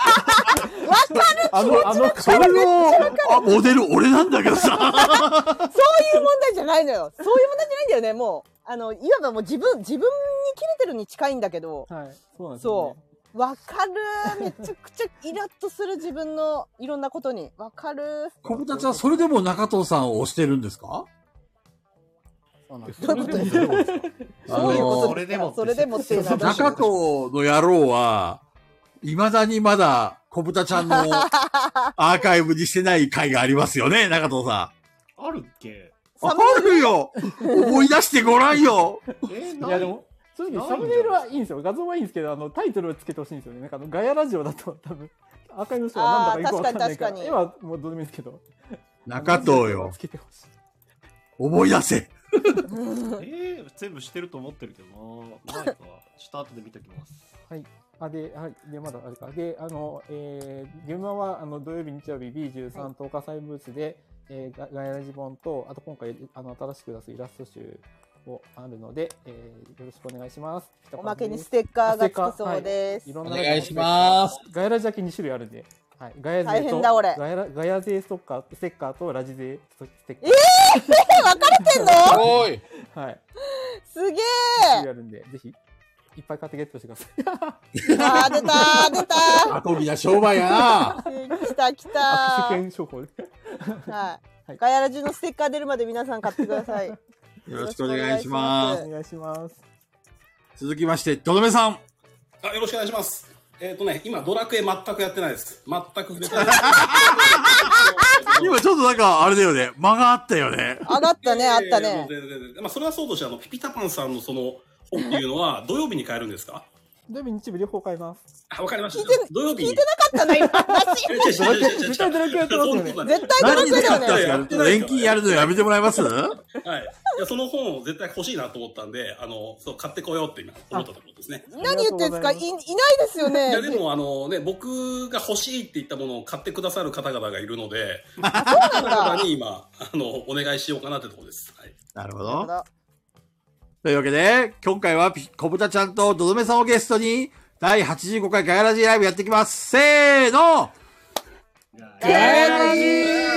あのあのそれのあモデル俺なんだけどさ。そういう問題じゃないのよ。そういう問題じゃないんだよね。もうあのいわばもう自分自分に切れてるに近いんだけど。 はい。そうなんですよね。わかる。めちゃくちゃイラッとする自分のいろんなことに。わかる。 小豚ちゃん、それでも中藤さんを推してるんですか？ そうなんです。どういうことですか？そういうことですか？それでもっていうのは中藤の野郎は、未だにまだ小豚ちゃんのアーカイブにしてない回がありますよね、中藤さん。あるっけ？ あるよ。思い出してごらんよ。 えー、 いやでも正直サムネイルはいいんですよ。画像はいいんですけど、あのタイトルをつけてほしいんですよね。なんかあのガヤラジオだと多分アーカイブの人は何だかよくわかんないから。絵はもうどうでもいいんですけど。 中藤よ。 つけてほしい。 思い出せ。 えー、全部してると思ってるけどな。ないか。ちょっと後で見ときます。 はい。あで、はい、でまだあれか。で、あの、えー、現場はあの土曜日日曜日 ビーじゅうさん 東華祭ブースで、えー、ガヤラジ本とあと今回あの新しく出すイラスト集をあるので、えー、よろしくお願いします。 おまけにステッカーがつきそうです。 はい、いろんなお願いします。 ガヤラジだけに種類あるんで、はい、ガヤ勢とガヤガヤ勢ストッカー、ステッカーとラジ勢ステッカー。 ええー、分かれてんの？ すごい。 はい。 すげえ。 あるんで、ぜひいっぱい買ってゲットしてください。あー出たー出たー。 アコギな商売やな。 来た来たー。 握手券商法で。 はい。ガヤラジのステッカー出るまで皆さん買ってください。 よろしくお願いします。 お願いします。 続きまして、どどめさん。 あ、よろしくお願いします。えっ、ー、とね、今、ドラクエ全くやってないです。全く触れてない。 今ちょっとなんか、あれだよね。間があったよね。 上がったね、あったね。 全然全然。まあ、それはそうとして、あの、ピピタパンさんのその、本っていうのは、土曜日に買えるんですか？ 土曜日、日曜日両方買います。 あ、わかりました。 土曜日に。聞いてなかったな、今。 絶対ドラクエやってますよね。 絶対ドラクエだよね。 連勤やるのやめてもらえます？はい。 いや、その本を絶対欲しいなと思ったんで、あの、そう、買ってこようって今思ったところですね。 何言ってんですか？い、いないですよね。 いや、でもあのね、僕が欲しいって言ったものを買ってくださる方々がいるので、 そうなんだ。 方々に今、あの、お願いしようかなってところです。はい。 なるほど。というわけで、今回は小豚ちゃんとどどめさんをゲストに、だいはちじゅうごかいガヤラジライブやっていきます。せーのガヤラジ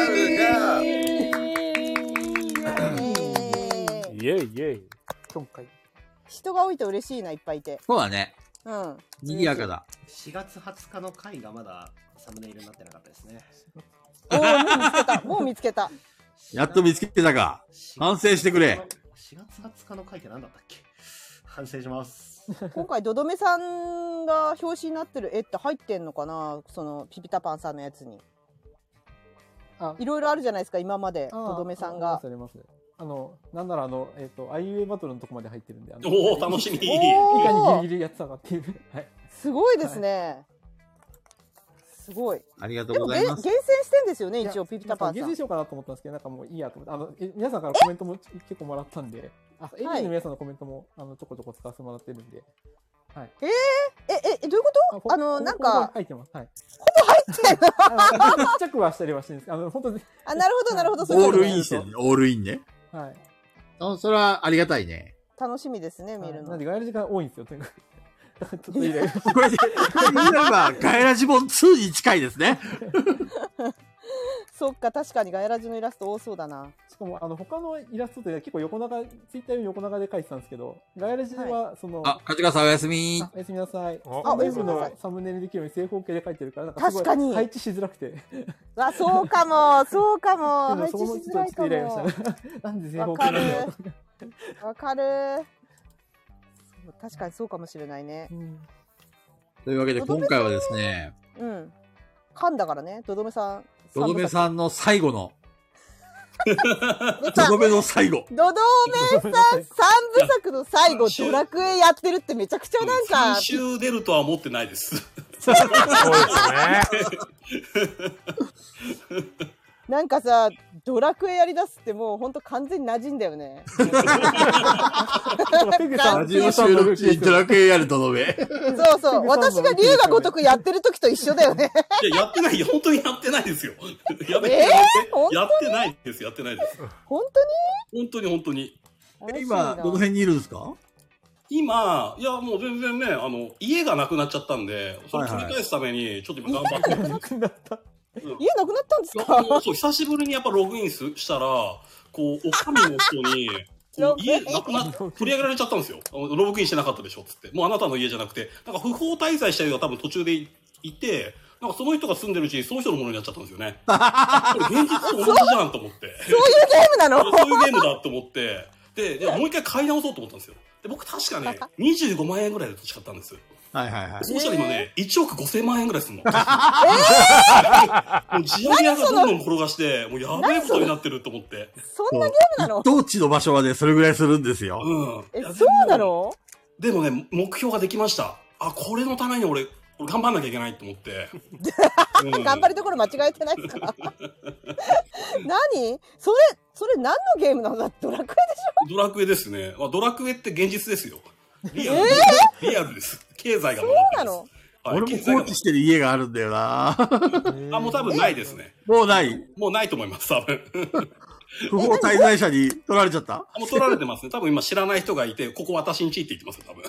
イェイイェイ。 今回。 人が多いと嬉しいな、いっぱいいて。 そうだね。 うん。 賑やかだ。 しがつはつかの回がまだサムネイルになってなかったですね。 おー、もう見つけた。もう見つけた。 やっと見つけたか。反省してくれ。 しがつはつかの回って何だったっけ？反省します。 今回どどめさんが表紙になってる絵って入ってんのかな、そのピピタパンさんのやつに。いろいろあるじゃないですか、今までどどめさんが。 ありますあります。あのなんならあのえっ、ー、とアイユーエーバトルのとこまで入ってるんで。 おお楽しみ。いかにギリギリやってたかっていう。はい。 すごいですね。はい、すごい。 ありがとうございます。 でも厳選してんですよね、一応ピピタパンさん。 厳選しようかなと思ったんですけど、なんかもういいやと思って、あのえ皆さんからコメントも結構もらったんで。あ、エイジの皆さんのコメントも、あのちょこちょこ使わせてもらってるんで。はい。 えー、え、え、どういうこと？あの、なんか。 入ってます。はい。 ほぼ入ってんの？ちっちゃくはしたりはしてるんですけど、あの、本当に。 あ、なるほど、なるほど。 オールインしてるね。オールインね。 はい。 あ、それはありがたいね。 楽しみですね、見るの。 なんで、ガヤラジが多いんですよ、とにかく。ちょっといいね。 これで、今、ガヤラジ本ツーに近いですね。 そっか、確かにガヤラジのイラスト多そうだな。 しかも、あの、他のイラストって結構横長、ツイッターより横長で描いてたんですけど、ガヤラジは、その、 あ、かちかさんおやすみ。 おやすみなさい。 あ、おやすみなさい。 サムネイルできるように正方形で描いてるから、なんか確かに配置しづらくて。 あ、そうかも、そうかも。配置しづらいかも。 なんで正方形なんだろう。わかる。確かにそうかもしれないね。 というわけで、今回はですね。 うん。噛んだからね、どどめさん。 どどめさんの最後のとどめの最後。 ドドメさんさんぶさくの最後、ドラクエやってるってめちゃくちゃなんか。 さん週出るとは思ってないです。 そうですね。なんかさ、ドラクエやりだすってもうほんと完全に馴染んだよね。 ラジオ収録中ドラクエやるとどめ。 そうそう。私が龍が如くやってる時と一緒だよね。 いや、やってない。本当にやってないですよ。やめて、 えー、 やってないです。やってないです。 本当に本当に本当に。 今、どの辺にいるんですか？ 今、いや、もう全然ね、あの、家がなくなっちゃったんで、それ取り返すために、ちょっと今頑張ってます。 家なくなったんですか？ そう、久しぶりにやっぱログインしたら、こう、おかみの人に、こう家なくなっ、取り上げられちゃったんですよ。ログインしてなかったでしょ、つって。もうあなたの家じゃなくて、なんか不法滞在した人が多分途中でいて、なんかその人が住んでるうちにその人のものになっちゃったんですよね。これ現実と同じじゃんと思って。 そういうゲームなの？ そういうゲームだと思って、で、でもう一回買い直そうと思ったんですよ。で、僕確かね、にじゅうごまんえんぐらいで土地買ったんです。 はいはいはい。 そうしたら今ね、いちおくごせんまんえんぐらいすんの。えー、もう地上げがどんどん転がして、もうやべえことになってると思って。 そんなゲームなの？ 当地の場所はね、それぐらいするんですよ。 うん。 え、そうなの？ でもね、目標ができました。あ、これのために俺、俺頑張んなきゃいけないと思って。 うん、頑張りどころ間違えてないですか？何それ、それ何のゲームなの？だってドラクエでしょ？ドラクエですね。まあ、ドラクエって現実ですよ。リアル、えー、リアルです。経済がそうなの？ はい、俺も放置してる家があるんだよな。 あ、もう多分ないですね。 もうない。 もうないと思います、多分。 不法滞在者に取られちゃった？ もう取られてますね。多分今知らない人がいて、ここ私んちって言ってますよ、多分。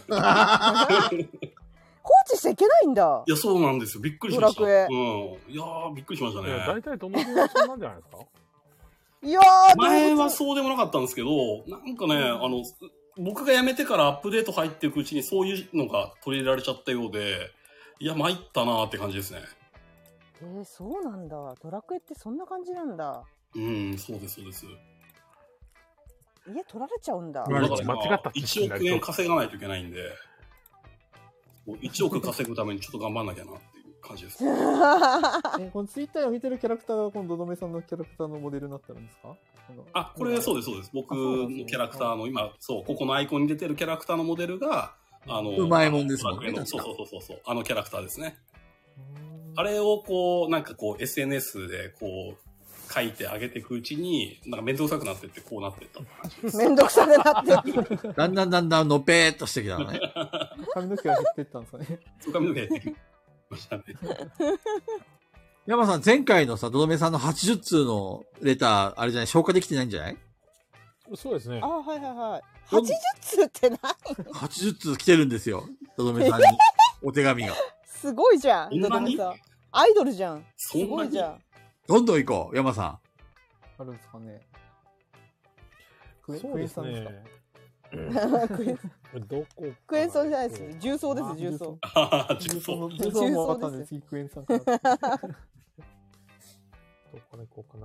放置しちゃいけないんだ。 いや、そうなんですよ。びっくりしました。 ドラクエ。 うん。いやー、びっくりしましたね。 大体どのぐらいそうなんじゃないですか？ いやー、 前はそうでもなかったんですけど、なんかね、あの、僕が辞めてからアップデート入っていくうちにそういうのが取り入れられちゃったようで、いや、参ったなーって感じですね。 えー、そうなんだ。ドラクエってそんな感じなんだ。 うん、そうです、そうです。 家取られちゃうんだ。 だから間違ったいちおくえん稼がないといけないんで、いちおく稼ぐためにちょっと頑張んなきゃなっていう感じです。 え、このツイッターを見てるキャラクターがこのドドメさんのキャラクターのモデルになってるんですか？ あ、これそうです、そうです。僕のキャラクターの今、そう、ここのアイコンに出てるキャラクターのモデルが、あの、 うまいもんですもんね。 そうそうそうそう、あのキャラクターですね。あれをこう、なんかこう、エスエヌエス でこう、書いてあげていくうちに、なんか面倒くさくなってってこうなってったって感じです。 面倒くさくなってって。 だんだんだんだんのぺーっとしてきたのね。 髪の毛が減っていったんですかね。 髪の毛減ってきましたね。 山さん、前回のさ、ドドメさんのはちじゅっつうのレター、あれじゃない、消化できてないんじゃない？ そうですね。 あ、はいはいはい。はちじゅっつって何？ はちじゅっつ来てるんですよ。ドドメさんに。お手紙が。 すごいじゃん。 ドドメさん。アイドルじゃん。 すごいじゃん。 どんどん行こう、山さん。 あるんですかね。 クエンさんですか？ クエンどこ？ クエンさんじゃないです。重曹です、重曹。 ああ、重曹。 重曹も分かったんです。クエンさんから。 どこから行こうかな。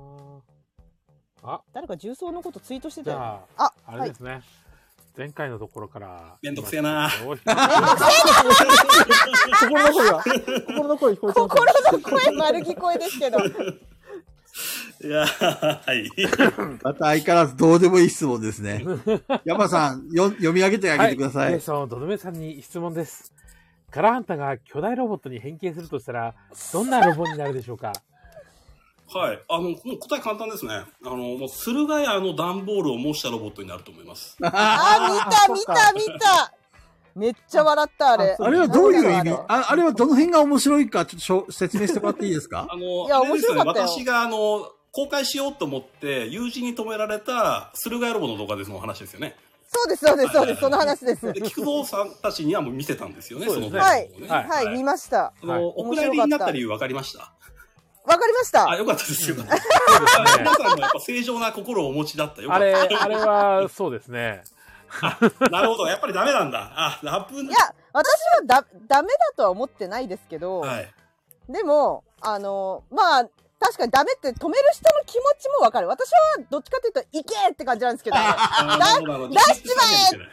あ、 誰か重曹のことツイートしてたよ。 あ、あれですね。前回のところから。 めんどくせえな。 めんどくせえな。 心の声が。心の声聞こえてます。 心の声丸聞こえですけど。 いやはい。 また相変わらずどうでもいい質問ですね。山さん、よ読み上げてあげてください。 はい、そう、ドドメさんに質問です。カラーハンターが巨大ロボットに変形するとしたら、どんなロボになるでしょうか？ はい。あの、もう答え簡単ですね。あの、もう、駿河屋の段ボールを模したロボットになると思います。 あー、見た見た見ためっちゃ笑った、あれ。 あれはどういう意味？ああれはどの辺が面白いか、ちょっとしょ説明してもらっていいですか？ あの、 いや、面白かったよ。 私が、あの、公開しようと思って、友人に止められた、駿河屋ロボの動画ですの話ですよね。 そうです、そうです、そうです、その話です。 で、菊蔵さんたちにはもう見せたんですよね、その動画をはい、 ね。 はい、見ました。 あの、お蔵入りになった理由分かりました？ わかりました。 あ、よかったですよ。皆さんもやっぱ正常な心をお持ちだった。よかった。 あれ、あれは、そうですね。 なるほど。やっぱりダメなんだ。あ、ラップ。いや、私はだ、ダメだとは思ってないですけど、 はい、 でも、あの、まあ、確かにダメって止める人の気持ちもわかる。私はどっちかというと、行けって感じなんですけど、だ出しちまえって、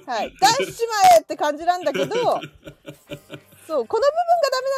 はい、出しちまえって感じなんだけど、そう、この部分がダメなのかなっていう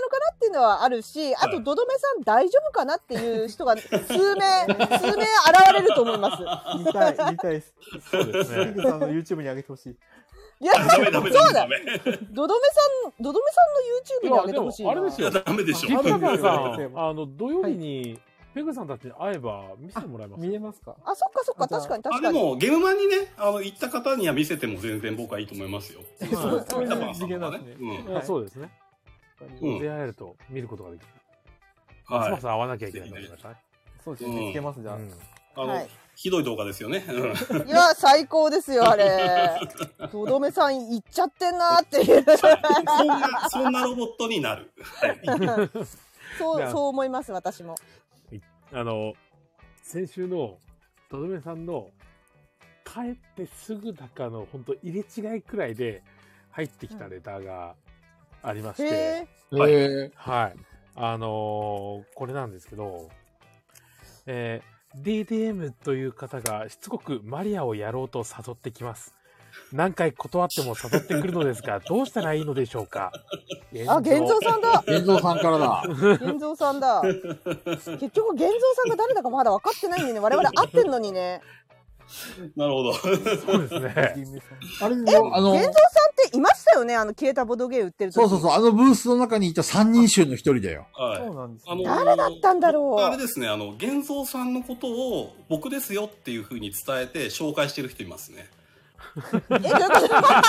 いうのはあるし、あと、 はいドドメさん大丈夫かなっていう人が数名、数名現れると思います。 見たい、見たいです。 そうですね。 ピグさんの YouTube に上げてほしい。 いや、 ダメダメダそうだメダメ。 ドドメさん、ドドメさんの YouTube に上げてほしいな。 いやでもあれですよダメでしょ。 ピグさん、 はいあの、土曜日に、ペグさんたちに会えば見せてもらえます見えますか？ あ、そっかそっか、確かにあで確かに。 もゲームマンにね、あの行った方には見せても全然僕はいいと思いますよ。 はいそういうピタパンさん次とかね元なんですね。 うんあそうですね。 うん出会えると見ることができる。 はいますます会わなきゃいけないと思いましたね。 そうですね、見つけます、じゃあ。 うんあの、 はいひどい動画ですよね。うんいや、最高ですよ、あれ。ドドメさん行っちゃってんなーっていう。 そんな、そんなロボットになる。はいそう、 いやそう思います、私も。 あの、先週のドドメさんの帰ってすぐだかの本当入れ違いくらいで入ってきたレターがありまして、 へえ。 はいえはい。あのーこれなんですけど、えー ディーディーエム という方がしつこくマリアをやろうと誘ってきます。何回断っても誘ってくるのですが、どうしたらいいのでしょうか。 あ、玄三さんだ。 ー、玄三さんからだ。 玄三さんだ。結局、玄三さんが誰だかまだ分かってないんでね、我々会ってんのにね。 なるほど。 そうですね。 あれでも、あの玄、三さんっていましたよね、あの、消えたボドゲー売ってる時。 そうそうそう、あのブースの中にいた三人衆の一人だよ。 はい。 そうなんですね。 あの誰だったんだろうあれですね、あの、玄三さんのことを僕ですよっていうふうに伝えて紹介してる人いますね。 え、どういうこと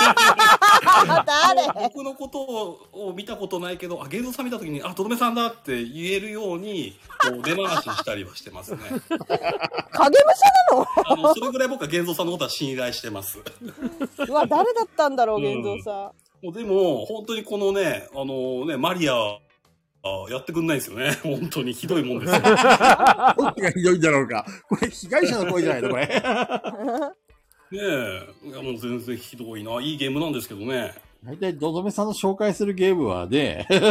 誰僕のことをを見たことないけど、あ、玄三さん見たときに、あ、とどめさんだって言えるように、こう、出回ししたりはしてますね。 影武者なのあの、それぐらい僕は玄三さんのことは信頼してます。 うわ、誰だったんだろう、 うん玄三さん。 もうでも、本当にこのね、あのね、マリア、あやってくんないんですよね。本当にひどいもんですよ。 どっちがひどいんだろうか。これ、被害者の声じゃないのこれ。 ねえ、いやもう全然ひどいな。いいゲームなんですけどね。 大体、ドドメさんの紹介するゲームはね、 い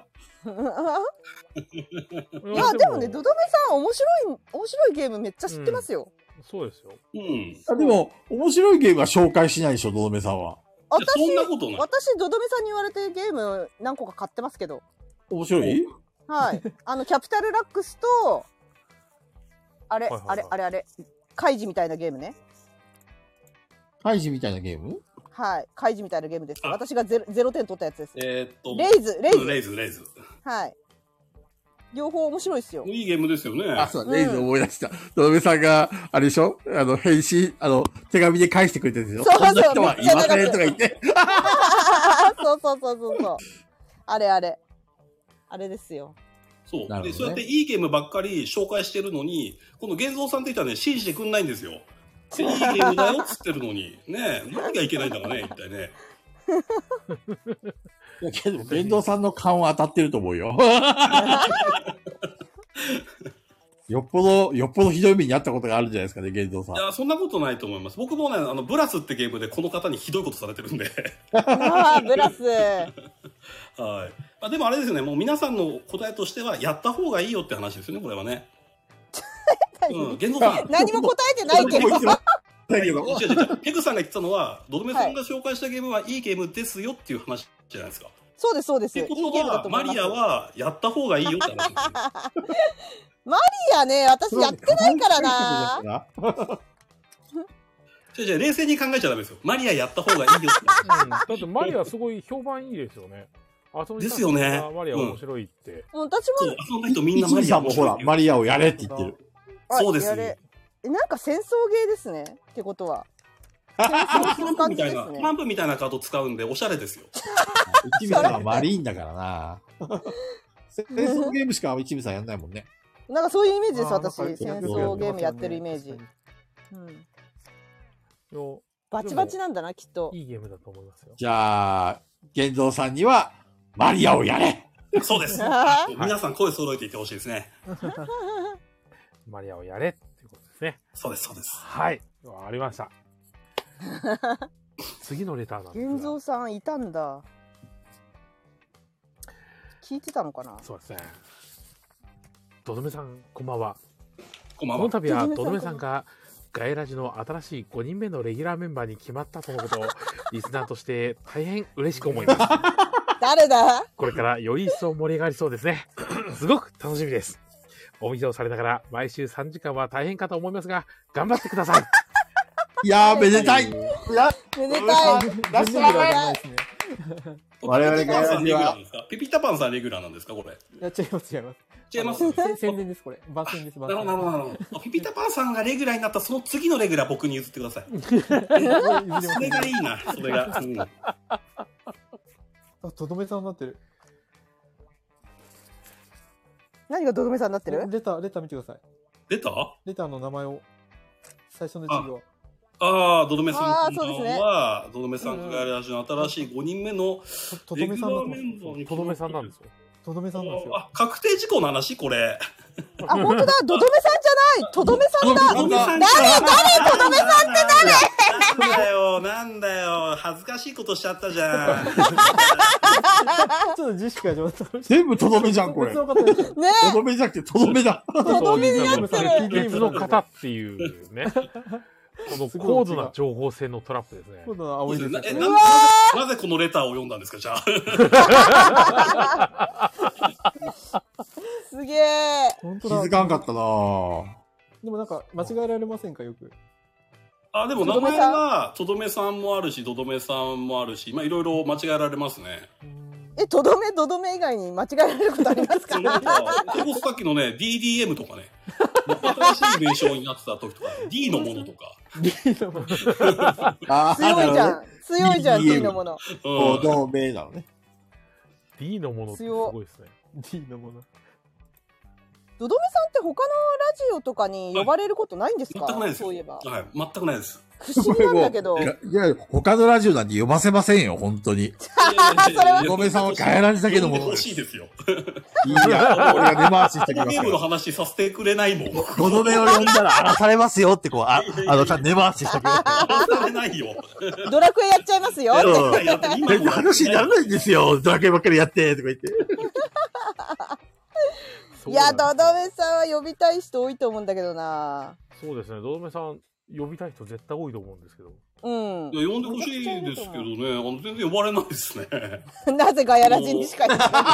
や、でもね、ドドメさん、面白い、面白いゲームめっちゃ知ってますよ。 そうですよ。 うん。 あでも、面白いゲームは紹介しないでしょ、ドドメさんは。 私、 そんなことない。 私、ドドメさんに言われてゲーム何個か買ってますけど。 面白いはい。あの、キャピタルラックスと、あれ、 はいはいはいあれ、あれ、あれ、カイジみたいなゲームね。 ハイジみたいなゲームはい。カイジみたいなゲームです。 あ私がゼロゼロてん取ったやつです。 えーっと、 レイズ、レイズ。 レイズ、レイズ。 はい。両方面白いですよ。 いいゲームですよね。 あ、そうだ、レイズ思い出した。ドドメさんが、あれでしょあの、返信、あの、手紙で返してくれてるんですよ。 そうそうそんな人はいませんとか言って。 そうそうそうそうそう。あれあれ。あれですよ。 そう。で、 なるほどねそうやっていいゲームばっかり紹介してるのに、この玄三さんって言ったらね、信じてくんないんですよ。でいいゲームだよっつってるのに、ねえ、何がいけないんだかね、一体ね。 いや、けど、玄道さんの勘は当たってると思うよ。よっぽど、よっぽどひどい目にあったことがあるんじゃないですかね、玄道さんい。や、そんなことないと思います。僕もね、あの、ブラスってゲームでこの方にひどいことされてるんで。 ああ、ブラス。 はい。まあ、でもあれですよね、もう皆さんの答えとしては、やった方がいいよって話ですよね、これはね。うん、玄三さん。 何も答えてないけど。 だけど、 違う違う違う。ペグさんが言ってたのは、ドドメさんが紹介したゲームはいいゲームですよっていう話じゃないですか。 そうです、そうです。いいってことゲームだは、 と思います。 マリアはやった方がいいよって話ですよ。 マリアね、私やってないからな。 違う違う、冷静に考えちゃダメですよ。マリアやった方がいいよって。 うん、だってマリアすごい評判いいですよね。遊びですよねマリア面白いって。 もう私そうも、、 遊んだ人みんな一味マリアさんもほら、マリアをやれって言ってる。 あそうですよやれえなんか戦争ゲーですね。ってことは。戦争すトランプる感みたいな、 じですねトラ。ンプみたいなカード使うんで、おしゃれですよ。 一味さんはマリーンだからな。戦争ゲームしか一味さんやんないもんね。 なんかそういうイメージです、私。 あーなんか戦争ゲームやってるイメージ。うん。 よバチバチなんだな、きっと。 いいゲームだと思いますよ。 じゃあ、玄三さんには、マリアをやれそうです。 あ皆さん声揃えていってほしいですね。 マリアをやれっていうことですね。 そうです、そうです。 はい。わかりました。次のレターなんです玄が三さんいたんだ。聞いてたのかな。 そうですね。ドドメさん、こんばんは。 こんばんは。 この度はドドメさんドドメさんがガイラジの新しいごにんめのレギュラーメンバーに決まったとのことをリスナーとして大変嬉しく思います。 誰だ？ これからより一層盛り上がりそうですね。すごく楽しみです。お店をされながら毎週さんじかんは大変かと思いますが、頑張ってください。 いやー、めでたい。いや、 めでたい。 ラッシュレギュラーじゃないですね。 我々 ピピタパンさんレギュラがーなんですか？ピピタパンさんレギュラーなんですかこれ？ いや、違います、違います。 違います。 あのせ宣伝です、これ。番宣です、番宣。 なるほど、なるほど、なるほど。ピピタパンさんがレギュラーになったその次のレギュラー僕に譲ってください。それがいいな、それが。うん、 あ、とどめさんになってる。 何がどどめさんになってる？ レター、レター見てください。 出た？ レターの名前を、最初の授業。 ああ、ドドメさんあーそうですねは、ドドメさんがやるラジオの新しいごにんめのとどめさんだと思う。 とどめさんなんですよ。 とどめさんなんですよ。 あ、確定事項の話これ。 あ、本当だ、どどめさんじゃない、とどめさんだ。 ドドメさん誰誰とどめさんってなんだよ、なんだよ、恥ずかしいことしちゃったじゃん。 ちょっと自意識が始まった。 全部とどめじゃん、これ。 別の方ですよ。 ねとどめじゃなくてとどめだ。 とどめになってる。 別の方っていうね。この高度な情報戦のトラップですね。 今度は青いですなえね。 ななぜなぜこのレターを読んだんですか、じゃあ。 すげえ。 気本当だ。 づかんかったなぁ。 でもなんか、間違えられませんか、よく。 あ、でも名前が、とどめさんもあるし、どどめさんもあるし、まあいろいろ間違えられますね。 え、とどめどどめ以外に間違えられることありますか？ そのさそれこそさっきのね、ディーディーエム とかね、新しい名称になってた時とか、D のものとか。 あー強いじゃ。 なるん。強いじゃん、D のもの。 ほどね。 うんとどめなのね。 D のものってすごいですね。 D のもの。 どどめさんって他のラジオとかに呼ばれることないんですか？ 全くないですよ。 そういえば。 はい、全くないです。 不思議なんだけど。 いや、いや他のラジオなんて読ませませんよ、本当に。 それとどめさんは変えられたけども。 欲しいですよ。 いや、俺が根回ししてきますゲームのよ。 話させてくれないもん。 とどめを読んだら荒らされますよってこう、あ、あの、ちゃんと根回ししてくれる。 されないよ。 ドラクエやっちゃいますよ。 うんやって今全然話にならないんですよ。ドラクエばっかりやって、とか言って。 いや、 どどどめさんは呼びたい人多いと思うんだけどな。 そうですね。どどめさん呼びたい人絶対多いと思うんですけど。 うんい。や、呼んでほしいですけどね、あの全然呼ばれないですね。 なぜガヤラジにしか言ってない。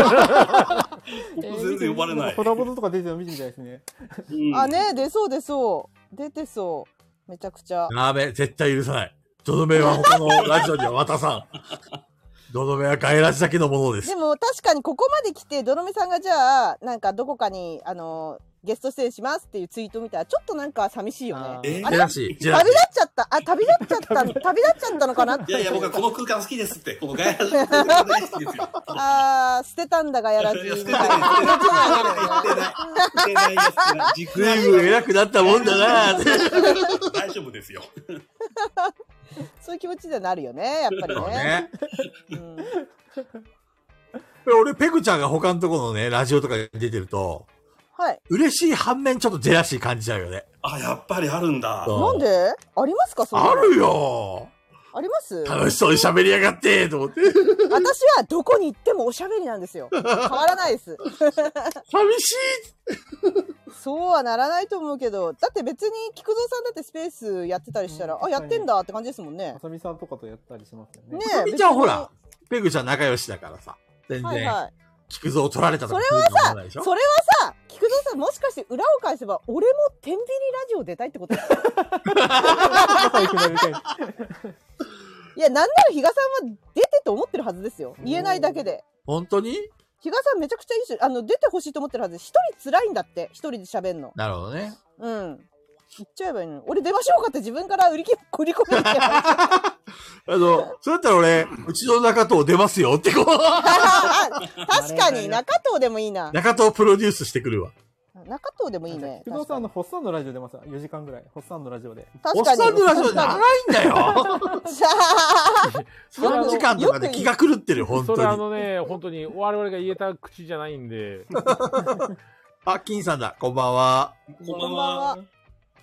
僕全然呼ばれない。 コラボとか出てるの見てみたいですね。 うんあ、ね、出そう出そう。出てそう。めちゃくちゃ。 ダメ、絶対許さない。とどめは他のラジオには渡さん。とどめはガイラジだけのものですで。も確かにここまで来て、どどめさんがじゃあ、なんかどこかに、あの、ゲスト出演しますっていうツイート見たら、ちょっとなんか寂しいよね。 えジェラシー、ジェラ旅シ立っちゃった。あ、旅立っちゃった。旅立っちゃったのかなって。 いやいや、僕はこの空間好きですって。このガヤラジの空間大好きですよ。 あー、捨てたんだガヤラジいや捨てみたいてない、 な。 捨てない、捨てない、捨てないよ、捨てない。軸ー。ずいぶん偉くなったもんだなって。 大丈夫ですよ。 そういう気持ちになるよね、やっぱりね。 ね。 うん俺、ペグちゃんが他のところのね、ラジオとかに出てると、 はい。 嬉しい反面ちょっとジェラシー感じちゃうよね。 あ、やっぱりあるんだ。 そうなんでありますかそれあるよあります楽しそうに喋りやがってと思って。 私はどこに行ってもおしゃべりなんですよ。変わらないです。 寂しそうはならないと思うけど、だって別に菊蔵さんだってスペースやってたりしたら、 うんあ、やってんだって感じですもんねあ。さみさんとかとやったりしますよね。 ねい。 え。 みちゃんほ別にら、ペグちゃん仲良しだからさ。全はい然、 はい。 菊蔵取られたとかそれはさ、ないでしょそれはさ、菊蔵さんもしかして裏を返せば、俺も天秤ラジオ出たいってことだよ。 仲良くなりたい。 いや、なんなら比嘉さんは出てと思ってるはずですよ。言えないだけで。 本当に比嘉さんめちゃくちゃいいし、あの、出てほしいと思ってるはず。一人辛いんだって。一人で喋んの。 なるほどね。 うん。言っちゃえばいいのに。俺出ましょうかって自分から売り切売り込むって話。 あの、そうやったら俺、うちの中藤出ますよってこう、 あ確かに、中藤でもいいな。 中藤プロデュースしてくるわ。 中藤でもいいね。 菊蔵さんのホッサンのラジオ出ますよよじかんぐらい。ホッサンのラジオで。 おっ確かに。 さんのラジオ長いんだよ。 さあ、 さんじかんとかで気が狂ってる、本それあ当に。 のね、本当に我々が言えた口じゃないんで。 あ、金さんだ、こんばんは。 こんばんこんばんはは。 ね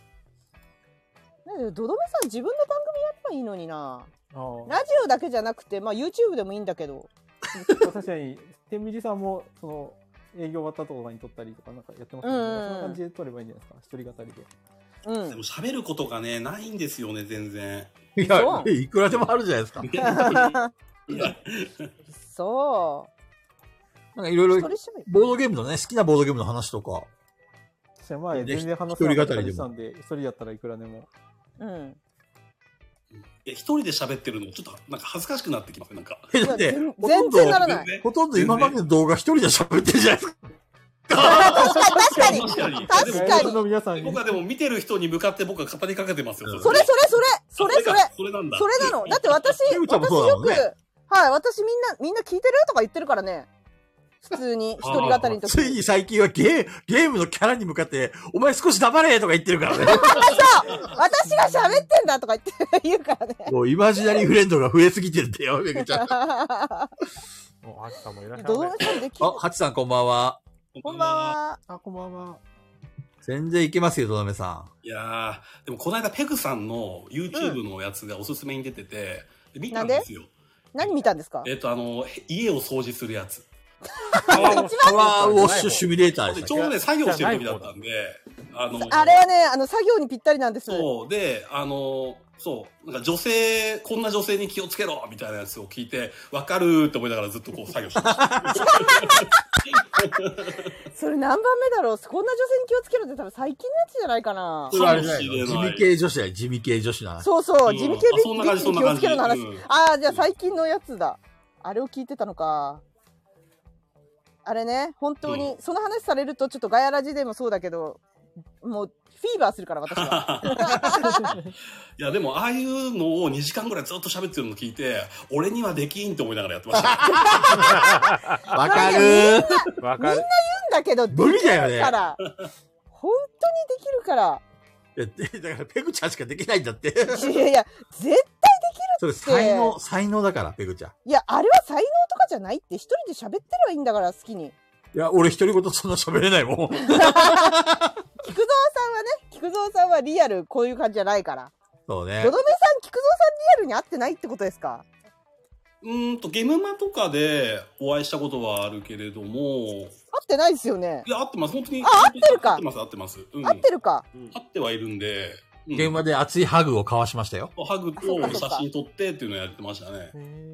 えどどめさん自分の番組やればいいのにな。 ああ。 ラジオだけじゃなくて、まあ YouTube でもいいんだけど。 確かに、天秤さんも、その、営業終わったとかに撮ったりとかなんかやってますよね。 うんうんうんそんな感じで撮ればいいんじゃないですか。一人語りで。 うんで。も喋ることがね、ないんですよね、全然。 いや、いくらでもあるじゃないですか。 いや、 そなんかいろいうろ、 それしようよボードゲームのね、好きなボードゲームの話とか。 じゃあ前全然話一人せなかった語りでもりしたんで、一人やったらいくらでも。 うん。 え、一人で喋ってるの、ちょっとなんか恥ずかしくなってきますね、なんか。 え、だって、 全ほとんど全然ならない。 ほとんど今までの動画一人で喋ってるじゃないですか。 確かに確かに。 確かにでもの皆さんに。 僕はでも見てる人に向かって僕は語りかけてますよ。 それそれそれそれそれそれなんだ。 それなの。だって私、 ゆうちゃんも私よく、 そうだもんねはい、私みんな、みんな聞いてるとか言ってるからね。普通に、一人語りの時ついに最近はゲー、ゲームのキャラに向かって、お前少し黙れとか言ってるからね。 そう私が喋ってんだとか言って、言うからね。 もうイマジナリーフレンドが増えすぎてるんだよ、めぐちゃん。あ、 もう、ハチさんもいらっしゃどどいませ。 めさんできる。 ハチさんこんばんは。 こんばんは。 あ、こんばんは。 全然いけますよ、どどめさいやー、でもこの間ペグさんの YouTube のやつがおすすめに出てて、で見たんですよ。 何見たんですか？ えっと、あの、家を掃除するやつ。 パワーウォッシュシミュレーターでしたっでちょうどね、作業してる時だったんで、あの、 あれはね、あの、作業にぴったりなんです。 そう、で、あの、そう、なんか女性、こんな女性に気をつけろみたいなやつを聞いて、わかるーって思いながらずっとこう作業してました。 それ何番目だろう。こんな女性に気をつけろって多分最近のやつじゃないかな。 け。それあれじゃないの？地味系女子だよ、地味系女子な話。 そうそう、 うん地味系ビあそんな感じッチに気をつけろの話そんな感じ。 ああ、じゃあ最近のやつだ。あれを聞いてたのか。あれね、本当に、 うその話されるとちょっとガヤラジでもそうだけど、もうフィーバーするから私は。 いや、でも、ああいうのをにじかんぐらいずっと喋ってるの聞いて、俺にはできんって思いながらやってました。 わかるー。 わかる。 だけど、 無理だよねできるから。本当にできるから。 いやでだからペグちゃんしかできないんだって。 いやいや、絶対できる。 それ才能、才能だから、ペグちゃん。 いや、あれは才能とかじゃないって、一人で喋ってればいいんだから、好きに。 いや、俺一人ごとそんな喋れないもん。 菊蔵さんはね、菊蔵さんはリアルこういう感じじゃないから。 そうねど。どめさん、菊蔵さんリアルに会ってないってことですか？ うーんと、ゲムマとかでお会いしたことはあるけれども、 会ってないですよね。 いや、合ってます。本当に。 あ合ってるか合ってます、合ってます。うん、 会ってるか。 合ってはいるんで、うん、 現場で熱いハグを交わしましたよ。 ハグそうかと写真撮ってっていうのをやってましたね。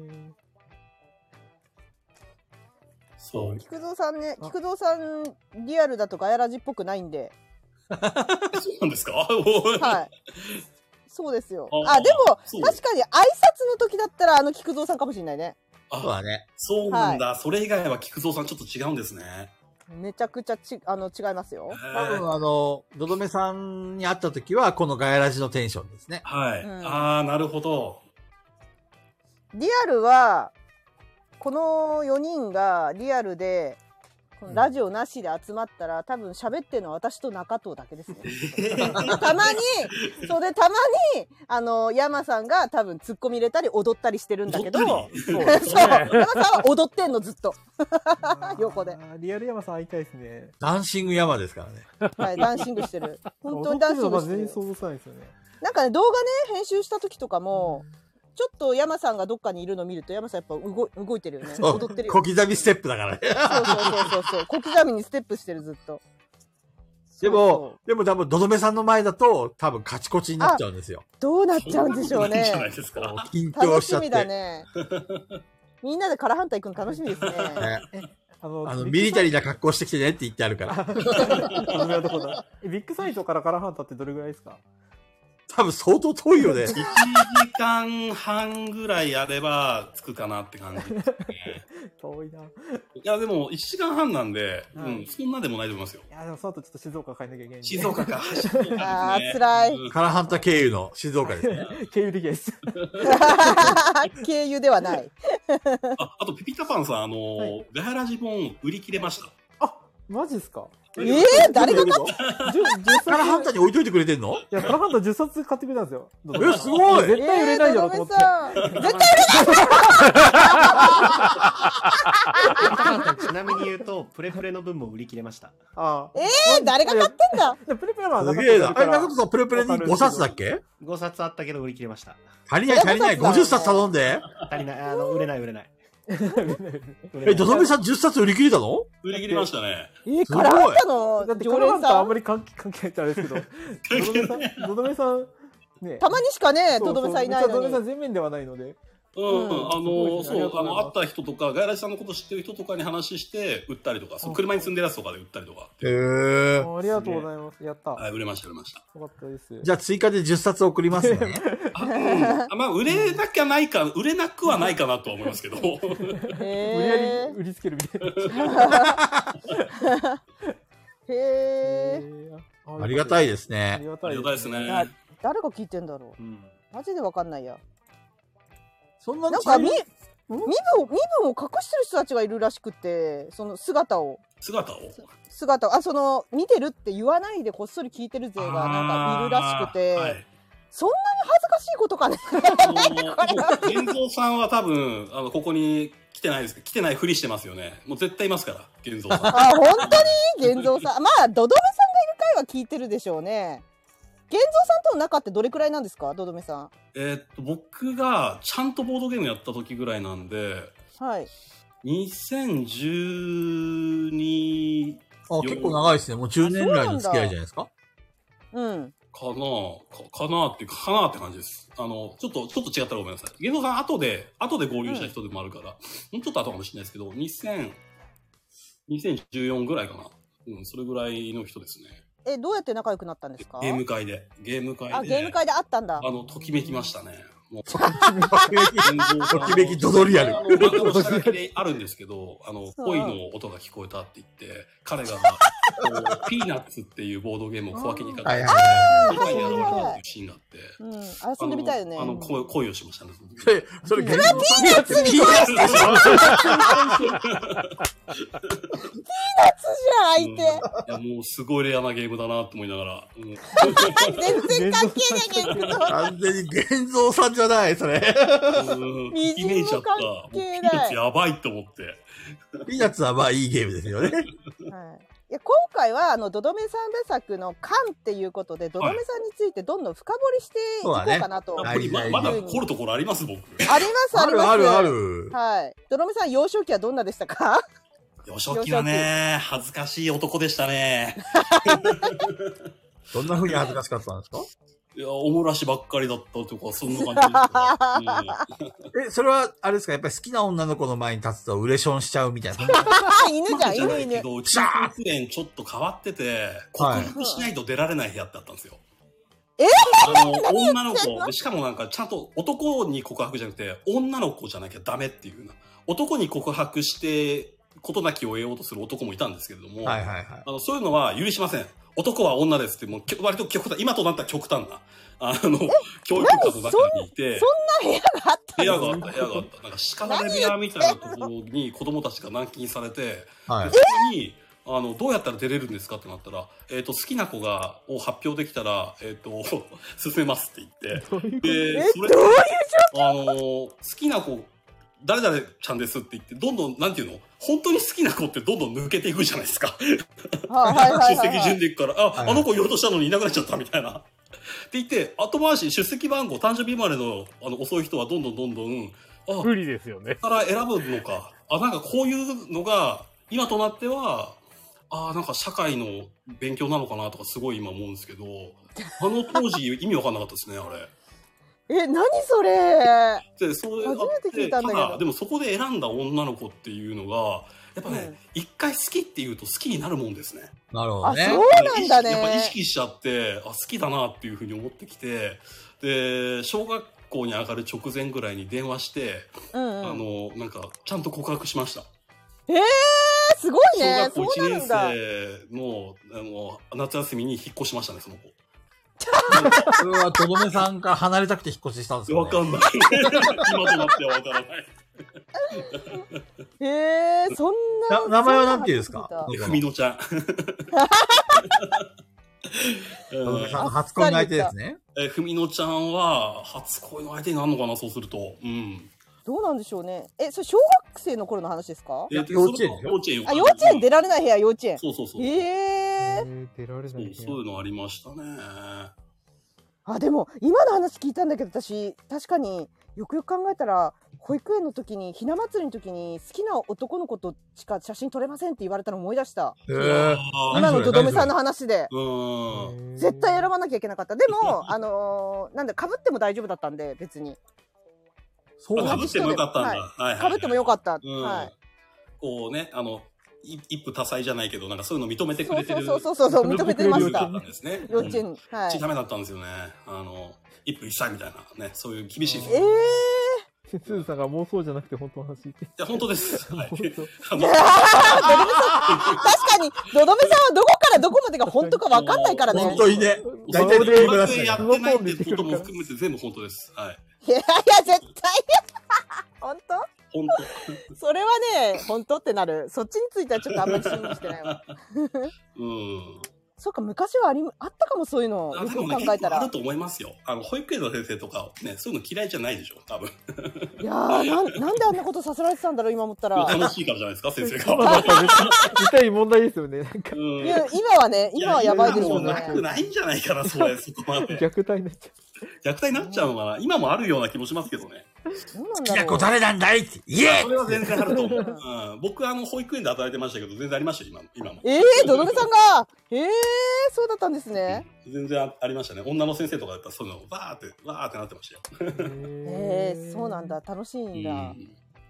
そう。 菊蔵さんね、菊蔵さんリアルだとガヤラジっぽくないんで。 そうなんですか？ はい。そうですよ。 ああ、でも、 そう確かに挨拶の時だったらあの菊蔵さんかもしれないね。 そうだね。 そうなんだ。それ以外は菊蔵さんちょっと違うんですね。 めちゃくちゃち、あの、違いますよ。 多分あの、どどめさんに会った時は、このガヤラジのテンションですね。 はい。 うんああ、なるほど。 リアルは、このよにんがリアルで、このラジオなしで集まったら、多分喋ってるのは私と中藤だけですね。たまに、そうで、たまに、あの、山さんが多分突っ込み入れたり踊ったりしてるんだけど、 踊そう、 ったり山さんは踊ってんのずっと。横で。 あーリアル山さん会いたいですね。 ダンシング山ですからね。 はい、ダンシングしてる。本当にダンシングしてる。 全然想像つかないですよね。 なんかね、動画ね、編集した時とかも、ちょっと山さんがどっかにいるの見ると、山さんやっぱ動動いてるよね。 そう踊ってるよ。 小刻みステップだからね。 そうそうそうそうそう。小刻みにステップしてる、ずっと。 でそうも、でも多分、どどめさんの前だと、多分カチコチになっちゃうんですよ。 どうなっちゃうんでしょういいんじゃないね。 ですか。 緊張しちゃって。 楽しみだね。みんなでカラハンタ行くの楽しみですね。 ねあのあの、ミリタリーな格好してきてねって言ってあるから。 どれはどこだえビッグサイトからカラーハンターってどれぐらいですか？ 多分相当遠いよね。 いちじかんはんぐらいやれば着くかなって感じですね。 遠いな。いいや、でもいちじかんはんなんで、 はいうん、そんなでもないと思いますよ。 や、でもその後ちょっと静岡帰んなきゃいけないんで。 静岡か。 あー辛いうんカラハンタ経由の静岡ですね。 経由できないです。 経由ではない。 あ、あとピピタパンさん、あのーはいガヤラジ本売り切れました。 あ、マジっすか？ えー、誰が買っじゅじゅっカラハンさつ。 タに置いといてくれてんの？ いや、カラーハンターじゅっさつ買ってくれたんですよ。 え、すごい。 絶対売れないだろうと思って。 えーどどめさん絶対売れないちなみに言うと、プレプレの分も売り切れました。 あえー、誰が買ってんだあ。プレプレはなかったすげえな。あれ、 から中藤さん、プレプレにごさつだっけ？ ごさつあったけど売り切れました。 足りない足りない。ごじゅっさつ頼んで。 足りない、あの、売れない売れない。 え、どどめさんじゅっさつ売り切れたの？ 売り切れましたね。 えー、カラハンタのだってカ常ラーハンターあ連さんんまり関係関係ないってあれですけど、ドドメさん、ドドメさん、ね。 たまにしかね、 そうそうとどめさんいないのにドドメさん。全面ではないので。 うん、うん、あの、 すごいですねそう、あの、会った人とか、ガイラジさんのこと知ってる人とかに話して、売ったりとか、そう車に積んでるやつとかで売ったりとか。 へえ。 ありがとうございます。やった。 はい、売れました、売れました。 よかったです。 じゃあ追加でじゅっさつ送りますね。 あ、うん、あまあ、売れなきゃないか、売れなくはないかなとは思いますけど。 無理やり売りつけるみたいな。 へえ。 ありがたいですあねり。がたありいですね。 がたいですね。 な誰が聞いてんだろう。 うん。 マジでわかんないや。 そんななんかみ身分を身分を隠してる人たちがいるらしくて、その姿を姿を姿をあその見てるって言わないでこっそり聞いてる勢がなんかいるらしくて、 あーはい、 そんなに恥ずかしいことかね。 あの玄三さんは多分、あの、ここに来てないですけど、来てないふりしてますよね。もう絶対いますから、玄三さん。 あ、本当に玄三さん。まあ、ドドメさんがいる回は聞いてるでしょうね。玄三さんとの仲ってどれくらいなんですか、ドドメさん。 えーっと、僕がちゃんとボードゲームやった時ぐらいなんで、 はい。 にせんじゅうにあ、結構長いですね。もうじゅうねんぐらいの付き合いじゃないですか。 うん。 かなか、かなっていうか、かなって感じです。あの、ちょっと、ちょっと違ったらごめんなさい。玄三さん後で、後で合流した人でもあるから、もうちょっと後かもしれないですけど、にせん、にせんじゅうよんぐらいかな。うん、それぐらいの人ですね。 え、どうやって仲良くなったんですか。 ゲーム会で。ゲーム会で。 あ、ゲーム会で会ったんだ。 あの、ときめきましたね。もう、 ときめきドドリアル。 あの、漫画の下書きであるんですけど、あの、恋の音が聞こえたって言って、彼が、こう、ピーナッツっていうボードゲームを小分けにかけて、 はいはい世界にやろうっていうシーンがあって、 うん、遊んでみたいよね。 あの、あの恋恋をしましたね。その時それ、それ、 それはピーナッツに恋してる。ピーナッツじゃん、相手。 うん、いや、もうすごいレアなゲームだなと思いながら。うん、 全然関係ないけど。 完全に玄三さんじゃない、それ。 うん、 みじんもイメージあった。もうピ関係ないーナッツやばいと思って。 ピーナッツはまあいいゲームですよね。 はい。いや今回はあのドドメ三部作の缶っていうことでドドメさんについてどんどん深掘りしていこうかなと、 はいままだ掘るところあります僕。 ありますあります。 あるあるある。 はい。ドドメさん幼少期はどんなでしたか？ 幼少期はね、恥ずかしい男でしたね。 どんな風に恥ずかしかったんですか？ いや、おもらしばっかりだったとか、そんな感じですか、 うん、え、それは、あれですか、やっぱり好きな女の子の前に立つとウレションしちゃうみたいな。 犬じゃん、犬犬。 うちの保育園ちょっと変わってて、告白しないと出られない部屋ってあったんですよ。 えあの、女の子で、しかもなんかちゃんと男に告白じゃなくて、女の子じゃなきゃダメっていうな。男に告白して、事なきを得ようとする男もいたんですけれども、 はいはいはい。 あの、そういうのは許しません。男は女ですって、もう割と極端、今となったら極端な、あの、教育科の中にいて、 そんな部屋があった部屋があった、部屋があった。なんか鹿の部屋みたいなところに子供たちが軟禁されて、 はい、 でそこに、あの、どうやったら出れるんですかってなったら、えっ、ー、と、好きな子が、を発表できたら、えっ、ー、と、進めますって言って、で、それで、あの、好きな子、誰々ちゃんですって言って、どんどん、なんていうの本当に好きな子ってどんどん抜けていくじゃないですか。出席順でいくから、あ、はい、あの子言おうとしたのにいなくなっちゃったみたいな。って言って、後回し、出席番号、誕生日生まれの、あの、遅い人はどんどんどんどん、 あ、無理ですよね。 から選ぶのか。あ、なんかこういうのが、今となっては、あ、なんか社会の勉強なのかなとかすごい今思うんですけど、あの当時意味わかんなかったですね、あれ。 え、何それで、それ初めて聞いたんだけど。 ただ、でもそこで選んだ女の子っていうのが、やっぱね、一、うん、回好きって言うと好きになるもんですね。 なるほどね。 あ、そうなんだね。 やっぱ意識しちゃって、あ、好きだなっていうふうに思ってきて、で、小学校に上がる直前ぐらいに電話して、うんうん、あの、なんか、ちゃんと告白しました。 えー、すごいね。 小学校いちねん生の、あの、夏休みに引っ越しましたね、その子。 それはとどめさんから離れたくて引っ越ししたんですか、ね、 わかんない。今となってはわからない。 へえー、そんな。 名前は何て言うんですか？ ふみのちゃん。 とどめさんの初恋の相手ですね。 え、ふみのちゃんは、初恋の相手になるのかな、そうすると。うん。 どうなんでしょうね。え、それ小学生の頃の話ですか？ 幼稚園幼稚園。 あ、幼稚園出られない部屋、幼稚園。 そうそうそう。 へー。 出られない部屋。 そういうのありましたね。 あ、でも、今の話聞いたんだけど、私、確かによくよく考えたら、保育園の時に、ひな祭りの時に、好きな男の子としか写真撮れませんって言われたの思い出した。 へー。 今のとどめさんの話で。 うん。 絶対選ばなきゃいけなかった。でも、あのー、なんだ、被っても大丈夫だったんで、別に。 そうかぶってもよかったんだ。 はいはいはい。 かぶってもよかった。 うんはい。 こうね、あの、い一夫多妻じゃないけど、なんかそういうの認めてくれてる。 そうそうそうそう認めてました幼稚園だったんですね。 幼稚園うんはいうちダメだったんですよね。あの、一夫一妻みたいなね、そういう厳しい。 えすずさんが妄想じゃなくて本当の話言って。いや、本当です。はい。 本当。 あの確かに、どどめさんはどこからどこまでが本当かわかんないからね。 本当にね。大体大体で言いますでやってないってことも含めて全部本当です。はい。 いやいや、絶対。本当本当。 それはね、本当ってなる。そっちについてはちょっとあんまり信じてないわ。 うん。 そうか、昔はあり、あったかもそういうの。よくあでもね、 考えたら。 結構あると思いますよ。あの、保育園の先生とか、ね、そういうの嫌いじゃないでしょ、多分。 いやーなん、なんであんなことさせられてたんだろう、今思ったら。 楽しいからじゃないですか、先生まあなんかが。 絶対問題ですよね。なんかうんいや、今はね、今はやばいでしょうねもうな。くないんじゃないかな、それ、そこまで。 虐待になっちゃ虐待になっちゃうのかな。今もあるような気もしますけどね。 そうなん好きなだろう。 子誰なんだいって言えそれは全然あると思う。うん、僕、あの、保育園で働いてましたけど、全然ありましたよ、今も。今もえー、どどめさんが、えー、そうだったんですね。 全然あありましたね。女の先生とかだったら、そういうの、わーって、わーってなってましたよ。 う。 えー、そうなんだ。楽しいんだ。 うんえ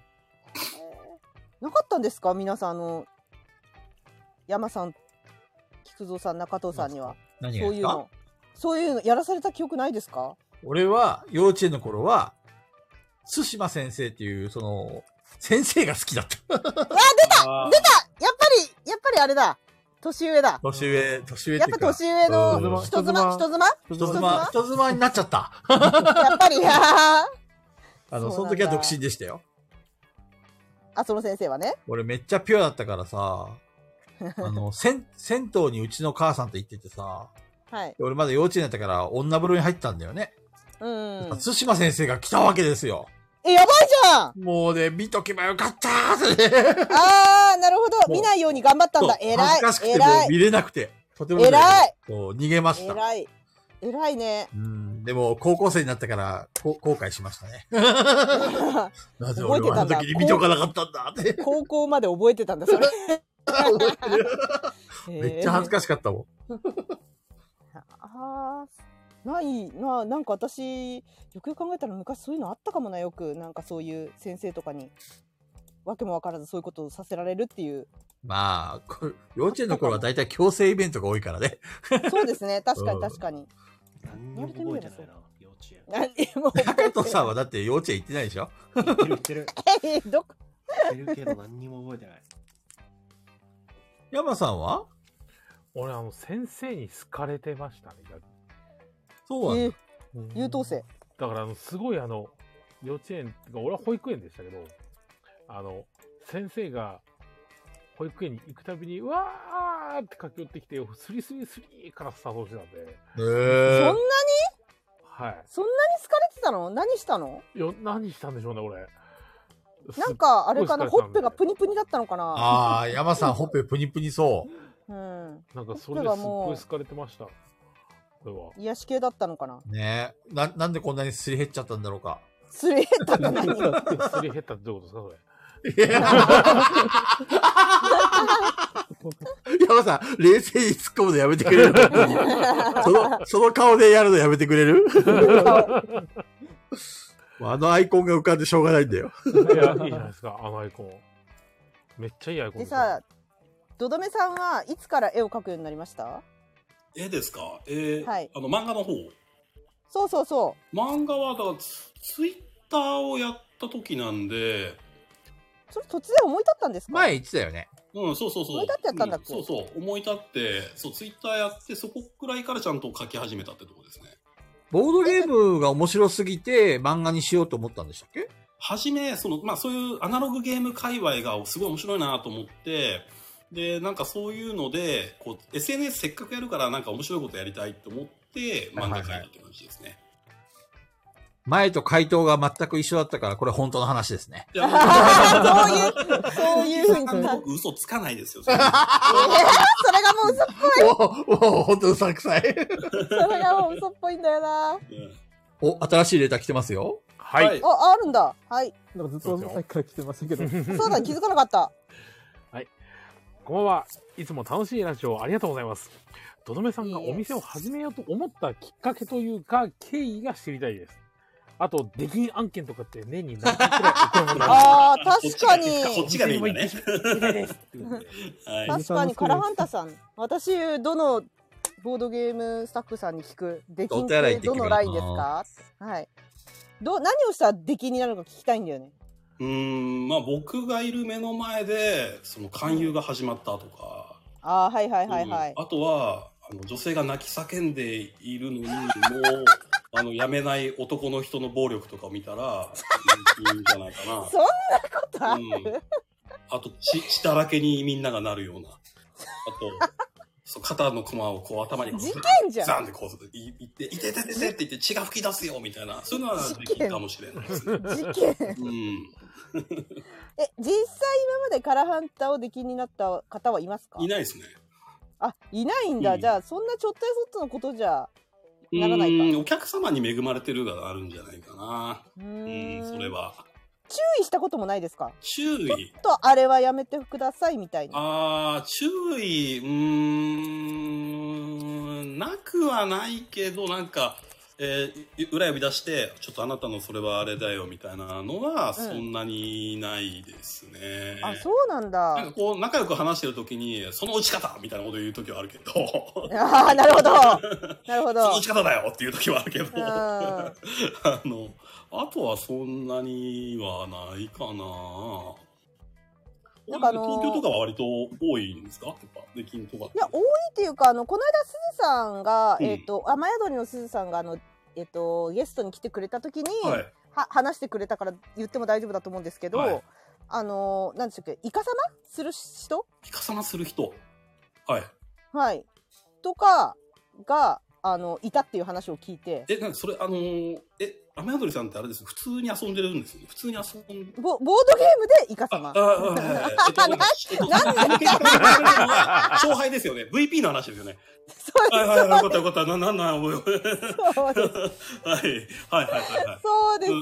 ーなかったんですか皆さん、あの、山さん、菊蔵さん、中藤さんには。 何がですかそういうの。そういうの、やらされた記憶ないですか俺は、幼稚園の頃は、津島先生っていう、その、先生が好きだった。 あー出たやっぱり、やっぱりあれだ。年上だ。 年上、年上っていうか。 やっぱ年上のうん人妻、人妻人妻、人妻になっちゃった。 やっぱり、ああの、 そうなんだその時は独身でしたよ。 ー、その先生はね。 俺めっちゃピュアだったからさ、あの、銭、銭湯にうちの母さんと行っててさ、 はい。 俺まだ幼稚園だったから女風呂に入ったんだよね。 うん。 津島先生が来たわけですよ。 え、やばいじゃんもうね、見とけばよかったーってね。 あー、なるほど。 もう見ないように頑張ったんだ。 そう偉い恥ずかし。くて偉い。 ね見れなくて。とても偉いそう、逃げました。 偉い。偉いね。 うん、でも、高校生になってから、こ後悔しましたね。なぜ俺はあの時に見とかなかったんだって。 高校まで覚えてたんだ、それ。 めっちゃ恥ずかしかったもん。 あー、ないな、なんか私、よくよく考えたら昔そういうのあったかもな、よく。なんかそういう先生とかに、わけもわからずそういうことをさせられるっていう。 まあ、こ幼稚園の頃は大体強制イベントが多いからね。 そうですね、確かにうん確かに。 何にも覚えてないな、幼稚園。 何も中藤さんはだって幼稚園行ってないでしょ？ 言ってる言ってる。 え、どこ言ってるけど何にも覚えてない。 山さんは？ 俺、あの、先生に好かれてましたね。 そうなんだ。 優等生。 だから、あの、すごい、あの、幼稚園、てか俺は保育園でしたけど、あの、先生が、保育園に行くたびに、うわーって駆け寄ってきて、スリスリスリーからスタートしてたんで、 へそんなにー。 はい。 そんなに好かれてたの？何したの？ いや、何したんでしょうね、俺。 なんか、あれかな、ほっぺがプニニプニだったのかな。 ああ、山さんほっぺプニプニそう。 うん。 なんか、それですっごい好かれてました。これは。 癒し系だったのかな。 ねえ。な、なんでこんなにすり減っちゃったんだろうか。 すり減ったって何？ すり減ったってどういうことですか、それ。 山さん、冷静に突っ込むのやめてくれる？本当にその、その顔でやるのやめてくれる？あのアイコンが浮かんでしょうがないんだよ。 いや、いいじゃないですか、あのアイコン。めっちゃいいアイコンよでさ、どどめさんはいつから絵を描くようになりました？ 絵ですか？えーはいあの、漫画の方。 そうそうそ漫画は、だからツ、ツイッターをやった時なんで、 う。それ突然思い立ったんですか？ 前言ってたよね。 うん、そうそうそう。 思い立ってやったんだっけうんそうそう、思い立って、そう、ツイッターやって、そこくらいからちゃんと書き始めたってとこですね。 ボードゲームが面白すぎて漫画にしようと思ったんでしたっけ？ はじめ、その、まあそういうアナログゲーム界隈がすごい面白いなと思って、で、なんかそういうので、こう、エスエヌエス せっかくやるからなんか面白いことやりたいと思って、漫画書いたって感じですね。 前と回答が全く一緒だったから、これ本当の話ですね。 いや、 そういう、そういうふうに考え。 僕嘘つかないですよ。それえー、それがもう嘘っぽい。 おお、本当うさくさい。 それがもう嘘っぽいんだよな。 お、新しいレター来てますよ。 はい。 はいあ、あるんだ。はい。 なんかずっとさっきから来てましたけど。 そうだ、気づかなかった。 こんばんは。いつも楽しいラジオありがとうございます。どどめさんがお店を始めようと思ったきっかけというか、経緯が知りたいです。 あと、出禁案件とかって年に何回くらい起こるもんなんああ、確かに。 こっちがメインだね。 はい。 確かに、カラハンタさん。私、どのボードゲームスタッフさんに聞く、出禁ってどのラインですか？はい。ど、何をしたら出禁になるのか聞きたいんだよね。 うーん、まあ僕がいる目の前で、その勧誘が始まったとか。 ああ、はいはいはいはい。 うん、あとは、あの女性が泣き叫んでいるのに、もう、あの、やめない男の人の暴力とかを見たら、いいんじゃないかな。 そんなことある、うん、 あと血、血だらけにみんながなるような。あと、そう肩のコマをこう頭にこう、 事件じゃん。 ザンってこう、いって、いててててって言って血が吹き出すよみたいな。そういうのはできるかもしれないですね。 事件。うん。え、実際今までカラハンタを出禁になった方はいますか？ いないですね。 あ、いないんだ。うん、じゃあ、そんなちょっとやそっとのことじゃ、ならないか。 お客様に恵まれてるがあるんじゃないかな。うん、それは。 注意したこともないですか？ 注意。 ちょっとあれはやめてくださいみたいな。 ああ、注意、うーん、なくはないけど、なんか、えー、裏呼び出して、ちょっとあなたのそれはあれだよみたいなのは、そんなにないですね。 うん、あ、そうなんだ。 なんかこう、仲良く話してるときに、その打ち方みたいなこと言うときはあるけど。 ああ、なるほど。なるほど。 その打ち方だよっていうときはあるけど。あの、あとはそんなにはないかな。なんかあのー、東京とかは割と多いんですか？やっぱ出禁とか。 いや、多いっていうか、あの、この間、すずさんが、うん、えっ、ー、と、雨宿りのすずさんが、あの、えっ、ー、と、ゲストに来てくれたときに、はい、は、話してくれたから言っても大丈夫だと思うんですけど、はい、あの、なんでしたっけ、イカサマする人？ イカサマする人。はい。 はい。とかが、あの、いたっていう話を聞いて。 え、なんかそれ、あのー、え、雨宿りさんってあれです、普通に遊んでるんですよね。普通に遊んでボ、ボードゲームでイカ様。あ、あ、あ、はいはいはい。えっと、なんで勝敗ですよね。ブイピー の話ですよね。 そうです。 はいはいはい。よかったよかった。な、なんなん、覚えそうです。 はい。はいはいはいはい。 そうです。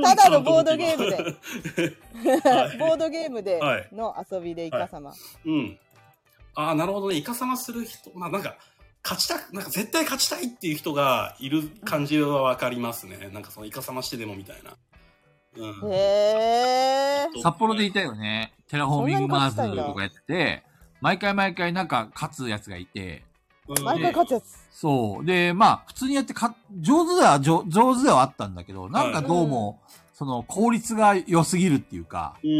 ただのボードゲームで。ボードゲームでの遊びでイカ様。 うん。ああ、なるほどね。イカ様する人。まあなんか、勝ちたく、なんか絶対勝ちたいっていう人がいる感じはわかりますね。なんかそのイカサマしてでもみたいな。 うん、へー。札幌でいたよね。テラフォーミングマーズとかやってて、毎回毎回なんか勝つやつがいて。 毎回勝つやつ。 そう。で、まあ、普通にやってか、上手では上、上手ではあったんだけど、なんかどうも、はい、その効率が良すぎるっていうか、 うん、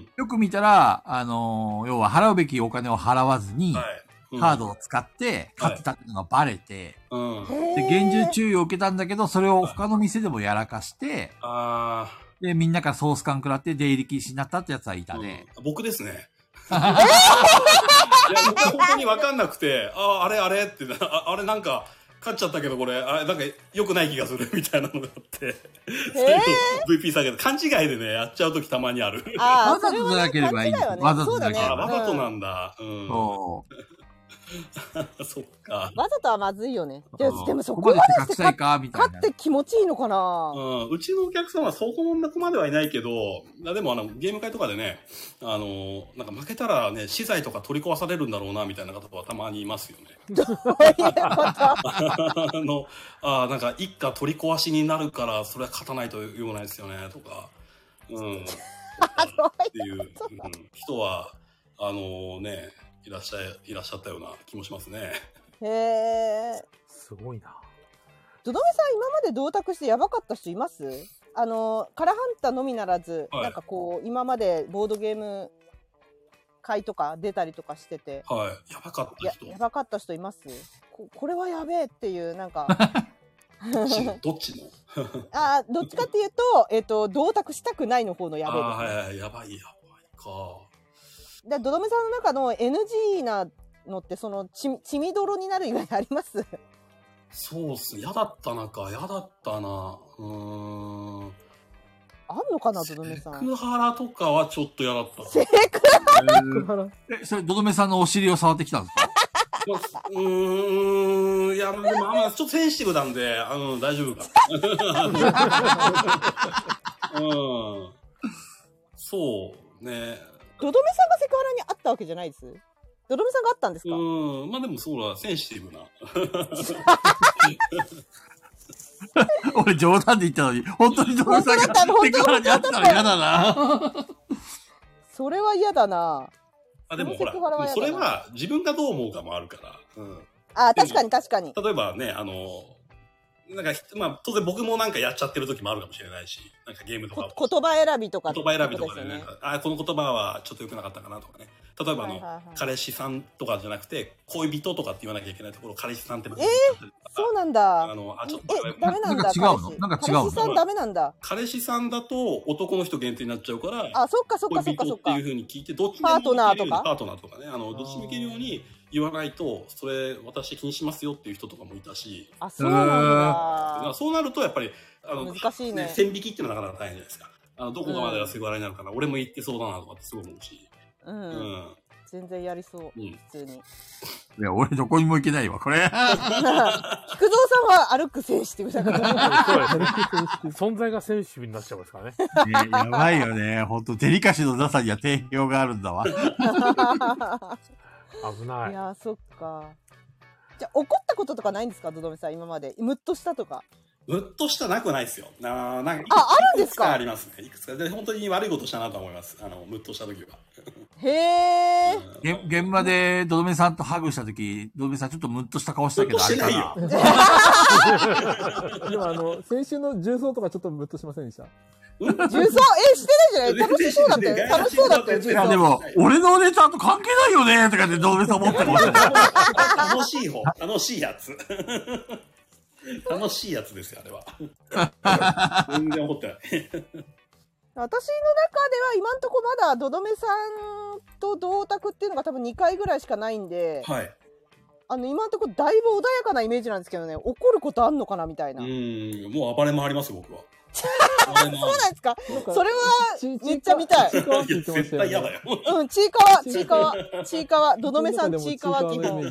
よく見たら、あのー、要は払うべきお金を払わずに、はい、カードを使って勝ってたっていうのがバレて、 はいうん、で、厳重注意を受けたんだけど、それを他の店でもやらかして、 はい、 で、みんなからソース感食らって出入り禁止になったってやつはいたね。 うん、僕ですね。いや、僕は本当に分かんなくて、ああ、あれあれって、あ, あれなんか、勝っちゃったけどこれ、あれなんか良くない気がするみたいなのがあって、ブイピー 下げて勘違いでね、やっちゃうときたまにある。 あわざとじゃなければいい。ね、わざとじゃなければ。 わざとなんだ。うん。 そうそっか。 わざとはまずいよね。でも、でもそこまでして勝って気持ちいいのかな。 うん。うちのお客様はそこまではいないけど、でもあの、ゲーム会とかでね、あの、なんか負けたらね、資材とか取り壊されるんだろうな、みたいな方はたまにいますよね。 どういうことあの、あなんか一家取り壊しになるから、それは勝たないとよくないですよね、とか。うん。っていう、うん、人は、あのね、いらっしゃい、いらっしゃったような気もしますね。 へえ。 すごいな。 どどめさん、今まで同卓してやばかった人います？あの、カラハンタのみならず、はい、なんかこう、今までボードゲーム会とか出たりとかしてて。 はい。やばかった人。 や、やばかった人います？こ、これはやべえっていう、なんか。 どっちのどっちのあ、どっちかっていうと、えっと、同卓したくないの方のやべえです、ね。 あ、はいはい、やばい、やばいか。 で、どどめさんの中の エヌジー なのって、その、ち、血みどろになる以外あります？ そうっす。嫌だったなか、嫌だったな。うーん。 あんのかな、どどめさん。 セクハラとかはちょっと嫌だった。 セクハラえ、それ、どどめさんのお尻を触ってきたんですか？ うーん、いや、でもあんまちょっとセンシティブなんで、あの、大丈夫か。うん。そうね。 どどめさんがセクハラにあったわけじゃないです。どどめさんがあったんですか？ うん、まあでもそうだ、センシティブな。 俺冗談で言ったのに、本当にドロメさんがセクハラにあったら嫌だな。 それは嫌だな。 あ、でもほら、 そのセクハラは嫌だなそれは自分がどう思うかもあるから。うん。 あ、確かに確かに。 例えばね、あの、なんか、まあ、当然僕もなんかやっちゃってる時もあるかもしれないし、なんかゲームとか。 言葉選びとか、 言葉選びとかでね、あ、この言葉はちょっと良くなかったかなとかね。例えばあの、はいはいはい、彼氏さんとかじゃなくて、恋人とかって言わなきゃいけないところ、彼氏さんって僕えー、そうなんだ。 あの、あ、ちょっと。 え、ダメなんだ。 なんか違うのなんか違うの彼氏さんダメなんだ。 彼氏さんだと男の人限定になっちゃうから、 あ、そっかそっかそっかそっか。 恋人っていう風に聞いて、どっちパートナーとかパートナーとかね、あの、どっち向けるように言わないと、それ私気にしますよっていう人とかもいたし。 あ、そうなんだ。 そうなるとやっぱり、 あの、難しいね。 線引きっていうのはなかなか大変じゃないですか。あの、どこがまではセクハラになるかな、うん、俺も言ってそうだなとかってすごい思うし。 うん。うん全然やりそう、うん、普通に。いや、俺どこにも行けないわ、これ。 菊蔵さんは歩くセンシティブだから。 そうですね。存在がセンシティブになっちゃいますからね。 ねやばいよね。ほんと、デリカシーのなさには定評があるんだわ。 危ない。 いや、そっか。じゃあ、怒ったこととかないんですか、ドドメさん、今まで。ムッとしたとか。 ムッとしたなくないですよ。ななんかあ、あるんですか？ ありますね。いくつか。で、本当に悪いことしたなと思います。あの、ムッとした時は。 へー。現場でドドメさんとハグした時、ドドメさんちょっとムッとした顔したけど、 あれかな。 でもあの、先週の重曹とかちょっとムッとしませんでした？ 重曹え、してないじゃない楽しそうだったよ。楽しそうだったよ、重曹。 いや、でも、俺のお姉ちゃんと関係ないよねとかでドドメさん思ってました。 楽しい方。楽しいやつ。楽しいやつですよ、あれは。全然怒ってない。 私の中では今んとこまだドドメさんと同卓っていうのが多分にかいぐらいしかないんで、 はい、 あの今んとこだいぶ穏やかなイメージなんですけどね、怒ることあんのかなみたいな。 うん、もう暴れもあります僕は。 そうなんですか。それはめっちゃ見たい。 絶対嫌だよ。 うん、ちいかわ、ちいかわ、ちいかわ、ドドメさんちいかわ基本。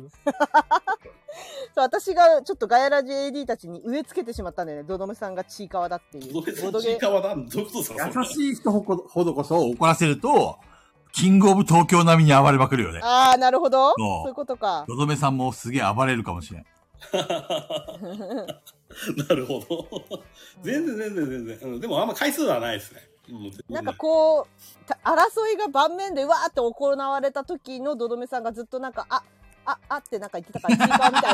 そう私がちょっとガヤラジ エーディー たちに植え付けてしまったんだよね。ドドメさんがちいかわだっていう。 ドドメさんちいかわだ。どういうことですか？ 優しい人ほどこそ怒らせると、キングオブ東京並みに暴れまくるよね。 ああ、なるほど。そういうことか。 ドドメさんもすげえ暴れるかもしれん。 なるほど。全然全然全然、うん。でもあんま回数はないですね。 うん、なんかこう、争いが盤面でわーって行われた時のドドメさんがずっとなんか、あ、あ、あってなんか言ってたから、チーカーみたい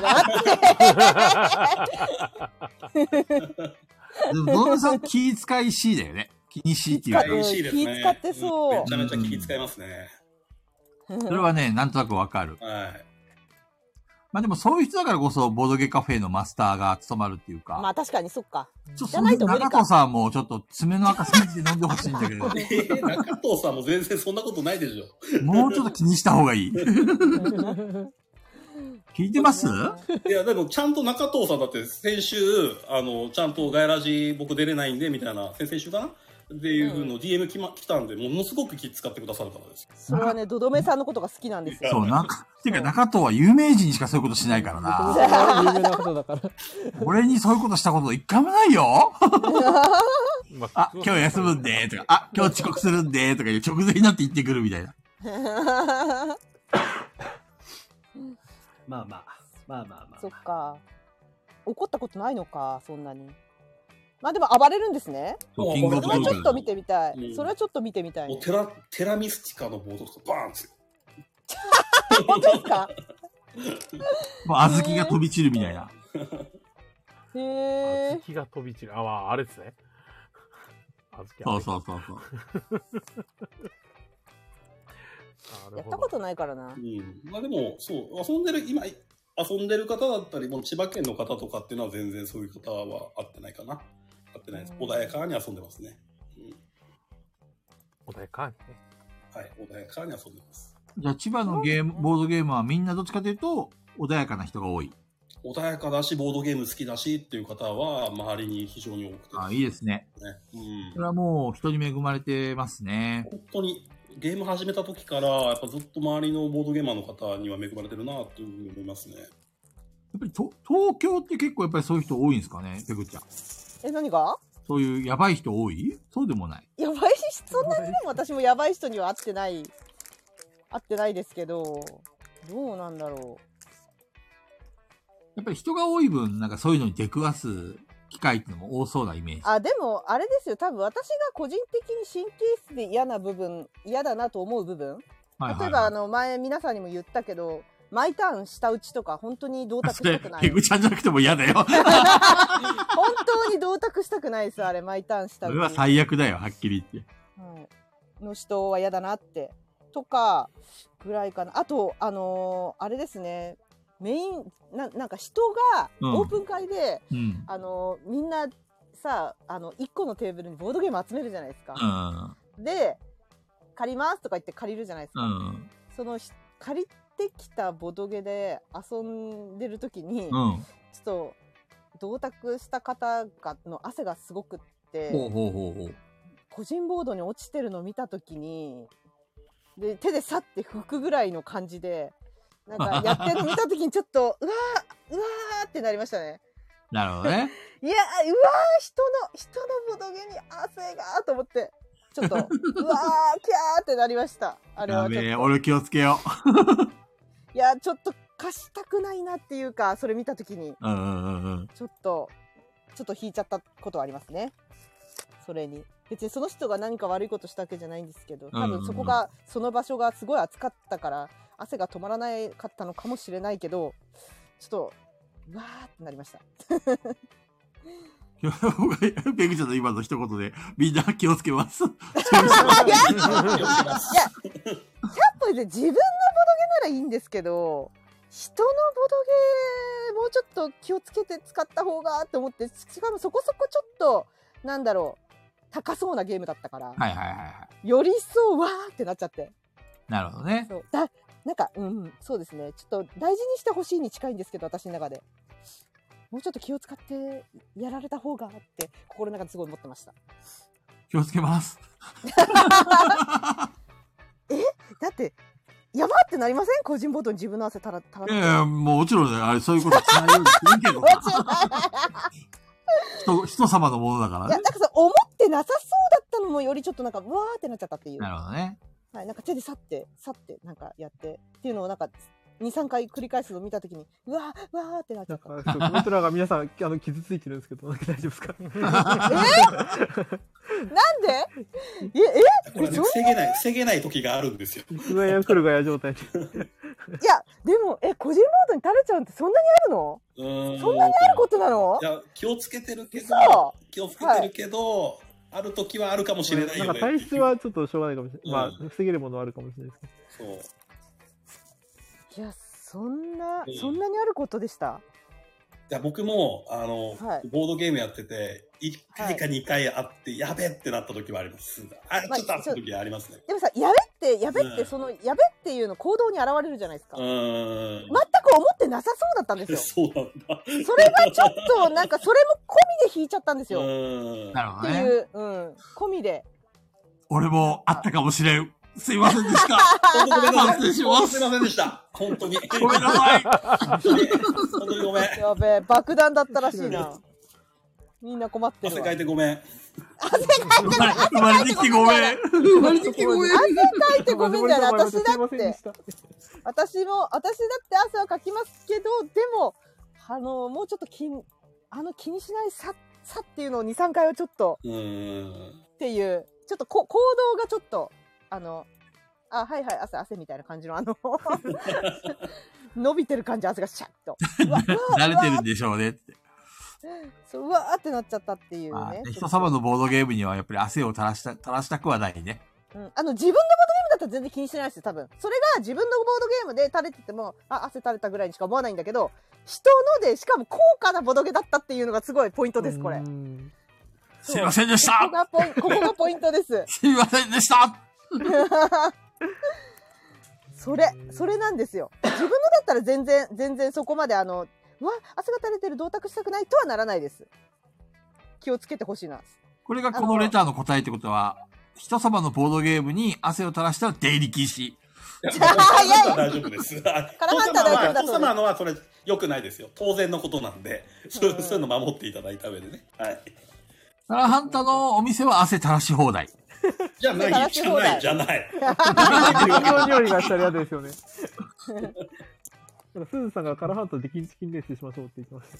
なって。 でもドドメさん気遣い C だよね。気にしっていうか。 気にしですね。 気使ってそう。 めちゃめちゃ気遣いますね。 それはね、なんとなくわかる。 はい。 まあでもそういう人だからこそ、ボードゲカフェのマスターが務まるっていうか。 まあ確かにそっか。 ちょっと、中藤さんもちょっだ爪の赤煎じて飲んでほしいんだけど。 えー、中藤さんも全然そんなことないでしょ。 もうちょっと気にした方がいい。聞いてます？ いや、でもちゃんと中藤さんだって先週、あの、ちゃんとガヤラジ僕出れないんで、みたいな、先々週かなっていう風の ディーエム 来、ま、来たんで、ものすごく気使ってくださる方です。 それはね、ドドメさんのことが好きなんですよ。 そう、なんか、ていうか中藤は有名人しかそういうことしないからな。 有名なことだから。 俺にそういうことしたこと一回もないよ。あ、今日休むんで、とか、あ、今日遅刻するんで、とかいう直前になって言ってくるみたいな。 まあまあ、まあまあまあ。 そっか。怒ったことないのか、そんなに。まあでも暴れるんですね。 それはちょっと見てみたい。うん、それはちょっと見てみたい、ね。 もうテラ、テラミスティカのボードとかバーンですよ。 本当ですか？ もう小豆が飛び散るみたいな。 へえ。 小豆が飛び散る。あ、まあ、あれですね。 そうそうそうそう。 やったことないからな。 うん。まあでも、そう、遊んでる、今、遊んでる方だったり、もう千葉県の方とかっていうのは全然そういう方は会ってないかな。会ってないです。穏やかに遊んでますね。 うん、穏やかにね。 はい、穏やかに遊んでます。 じゃあ千葉のゲーム、ボードゲームはみんなどっちかというと、穏やかな人が多い。 穏やかだし、ボードゲーム好きだしっていう方は、周りに非常に多くて。 あ、いいですね。 ね、うん。 それはもう人に恵まれてますね。 本当に、ゲーム始めた時から、やっぱずっと周りのボードゲーマーの方には恵まれてるなというふうに思いますね。やっぱりと東京って結構やっぱりそういう人多いんですかね、ペグちゃん。 え、何が？そういうやばい人多い？そうでもない。 やばい人、そんなにでも私もやばい人には会ってない、会ってないですけど、どうなんだろう。 やっぱり人が多い分、なんかそういうのに出くわす機会っていうのも多そうなイメージ。 あ、でも、あれですよ。多分私が個人的に神経質で嫌な部分、嫌だなと思う部分。 はいはいはい、 例えば、あの、前皆さんにも言ったけど、毎ターン下打ちとか、本当に銅鐸したくない。 ペグちゃんじゃなくても嫌だよ。 本当に銅鐸したくないです、あれ、毎ターン下打ち。 それは最悪だよ、はっきり言って。 はい。の人は嫌だなって。とか、ぐらいかな。あと、あのー、あれですね。メイン、な、なんか人が、オープン会で、うん、あのー、みんなさ、あの、一個のテーブルにボードゲーム集めるじゃないですか。うん、で、借りますとか言って借りるじゃないですか。うん、その、借りてきたボドゲで遊んでる時に、うん、ちょっと銅鐸した方がの汗がすごくって、ほうほうほうほう、個人ボードに落ちてるのを見た時に、で手でさって拭くぐらいの感じで、なんかやってるの見た時にちょっとうわーうわーってなりましたね。 なるほどね。 いやうわー人の人のボドゲに汗がと思って。ちょっと、うわー、キャーってなりました。あれはちょっと。 やべえ、俺気をつけよう。いや、ちょっと貸したくないなっていうか、それ見たときに、 うんうんうんうん、 ちょっと、ちょっと引いちゃったことはありますね。それに。別にその人が何か悪いことしたわけじゃないんですけど、多分そこが、うんうん、その場所がすごい暑かったから、汗が止まらなかったのかもしれないけど、ちょっと、うわーってなりました。 ペグちゃんの今の一言でみんな気をつけます。いや、 ひゃっぽで自分のボドゲならいいんですけど、人のボドゲもうちょっと気をつけて使った方がって思って、しかもそこそこちょっと、なんだろう、高そうなゲームだったから、 はいはいはいはい、 よりそうわーってなっちゃって。 なるほどね。 そうだなんか、うん、そうですね。ちょっと大事にしてほしいに近いんですけど、私の中で。もうちょっと気を使ってやられた方がって心の中ですごい思ってました。 気をつけます。 えだってやばってなりません？個人ボードに自分の汗たらたらって。 いやいやもちろんね、あれそういうことはしないようにするけど人人様のものだからね。 いやなんかさ思ってなさそうだったのもよりちょっとなんかうわーってなっちゃったっていう。 なるほどね。 はい、なんか手でさってさってなんかやってっていうのをなんかに、さんかい繰り返すのを見たときに、うわー、うわーってなっちゃった。 コメント欄が皆さん、あの、傷ついてるんですけど、大丈夫ですか？えー、 なんでえ、えこれね、防げない、防げない時があるんですよ。 いつがや来るがや状態。いや、でも、え、個人ボードに垂れちゃうってそんなにあるの？うーんそんなにあることなの？ いや、気をつけてるけど、気をつけてるけど、はい、ある時はあるかもしれないよね。 なんか体質はちょっとしょうがないかもしれない。うん、まあ、防げるものはあるかもしれないですけど。そう。 いや、そんな、うん、そんなにあることでした？ いや、僕も、あの、はい、ボードゲームやってて、いっかいかにかいあって、はい、やべってなった時はあります。あ、ちょっとあった時はありますね。 でもさ、やべって、やべって、うん、その、やべっていうの行動に現れるじゃないですか。うん。全く思ってなさそうだったんですよ。 そうなんだ。 それがちょっと、なんか、それも込みで引いちゃったんですよ。 うん。なるほどね。 っていう、うん。込みで。 俺もあったかもしれん。すいませんでした。 本当ごめんなさい。すいませんでした。本当に。 ごめんなさい。 本当に。本当にごめん。 やべえ、爆弾だったらしいな。みんな困ってるわ。 汗かいてごめん。 汗かいて生まれてきてごめん。生まれてきてごめん。 汗かいてごめんじゃない。私だって。私も、私だって汗はかきますけど、でも、あの、もうちょっと気、あの気にしないさ、さっていうのをに、さんかいはちょっと、うーんっていう、ちょっとこ行動がちょっと、あの、あ、はいはい、汗、汗みたいな感じの、あの、伸びてる感じ、汗がシャッと。 慣れてるんでしょうねって。 そう、うわーってなっちゃったっていうね。 人様のボードゲームにはやっぱり汗を垂らした、垂らしたくはないね。 うん。あの、自分のボードゲームだったら全然気にしてないですよ、多分。それが自分のボードゲームで垂れてても、あ、汗垂れたぐらいにしか思わないんだけど、人ので、しかも高価なボードゲだったっていうのがすごいポイントです、これ。 すいませんでした。 ここがポイント、ここがポイントです。 すいませんでしたそれ、それなんですよ。自分のだったら全然、全然そこまであの、うわ、汗が垂れてる、銅鐸したくないとはならないです。気をつけてほしいな。 これがこのレターの答えってことは、人様のボードゲームに汗を垂らしたら出入り禁止。 いや、いやいや大丈夫です。 カラハンター大丈夫だと。 人様のはそれ良くないですよ。当然のことなんで、そういうの守っていただいた上でね。はい。 カラハンターのお店は汗垂らし放題。 じゃない、じゃない、じゃない。 人形料理がしたら嫌ですよね。 なんかすずさんがカラハントでキンチキン練習しましょうって言ってました。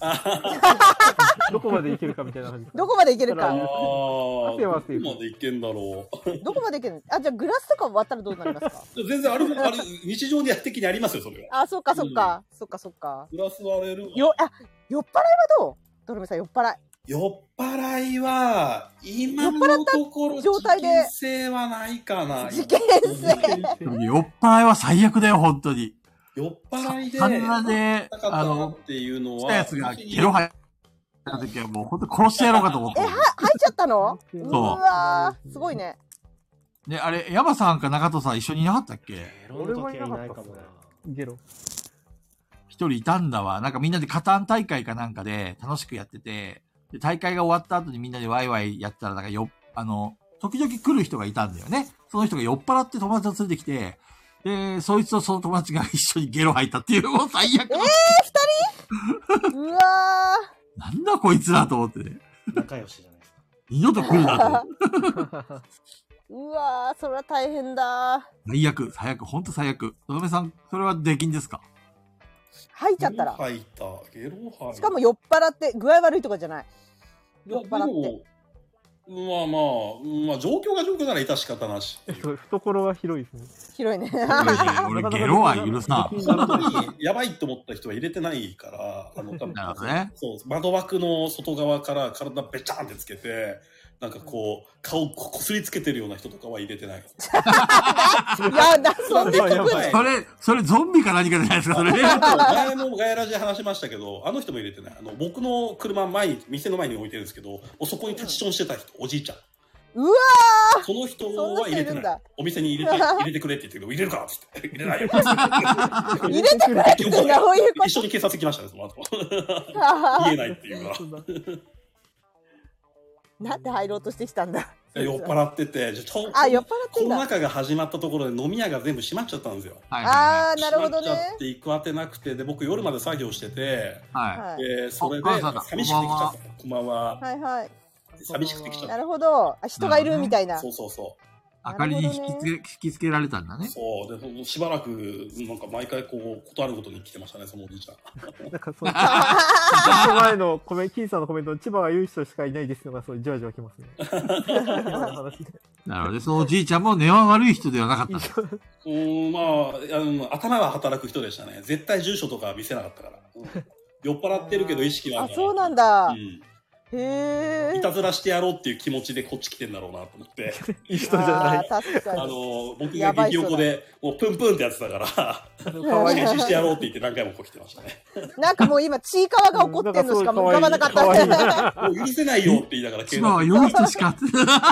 どこまでいけるかみたいな感じ。 どこまでいけるか。 ああ、ど汗は汗こまでいけんだろう。 どこまでいけるあ、じゃあグラスとか割ったらどうなりますか？ 全然ある、ある、日常的にありますよ、それは。 あ、そっかそっか。そっかそっか。 グラス割れるわ。 よ、あ、酔っ払いはどう？ドルメさん酔っ払い。 酔っ払いは、今のところ、 状態で事件性はないかな。 事件性酔っ払いは最悪だよ、本当に。 酔っ払いで、 あんなで、あの、 っていうのは、 来たやつがゲロ吐いた時はもう本当殺してやろうかと思って。 え、は、入っちゃったの？ そううわー、すごいね。 ね、あれ、山さんか中戸さん一緒にいなかったっけ？ 俺はいなかったっすね。 ゲロ。 一人いたんだわ。なんかみんなでカタン大会かなんかで楽しくやってて、で大会が終わった後にみんなでワイワイやったら、なんかよ、あの、時々来る人がいたんだよね。その人が酔っ払って友達を連れてきて、で、そいつとその友達が一緒にゲロ吐いたっていう、もう最悪。 えー、二人うわー。なんだこいつらと思ってね。 仲良しじゃないですか。 二度と来るなと。 うわー、それは大変だ。 最悪、最悪、ほんと最悪。とどめさん、それはできんですか？ 吐いちゃったら。 ゲロ吐いた。ゲロ吐いた。 しかも酔っ払って、具合悪いとかじゃない。酔っ払って。 まあまあ、まあ状況が状況なら致し方なし。 懐が広いですね。 広いね。 俺、ゲロは許すな。 本当にやばいと思った人は入れてないから、あの、多分なるほどね。 そう、窓枠の外側から体べちゃんってつけて、なんかこう、顔こすりつけてるような人とかは入れてない。 いや、だ、そんな曲ね。それ、それゾンビか何かじゃないですか、それ。 前もガヤラジで話しましたけど、あの人も入れてない。あの、僕の車前に、店の前に置いてるんですけど、もうそこに立ちションしてた人、おじいちゃん。 うわーその人は入れてない。お店に入れて、入れてくれって言ってるけど、入れるかって言って、入れないよ。 入れてくれってどういうこと一緒に警察来ましたね、その後。言えないっていうか。 なんで入ろうとしてきたんだ。 酔っ払ってて、じゃちょあ、酔っ払ってんだ。 コロナ禍が始まったところで飲み屋が全部閉まっちゃったんですよ。 ああ、なるほどね。 閉まっちゃって行く当てなくて、で、僕夜まで作業してて、 はい。 で、それで寂しくて来ちゃった。こんばんは。 はいはい。 寂しくて来ちゃった。 なるほど。あ、人がいるみたいな。 そうそうそう。 明かりに引きつけ、引きつけられたんだね。 そう。で、しばらく、なんか毎回こう、ことあることに来てましたね、そのおじいちゃん。 なんかそう。ちょっと前のコメ、金さんのコメント、千葉が言う人しかいないですのが、そう、じわじわきますね。 なるほど。そのおじいちゃんも根は悪い人ではなかった。 うん、まあ、あの、頭は働く人でしたね。絶対住所とか見せなかったから。うん、酔っ払ってるけど意識はある。 あ、そうなんだ。 うんへえ。 いたずらしてやろうっていう気持ちでこっち来てんだろうなと思って。 いい人じゃない。 確かに。 あの、僕が激横で、もうプンプンってやってたから、仕返ししてやろうって言って何回もこう来てましたね。 なんかもう今、ちいかわが怒ってんのしかも浮かばなかった。 もう許せないよって言いながら、 千葉は良い人しかって。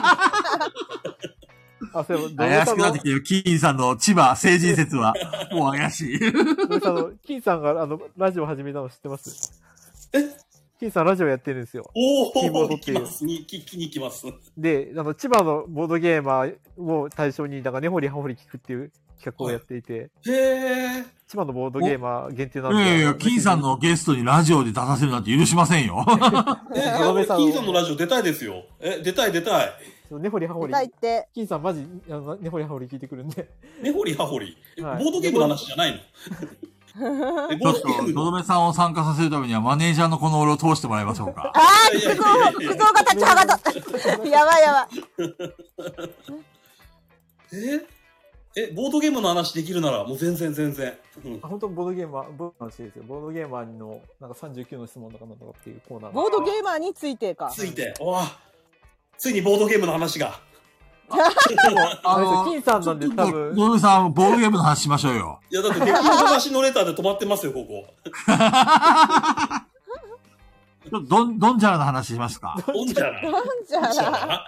あ、そう、 怪しくなってきてる、金さんの千葉成人説は、もう怪しい。 金さんが、あの、ラジオ始めたの知ってます？ え金さんラジオやってるんですよ。 おキーボードっていう。に聞きに行きます。 で、あの、千葉のボードゲーマーを対象に、なんか根掘り葉掘り聞くっていう企画をやっていて。 へえ。 千葉のボードゲーマー限定なんで。 いやいや、金さんのゲストにラジオで出させるなんて許しませんよ。 え、金さんのラジオ出たいですよ。え、出たい出たい。 根掘り葉掘り。 出たいって。 金さんマジ、あの、根掘り葉掘り聞いてくるんで。 根掘り葉掘り。ボードゲームの話じゃないの？ ちょっと、とどめさんを参加させるためには、マネージャーのこの俺を通してもらいましょうか。 ああ、苦情、苦情が立ちはがった。やばいやばい。 ええ、ボードゲームの話できるなら、もう全然全然。 うん、本当ボードゲーマー、ボードの話ですよ。ボードゲーマーの、なんかさんじゅうきゅうの質問とかなんとかっていうコーナー。 ボードゲーマーについてか。 ついて。わあ、ついにボードゲームの話が。 あの、金さんなんで多分。 ドルさん、ボードゲームの話しましょうよ。 いや、だって、デッキの話のレターで止まってますよ、ここ。 どん、どんじゃらの話しますか？ どんじゃら。 どんじゃら。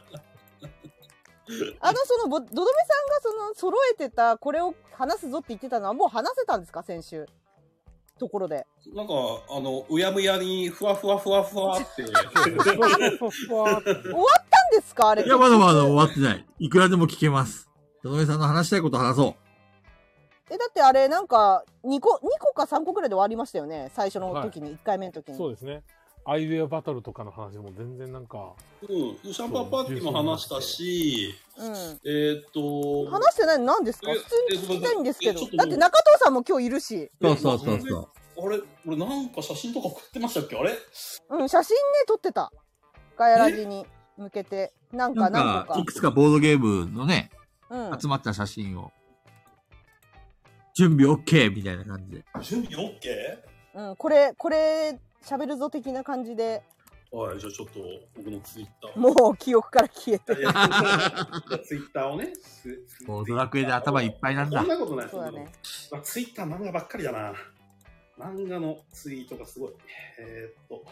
あの、その、どどめさんが、その、揃えてた、これを話すぞって言ってたのは、もう話せたんですか、先週。ところで。 なんか、あの、うやむやに、ふわふわふわふわって。終わったんですかあれ。 いや、まだまだ終わってない。いくらでも聞けます。どどめさんの話したいこと話そう。 え、だってあれ、なんか、にこ、にこかさんこくらいで終わりましたよね。最初の時に、はい、いっかいめの時に。 そうですね。 アイウェアバトルとかの話も全然なんか。 うん。シャンパンパーティーも話したし、 うん。 えーっと、 話してないの何ですか？ え普通に聞きたいんですけど。 えちょっとだって中藤さんも今日いるし。 そうそうそうそう。 あれ俺なんか写真とか送ってましたっけあれうん、写真ね、撮ってた。ガヤラジに向けて。なんかなん何個か。 か、いくつかボードゲームのね、 うん。 集まった写真を。準備 OK! みたいな感じで。 準備 OK? うん、これ、これ、喋るぞ的な感じで、 はい、じゃあちょっと僕のツイッター。 もう記憶から消えてる。 いやじゃあツイッターをね。ツもうドラクエで頭いっぱいなんだそん。なことない。 そうだね。 まあ、ツイッター漫画ばっかりだな。漫画のツイートがすごい。えー、っと。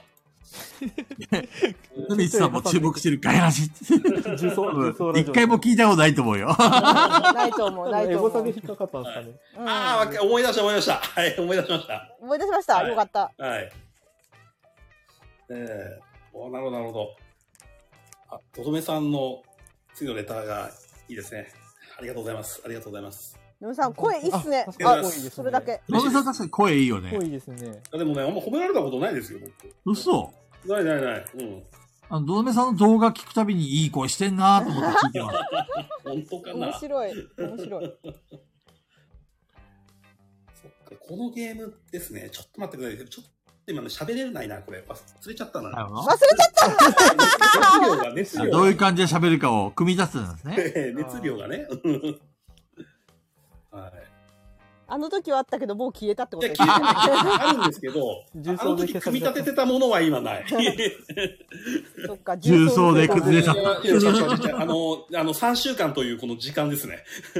ルミスさんも注目してるガヤラジ。 重曹重曹ラジオ一回も聞いたことないと思うよ。 ないと思う、ないエと思う。 ゴサで引っかかったんですかね。 うんああ、わか思い出した思い出した。はい、思い出しました。 思い出しました。 はいよかった。 はい。ええー、おなるほど、なるほど。あ、とどめさんの次のレターがいいですね。ありがとうございます。ありがとうございます。 のむさん、声いいっすね。 あ確かあ、 に声いいですねそれだけ。 ノブさん確かに声いいよね。 濃いですね。 あでもね、あんま褒められたことないですよ、僕。 嘘ないないない。うん。 あの、ドドメさんの動画聞くたびにいい声してんなーと思って聞いてます。 本当かな。 面白い。面白い。 そっか、このゲームですね。ちょっと待ってください。ちょっと今ね、喋れないな、これ。忘れちゃったな。 なるほど忘れちゃった熱量が、熱量が。 どういう感じで喋るかを組み出すんですね。 熱量がね。はい。 あの時はあったけど、もう消えたってこいや、 とですね。 消えてない。あるんですけど、あの時組み立ててたものは今ない。 そっか、 重曹で崩れちゃっいやいや違う違う違うあの、あの、さんしゅうかんというこの時間ですね。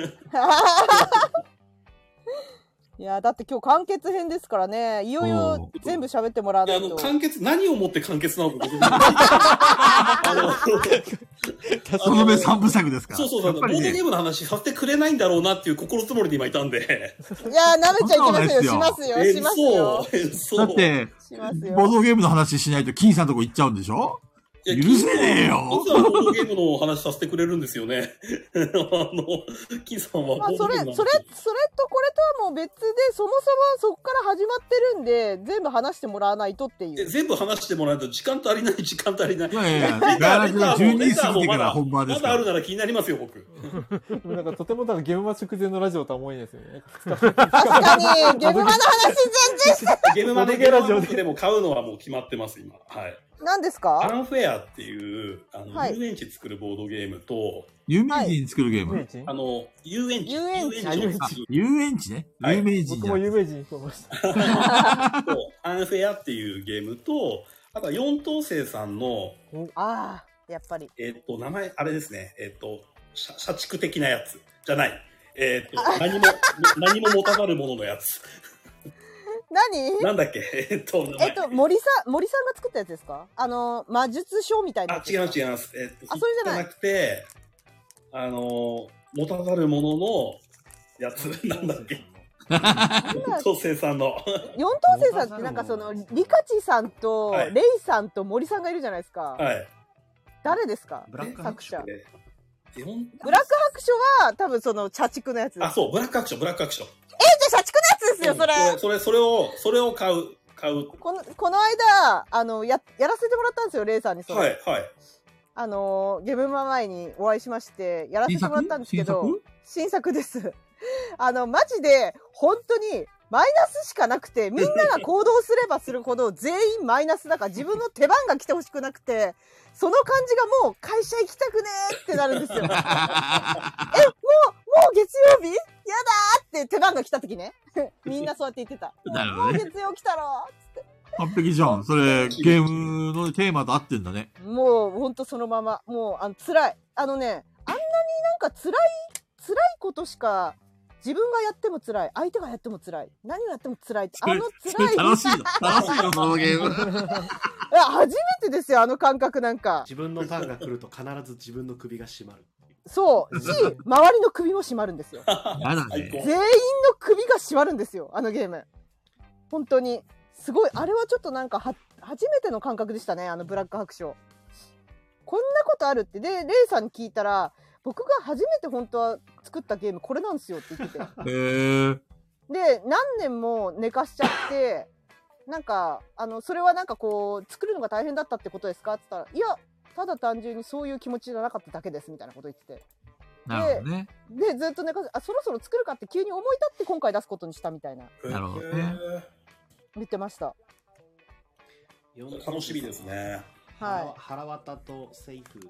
いや、だって今日完結編ですからね。いよいよ全部喋ってもらわいや、あの、 ないと。 完結、何をもって完結なのか僕もあの、 ドドメ三部作ですから。 そうそうそう、ボードやっぱりねゲームの話させてくれないんだろうなっていう心積もりで今いたんで。 いや、舐めちゃいけませんよ。しそんなますよ。 えしますよ。 そう、えそう。 だって、 しますよ。 ボードゲームの話しないと金さんのとこ行っちゃうんでしょいや許せねえよ金さんはボードゲームの話させてくれるんですよね。あの、金さんはボまあ、 ーそれ、それ、 ドゲームの話それとこれとはもう別で、そもそもそこから始まってるんで、全部話してもらわないとっていえう。 全部話してもらうと時間足りない、時間足りない。 いやいやいや、 レターガヤラジはじゅうにレじ過ぎてからターもまだ本番ですからまだある。なら気になりますよ、僕。 なんかとてもなんかゲームマ直前のラジオとは思えないですよね。 確かに、ゲームマの話全然してゲームまでボードゲーラジオでゲームマでも買うのはもう決まってます、今。はい。 何ですアか？ ンフェアっていう、あの、 はい遊園地作るボードゲームと、 有名人に作るゲーム。 あの、遊園地。 遊園地遊園地を作る。 遊園地ね。 はい有名人じゃん。 僕も有名人に聞こえました。 とアンフェアっていうゲームと、あとは四等星さんの、 ああ、やっぱり。 えっと、名前、あれですね、えっと、社社畜的なやつ。じゃない。えっと、何も、何も持たざるもののやつ。 何？ なんだっけえっと、名前えっと、森さん、森さんが作ったやつですか？あの、魔術書みたいなやあ、 つ。 違う違います。えっと、 あそれじゃないなくて、あの、持たざるもののやつ、なんだっけ四等星さんの。 四等星さんってなんかその、リカチさんと、 はいレイさんと森さんがいるじゃないですか。 はい。 誰ですか？ ブラック作者。 え四ブラック白書は多分その茶畜のやつです。 あ、そう、ブラックアクション、ブラックアクション。 え、じゃあ社畜のやつですよ、それ。 うんそれ、それを、それを買う、買う。 この、この間、あの、や、やらせてもらったんですよ、レイさんにそれ。 はい、はい。 あの、ゲームマ前にお会いしまして、やらせてもらったんですけど、新作です。あの、マジで、本当に、マイナスしかなくて、みんなが行動すればするほど、全員マイナスだから、自分の手番が来てほしくなくて、その感じがもう、会社行きたくねーってなるんですよ。え、もう、もう月曜日やだーって手番が来た時ね。みんなそうやって言ってた。 なるほどね。 もう月曜来たろーっつって。 完璧じゃん。それ、ゲームのテーマと合ってんだね。 もう、ほんとそのまま。もう、あの、辛い。あのね、あんなになんか辛い、辛いことしか、自分がやっても辛い。相手がやっても辛い。何をやっても辛いって。あの辛い。 楽しいの。楽しいの、そのゲーム。 いや、初めてですよ、あの感覚なんか。 自分のターンが来ると必ず自分の首が締まる。 そう。し、周りの首も締まるんですよ。 やだね。 全員の首が締まるんですよ、あのゲーム。本当に。すごい、あれはちょっとなんかは、初めての感覚でしたね、あのブラック白書。こんなことあるって。で、レイさんに聞いたら、僕が初めて本当は作ったゲームこれなんですよって言ってて。 へー。 で、何年も寝かしちゃって、 なんかあのそれはなんかこう作るのが大変だったってことですかって言ったら、いやただ単純にそういう気持ちじゃなかっただけですみたいなこと言ってて、 なるほどね。 でずっとねあそろそろ作るかって急に思い立って今回出すことにしたみたいななるほどね。 言ってました。 楽しみですね。 はい。 腹渡とセイフが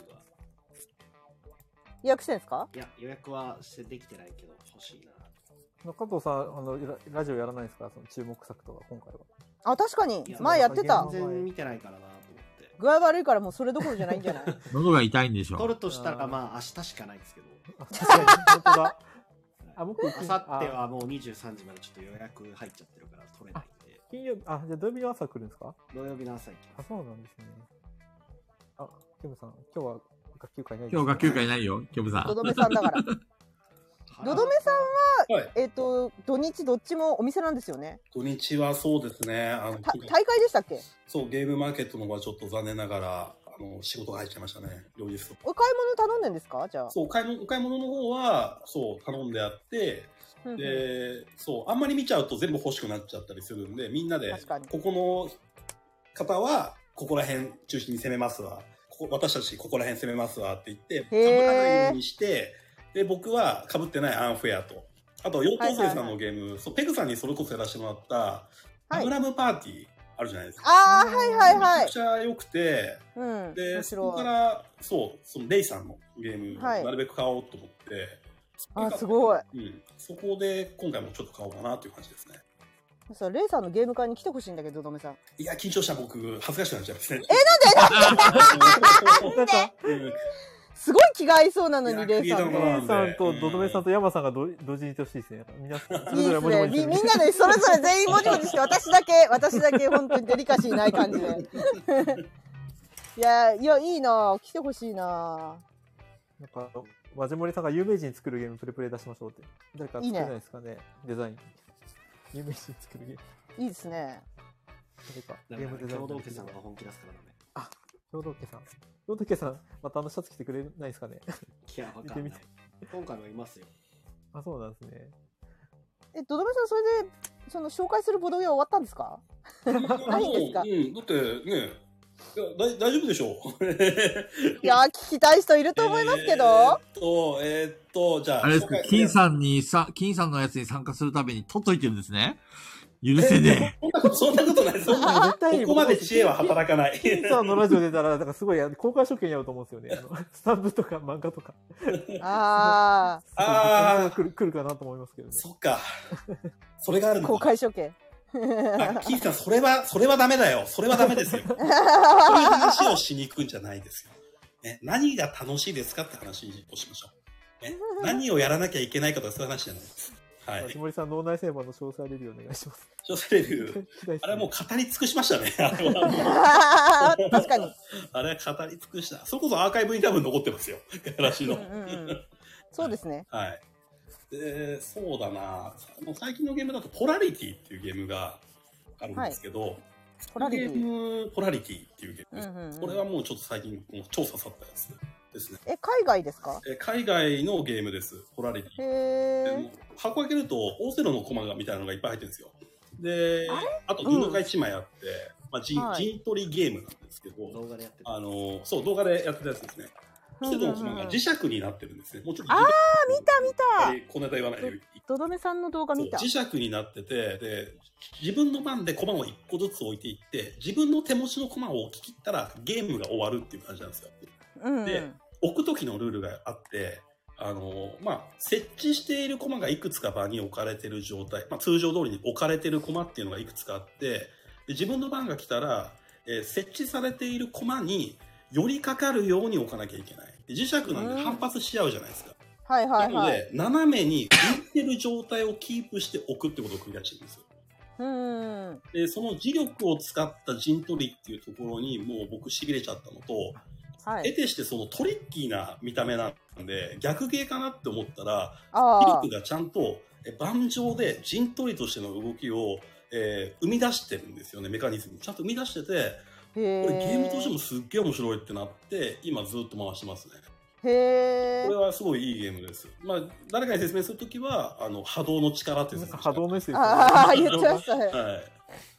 予約してんですか？ いや予約はしてできてないけど欲しいな。 加藤さんあのラジオやらないですか？その注目作とか今回は。 あ確かに前やってた。 全然見てないからなと思って。 具合悪いからもうそれどころじゃないんじゃない？ 喉が痛いんでしょ。 取るとしたらまあ明日しかないですけど。 確かに本当だ。あ僕明後日はもうにじゅうさんじまでちょっと予約入っちゃってるから取れないんで。 金曜日あじゃあ土曜日の朝来るんですか？ 土曜日の朝行きます。 あそうなんですね。あケムさん今日は学級会ないです今日学級会ないよケムさん。 ドドメさんだから。ドドメさんは、はい、えっ、ー、と土日どっちもお店なんですよね。 土日はそうですね。あの大会でしたっけ？ そうゲームマーケットの方はちょっと残念ながらあの仕事が入っちゃいましたね。両日と。 お買い物頼んでんですか？じゃあ。 そうお買い物お買い物の方はそう頼んであって。でそうあんまり見ちゃうと全部欲しくなっちゃったりするんでみんなでここの方はここら辺中心に攻めますわここ私たちここら辺攻めますわって言って被らないようにしてで僕は被ってないアンフェアとあと四等星さんのゲーム、はいはいはい、そうペグさんにそれこそやらせてもらったアブラムパーティーあるじゃないですか、 はい、ああはいはいはいめちゃくちゃ良くて、うん、でそこからそうそのレイさんのゲームをなるべく買おうと思って、 はい、あすごい、 うん、そこで今回もちょっと買おうかなっていう感じですね。 さレイさんのゲーム会に来てほしいんだけど、ドドメさん。 いや緊張した僕恥ずかしくなっちゃいますね。 えなんでなんですごい気が合いそうなのにレイさんと。 レイさんとドドメさんとヤマさんが同時にいてほしいですね。皆さんいいですね。みんなでそれぞれ全員もじもじして私だけ私だけ本当にデリカシーない感じで。いやいやいいな来てほしいな。 なんかマジモリさんが有名人作るゲームプレプレ出しましょうって。誰か作れないですかね、いいねデザイン。有名人作るゲーム。 いいですね。 誰かゲームデザイン。共同家さんが本気出すからダメ。 あ、共同家さん。共同家さん、またあのシャツ着てくれないですかね。 いや、わかんない。今回もいますよ。 あ、そうなんですね。 え、ドドメさん、それで、その紹介するボドゲは終わったんですかないんですか？ うん、だってね、いや大大丈夫でしょう。 いや聞きたい人いると思いますけど。えー、 っとえー、っとじゃああれですか、金さんにさ金さんのやつに参加するために取っといてるんですね。許せねえ。そんなことないです。絶対ここまで知恵は働かない。 金さんのラジオ出たらなんかすごい公開処刑に合うと思うんですよね。スタンプとか漫画とか。 ああああ来る来るかなと思いますけど、ね。 そっか。それがあるのか。 公開処刑。 あ、キーさん、それは、それはダメだよ。それはダメですよ。そういう話をしに行くんじゃないですよ。ね、何が楽しいですかって話をしましょう。ね、何をやらなきゃいけないかとかそういう話じゃないです。はい。 松森さん、脳内製版の詳細レビューお願いします。 詳細レビュー。あれはもう語り尽くしましたね。あれは確かに。 あれは語り尽くした。それこそアーカイブに多分残ってますよ。話の。うんうんうん、 そうですね。 はい。でそうだな最近のゲームだとポラリティっていうゲームがあるんですけど、はい、 ポラリティゲームポラリティっていうゲームです、うんうんうん、これはもうちょっと最近もう超刺さったやつですね。 え海外ですか？ え海外のゲームです。ポラリティ。へ箱開けるとオセロのコマがみたいなのがいっぱい入ってるんですよ。で あ, あと犬がいちまいあって、うんまあ、陣、はい、陣取りゲームなんですけど動画でやってあのそう動画でやってたやつですね。オセロのコマが磁石になってるんですね。もうちょっとああ見た見た。こんな言わないで。 ドドメさんの動画見た。 磁石になっててで自分の番でコマをいっこずつ置いていって自分の手持ちのコマを置き切ったらゲームが終わるっていう感じなんですよ。うんうん、で置く時のルールがあってあの、まあ、設置しているコマがいくつか場に置かれている状態、まあ、通常通りに置かれているコマっていうのがいくつかあってで自分の番が来たら、えー、設置されているコマに寄りかかるように置かなきゃいけない。磁石なんで反発し合うじゃないですか。 はいはいはい。 なので斜めに浮いてる状態をキープして置くってことを繰り返してるんですよ。 うんでその磁力を使った陣取りっていうところにもう僕しびれちゃったのと、はい、得てしてそのトリッキーな見た目なんで逆芸かなって思ったら磁力がちゃんと盤上で陣取りとしての動きを、えー、生み出してるんですよね。メカニズムちゃんと生み出しててこれゲームとしてもすっげえ面白いってなって今ずっと回してますね。 へー。 これはすごいいいゲームです。まあ誰かに説明するときはあの波動の力っていう波動のやつですね。 ああ言ってましたね。 はい。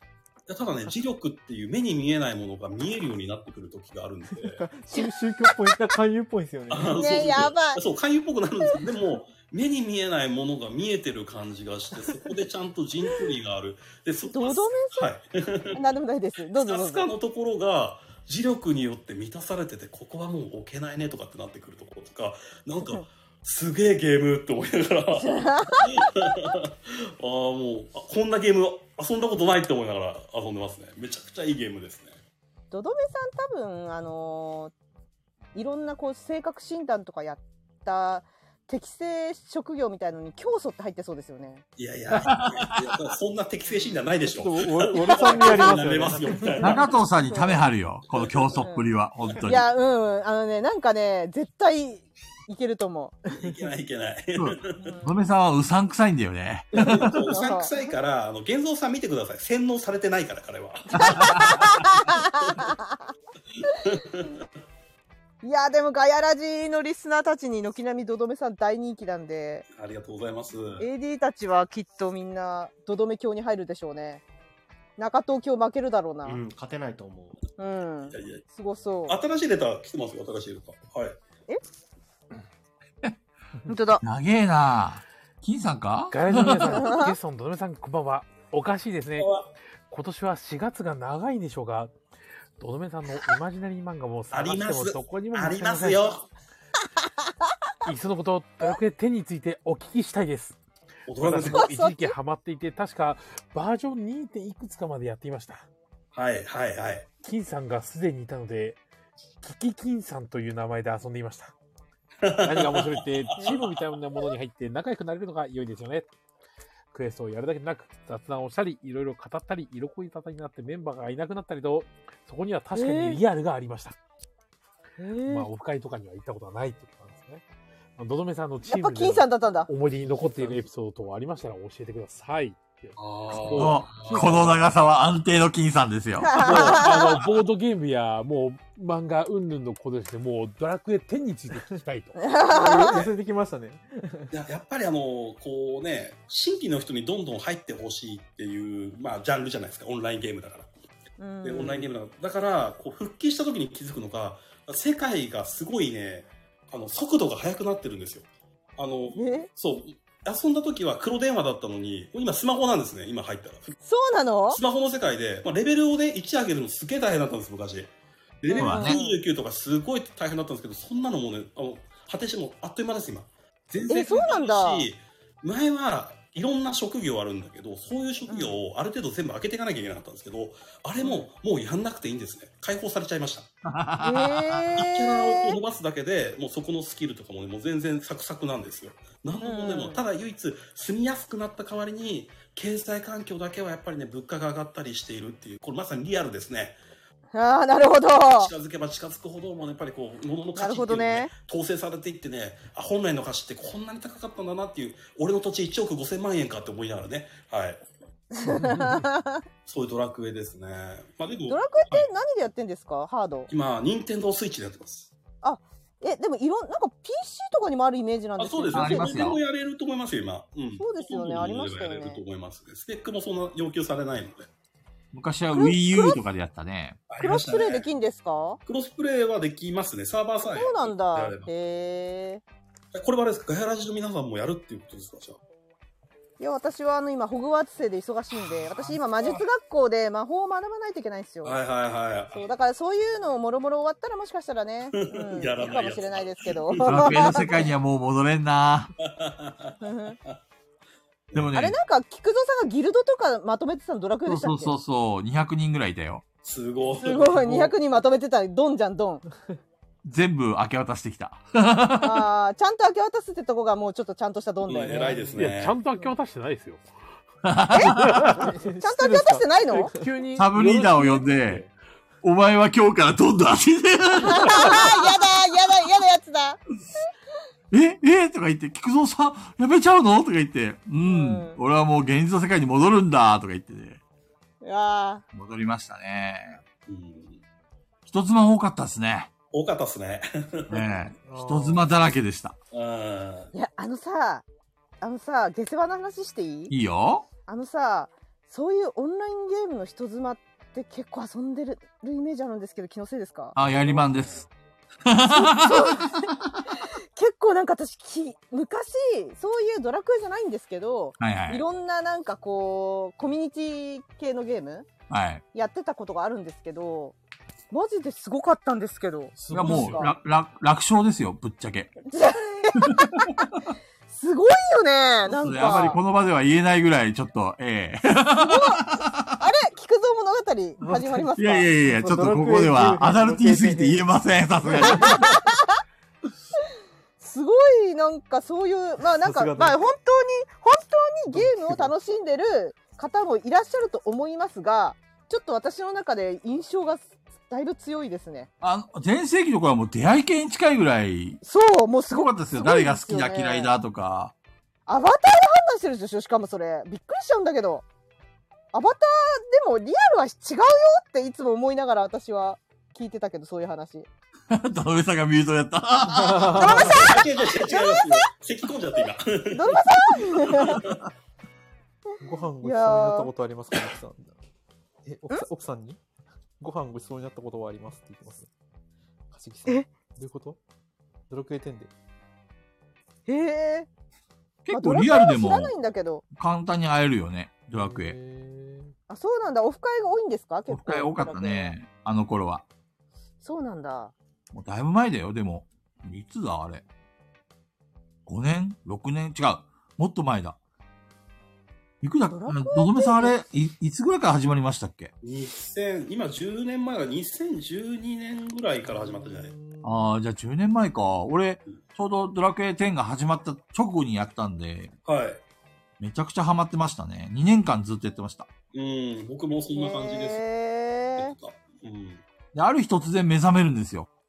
ただね、磁力っていう目に見えないものが見えるようになってくる時があるんで。 宗宗教っぽい、勧誘っぽいですよね。 あのね、やばい。 そう、勧誘っぽくなるんですけど、でも、目に見えないものが見えてる感じがして、そこでちゃんと陣取りがある。で、そどどめさん、はい。なんでもないです。どうぞどうぞ。 スカスカのところが、磁力によって満たされてて、ここはもう置けないねとかってなってくるところとか、なんか、すげえゲームって思いながら、ああ、もうあ、こんなゲーム遊んだことないって思いながら遊んでますね。めちゃくちゃいいゲームですね。 どどめさん多分、あのー、いろんなこう性格診断とかやった適正職業みたいのに教祖って入ってそうですよね。 いやいや、いやいやそんな適正診断ないでしょ。 俺さんにやりますよ、ね。 ますよみたいな。 中藤さんにため張るよ。この競争っぷりは、本当に。 いや、うん、あのね、なんかね、絶対いけると思う。いけないいけない。 どどめさんはうさんくさいんだよね。 うさんくさいから、あの、玄三さん見てください。洗脳されてないから、彼は。 いやでもガヤラジのリスナーたちに軒並みどどめさん大人気なんで、 ありがとうございます。 エーディー たちはきっとみんなどどめ教に入るでしょうね。中東教負けるだろうな。 うん、勝てないと思う。うん。 いやいやすごそう。 新しいレター来てますよ、新しいレター。はい。 え本当だ。 長えな金さんかガヤラジの皆さん、ゲストのどどめさんこんばんは。おかしいですね。今年はしがつが長いんでしょうか。どどめさんのイマジナリー漫画も探してもどこにもありますよ。 いっそのこと、ドラクエテンについてお聞きしたいです。私も一時期ハマっていて、確かバージョン に. いくつかまでやっていました。 はいはいはい。 金さんがすでにいたので、キキ金さんという名前で遊んでいました。何が面白いって、チームみたいなものに入って仲良くなれるのが良いですよね。クエストをやるだけでなく、雑談をしたり、いろいろ語ったり、色恋沙汰になってメンバーがいなくなったりと、そこには確かにリアルがありました。えー、まあ、オフ会とかには行ったことはないってことなんですね。どどめさんのチームで思い出に残っているエピソード等ありましたら教えてください。 あこの長さは安定の金さんですよ。もうあのボードゲームやもう漫画うんぬんのことですね、もうドラクエテンについて聞きたいと。 寄せてきましたね。 や, やっぱりあのこうね、新規の人にどんどん入ってほしいっていう、まあ、ジャンルじゃないですか、オンラインゲームだから。でオンラインゲームだからだからこう復帰した時に気づくのが、世界がすごいね、あの速度が速くなってるんですよ。あのそう遊んだ時は黒電話だったのに、今スマホなんですね、今入ったら。 そうなの？ スマホの世界で、まあ、レベルをね、いち上げるのすげえ大変だったんです、昔。レベルきゅうじゅうきゅうとかすごい大変だったんですけど、そんなのもね、あの、果てしてもあっという間です、今。全然。 え、そうなんだ。 前はいろんな職業あるんだけど、そういう職業をある程度全部開けていかなきゃいけなかったんですけど、あれももうやんなくていいんですね。解放されちゃいました。えー、キャラを伸ばすだけで、もうそこのスキルとかもね、もう全然サクサクなんですよ。なんでもでも、ただ唯一住みやすくなった代わりに、経済環境だけはやっぱりね、物価が上がったりしているっていう、これまさにリアルですね。 ああ、なるほど。 近づけば近づくほども、ね、やっぱりこう、物の価値っていうのが、ね、統制されていってね、あ、本来の価値ってこんなに高かったんだなっていう、俺の土地いちおくごせんまんえんかって思いながらね、はい。そういうドラクエですね。まあでも、 ドラクエって何でやってんですか、はい、ハード。 今、ニンテンドースイッチでやってます。 あ、え、でもいろん、なんか ピーシー とかにもあるイメージなんですけど。 あ、そうですね。どこでもやれると思いますよ、今。 うん。そうですよね、ありましたよね。 やれると思いますね。スペックもそんな要求されないので。 昔は Wii U とかでやったね。 クロスプレイできんですか？ クロスプレイはできますね。サーバーさえ。 そうなんだ。へえ。これはあれですか？ガヤラジの皆さんもやるっていうことですか？じゃあ。 いや、私はあの今ホグワーツ生で忙しいんで、私今魔術学校で魔法を学ばないといけないんですよ。 はいはいはい。 そうだからそういうのをもろもろ終わったらもしかしたらね、うん、やらないかもしれないですけど。 ドラクエの世界にはもう戻れんな。でもね、 あれなんか菊蔵さんがギルドとかまとめてたのドラクエでしたっけ？ そうそうそう、にひゃくにんぐらいいたよ。 すごい。 すごい、にひゃくにんまとめてたドンじゃんドン。 全部明け渡してきた。 ああ、ちゃんと明け渡すってとこがもうちょっとちゃんとしたドンだよね。 偉いですね。 いや、ちゃんと明け渡してないですよ。 えちゃんと明け渡してないの？ 急に。 サブリーダーを呼んで、お前は今日からどんどん当てて。やだ、やだ、 やだやつだ。 ええとか言って、菊蔵さん、やめちゃうのとか言って、うん、うん、俺はもう現実の世界に戻るんだとか言ってね。 いや戻りましたね。うん、人妻多かったですね。 多かったですね。 ねえ、人妻だらけでした。 いや、あのさ、あのさ、下世話の話していい？ いいよ。 あのさ、 そういうオンラインゲームの人妻って結構遊んでるイメージあるんですけど、気のせいですか？ あ、やりまんです。 結構なんか私き、昔、そういうドラクエじゃないんですけど、 はいはい。 いろんななんかこう、コミュニティ系のゲームはい。 やってたことがあるんですけど、マジですごかったんですけど。 いやもう、楽、楽、楽勝ですよ、ぶっちゃけ。 すごいよね、なんか。 あまりこの場では言えないぐらい、ちょっと、ええ。 あれ菊蔵物語始まりますか？ いやいやいや、ちょっとここではアダルティーすぎて言えません、さすがに。 すごい、なんかそういう、まあなんか、まあ本当に、本当にゲームを楽しんでる方もいらっしゃると思いますが、ちょっと私の中で印象がだいぶ強いですね。 あの、全盛期の頃はもう出会い系に近いぐらい。 そう、もうすごかったですよ。誰が好きだ嫌いだとか。 アバターで判断してるでしょ、しかもそれ。びっくりしちゃうんだけど。アバターでもリアルは違うよっていつも思いながら私は聞いてたけど、そういう話。 ドロメさんがミュートやった。 ドロメさん違う違う違う違う。咳込んじゃって今。 ドロメさんご飯ごちそうになったことありますか、奥さん。え、奥さん、奥さんにご飯ごちそうになったことはありますって言ってます。かしぎさん。えどういうこと？ドラクエテンで。 へえ。 結構リアルでも知らないんだけど簡単に会えるよね、ドラクエ。 あ、そうなんだ。オフ会が多いんですか？結構。 オフ会多かったね、あの頃は。 そうなんだ。 もうだいぶ前だよ、でも。いつだ、あれ。ごねん ?ろく 年違う。もっと前だ。いくら、どどめさんあれ、い、いつぐらいから始まりましたっけ？ にせん、今じゅうねんまえがにせんじゅうにねんぐらいから始まったじゃない？ ああ、じゃあじゅうねんまえか。俺、ちょうどドラクエテンが始まった直後にやったんで、 はい。 めちゃくちゃハマってましたね。にねんかんずっとやってました。 うん、僕もそんな感じです。 へー。 うん。 で、ある日突然目覚めるんですよ。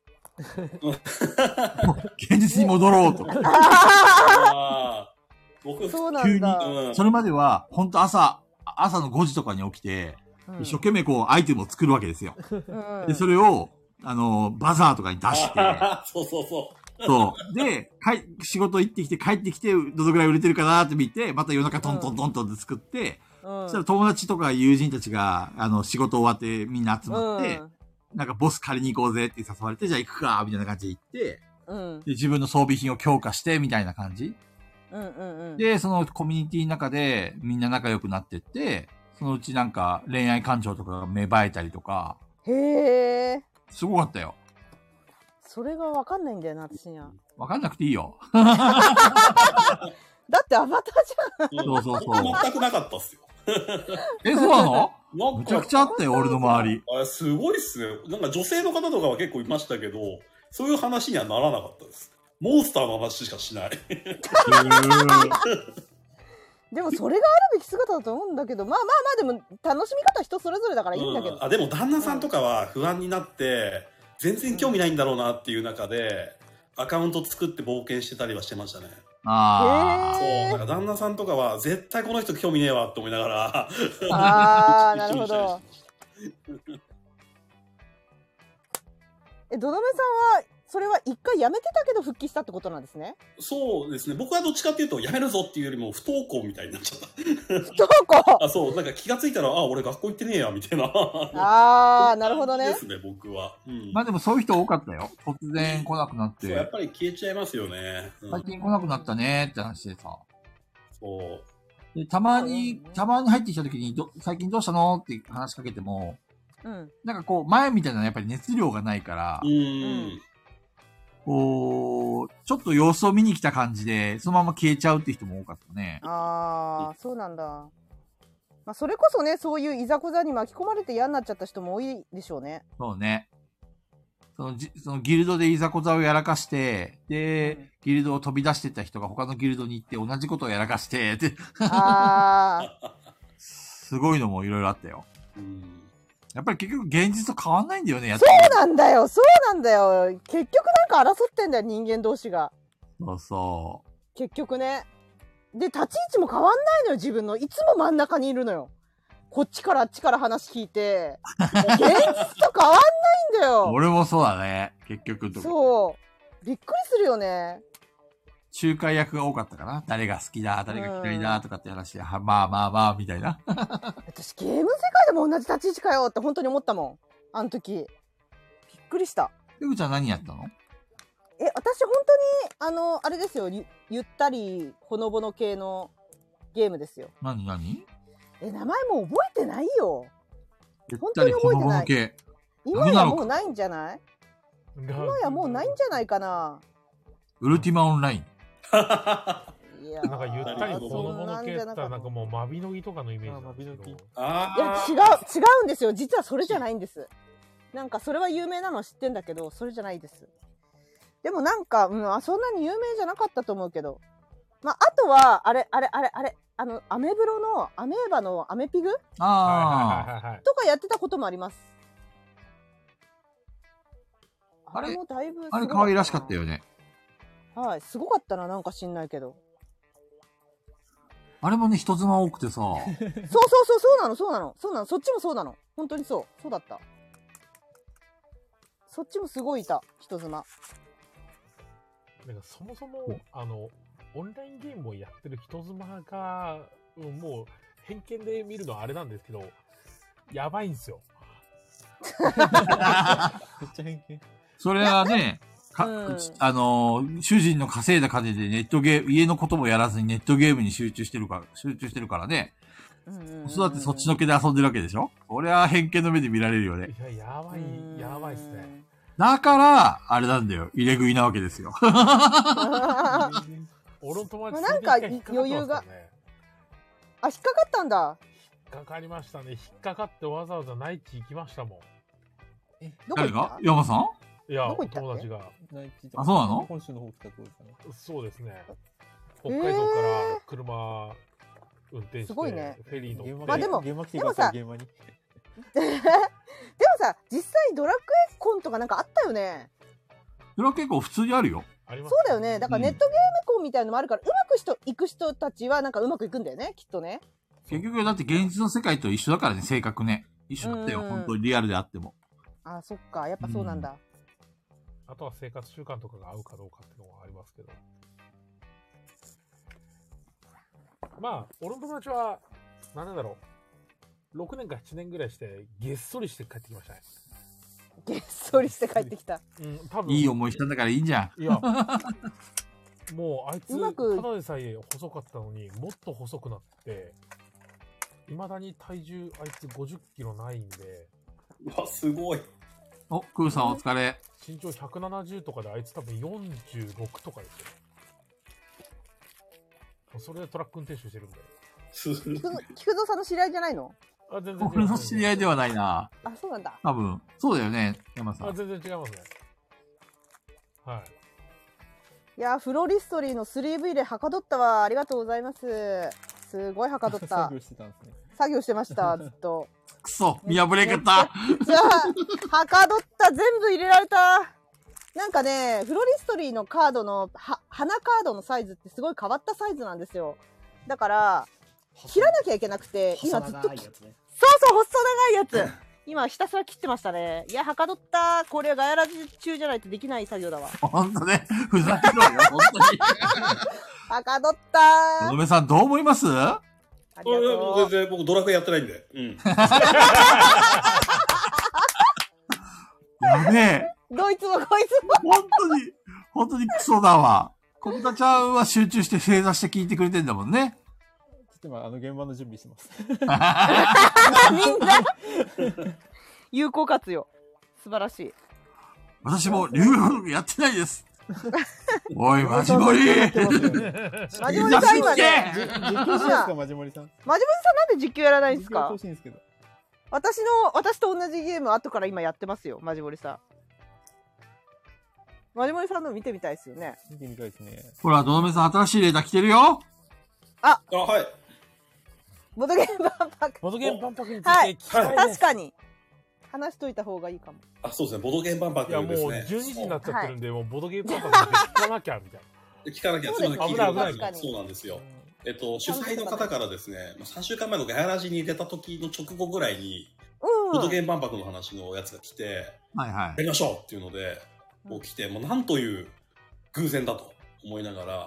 現実に戻ろうと。 あ僕そうなんだ。 急に、それまでは、ほんと朝、朝のごじとかに起きて、うん、一生懸命こう、アイテムを作るわけですよ。うん、で、それを、あの、バザーとかに出して。 そうそうそう。 そう。で、かい、仕事行ってきて、帰ってきて、どのぐらい売れてるかなって見て、また夜中トントントントンって作って、うん、そしたら友達とか友人たちが、あの、仕事終わってみんな集まって、うん、なんかボス借りに行こうぜって誘われて、じゃあ行くか、みたいな感じで行って、うん、で、自分の装備品を強化して、みたいな感じ。 うんうんうん、 で、そのコミュニティの中でみんな仲良くなってって、そのうちなんか恋愛感情とかが芽生えたりとか。 へー。 すごかったよ。 それがわかんないんだよな、私には。 わかんなくていいよ。 だってアバターじゃん。 そうそうそう。 全くなかったっすよ。 え、そうなの？めちゃくちゃあったよ、俺の周り。 あれ、すごいっすね。なんか女性の方とかは結構いましたけど、そういう話にはならなかったです。モンスターの話しかしない。 でもそれがあるべき姿だと思うんだけど、まあまあまあでも楽しみ方人それぞれだからいいんだけど、 うん、あでも旦那さんとかは不安になって全然興味ないんだろうなっていう中でアカウント作って冒険してたりはしてましたね。 ああ、 そう、なんか旦那さんとかは絶対この人興味ねえわって思いながらああなるほど。え、どどめさんはそれは一回やめてたけど復帰したってことなんですね。 そうですね。僕はどっちかっていうとやめるぞっていうよりも不登校みたいになっちゃった。 不登校あ、そう。なんか気がついたら、あ、俺学校行ってねえや、みたいな。 ああ、なるほどね。 ですね、僕は。 うん、まあでもそういう人多かったよ。突然来なくなって。 そう、やっぱり消えちゃいますよね。 うん、最近来なくなったねって話でさ。 そう。 で、たまに、たまに入ってきた時にど、最近どうしたのって話しかけても、うん、なんかこう、前みたいなやっぱり熱量がないから、 うん。 こう、ちょっと様子を見に来た感じで、そのまま消えちゃうって人も多かったね。 ああ、そうなんだ。まあ、それこそね、そういういざこざに巻き込まれて嫌になっちゃった人も多いでしょうね。 そうね。そのじ、そのギルドでいざこざをやらかして、で、うん、ギルドを飛び出してった人が他のギルドに行って同じことをやらかして、で、 ああ。 すごいのもいろいろあったよ。うん、やっぱり結局現実と変わんないんだよね、やってそうなんだよ、そうなんだよ。結局なんか争ってんだよ、人間同士が。 そうそう。 結局ね。で、立ち位置も変わんないのよ、自分の。いつも真ん中にいるのよ。こっちからあっちから話聞いて。現実と変わんないんだよ。 俺もそうだね、結局とか。 そう。びっくりするよね。 仲介役が多かったかな。誰が好きだ、誰が嫌いだとかって話で、はまあまあまあ、みたいな。 私ゲーム世界でも同じ立ち位置かよって本当に思ったもん。あの時。びっくりした。 ふぐちゃん何やったの？ え、私本当に、あの、あれですよ。ゆ, ゆったり、ほのぼの系のゲームですよ。 何何？ え、名前も覚えてないよ。 ゆったりほのぼの系。 今やもうないんじゃない？今やもうないんじゃないかな。 ウルティマオンライン。 いやなんかゆったりほのぼの系って言ったらなんかもうマビノギとかのイメージなんですけど。 あいや違う違うんですよ。実はそれじゃないんです。なんかそれは有名なの知ってんだけどそれじゃないです。でもなんか、うん、あそんなに有名じゃなかったと思うけど。まああとはあれあれあれあれあのアメブロのアメーバのアメピグああとかやってたこともあります。あれもだいぶあれ可愛らしかったよね。 はい、すごかったな、なんか知んないけど。 あれもね、人妻多くてさ。 そうそうそう、そうなの、そうなの、そうなの、そっちもそうなの。本当にそう、そうだった。そっちもすごいいた、人妻。 なんかそもそも、あの、オンラインゲームをやってる人妻が、もう、偏見で見るのはあれなんですけど、やばいんですよ。 めっちゃ偏見。 それはね、か、うん、あの、主人の稼いだ金でネットゲーム、家のこともやらずにネットゲームに集中してるから、集中してるからね。そうだってそっちのけで遊んでるわけでしょ？俺は偏見の目で見られるよね。 いや、やばい、やばいっすね。 だから、あれなんだよ。入れ食いなわけですよ。 俺の友達なんか余裕が。あ、引っかかったんだ。 引っかかりましたね。引っかかってわざわざ内地行きましたもん。 え、どこ行った？ 誰が？山さん？ いや、友達が。 あ、そうなの？ 本州の方来たとこですかね。 そうですね。北海道から車運転して、 すごいね、 フェリー乗って。 まあでも、 現場来てください、現場に。 でもさ、実際ドラクエコンとかなんかあったよね。 ドラクエコン普通にあるよ。 そうだよね。だからネットゲームコンみたいなのもあるから、うん、うまく人行く人たちはなんかうまくいくんだよね、きっとね。 結局だって現実の世界と一緒だからね、性格ね。一緒だったよ、本当にリアルであっても。 あ、そっか、やっぱそうなんだ。 あとは生活習慣とかが合うかどうかっていうのはありますけど。まあ、俺の友達は、何年だろう。ろくねんかななねんぐらいして、げっそりして帰ってきましたね。 げっそりして帰ってきた。 うん、多分。 いい思いしたんだからいいんじゃん。 いや、もうあいつ、ただでさえ細かったのにもっと細くなって、いまだに体重あいつごじゅっキロないんで。 うわ、すごい。 お、クーさんお疲れ。 身長ひゃくななじゅうとかであいつ多分よんじゅうろくとかですよ。それでトラック運転手してるんで。 菊蔵さんの知り合いじゃないの？ あ、全然俺の知り合いではないな。 あ、そうなんだ。 多分。そうだよね、山さん。 あ、全然違いますね。はい。 いや、フロリストリーの スリーブイ ではかどったわ。ありがとうございます。すごいはかどった。 作業してたんですね。 作業してました、ずっと。 くそ、見破れかった。 じゃあ、はかどった、全部入れられた。なんかね、フロリストリーのカードの、は、花カードのサイズってすごい変わったサイズなんですよ。だから、切らなきゃいけなくて、今ずっと、ね、そうそう、細長いやつ。今ひたすら切ってましたね。いや、はかどった。これはガヤラジ中じゃないとできない作業だわ。 ほんとね、ふざけろよ、ほんとに。 はかどったー。 のどめさん、どう思います？ ありがとう。 全然僕ドラクエやってないんで。うん。 やべえ。 どいつもこいつも。 本当に、本当にクソだわ。小豚ちゃんは集中して正座して聞いてくれてんだもんね。 ちょっと今、あの、現場の準備してます。 みんな有効活用。素晴らしい。 私も竜宮やってないです。おい、マジモリマジモリさん今ね、 実況しますか、マジモリさん。 マジモリさんなんで実況やらないんですか？ 実況欲しいんですけど。 私の、私と同じゲーム後から今やってますよ、マジモリさん。マジモリさんの見てみたいですよね。 見てみたいですね。 ほら、どどめさん新しいレーター来てるよ。 あ、 あ、はい。 ボドゲーム万博。 ボドゲーム万博についてはい、 聞きたいです。 確かに。話しといた方がいいかも。 あ、そうですね。ボドゲーム万博いや、もうですね。 じゅうにじになっちゃってるんで、もうボドゲーム万博で聞かなきゃ、みたいな。 聞かなきゃ、すみません、聞いて危ない危ないください。そうなんですよ。えっと、主催の方からですね、さんしゅうかんまえのガヤラジに出た時の直後ぐらいに、 うん、 ボドゲーム万博の話のやつが来て、 はいはい。 やりましょうっていうので、もう来て、もうなんという偶然だと思いながら、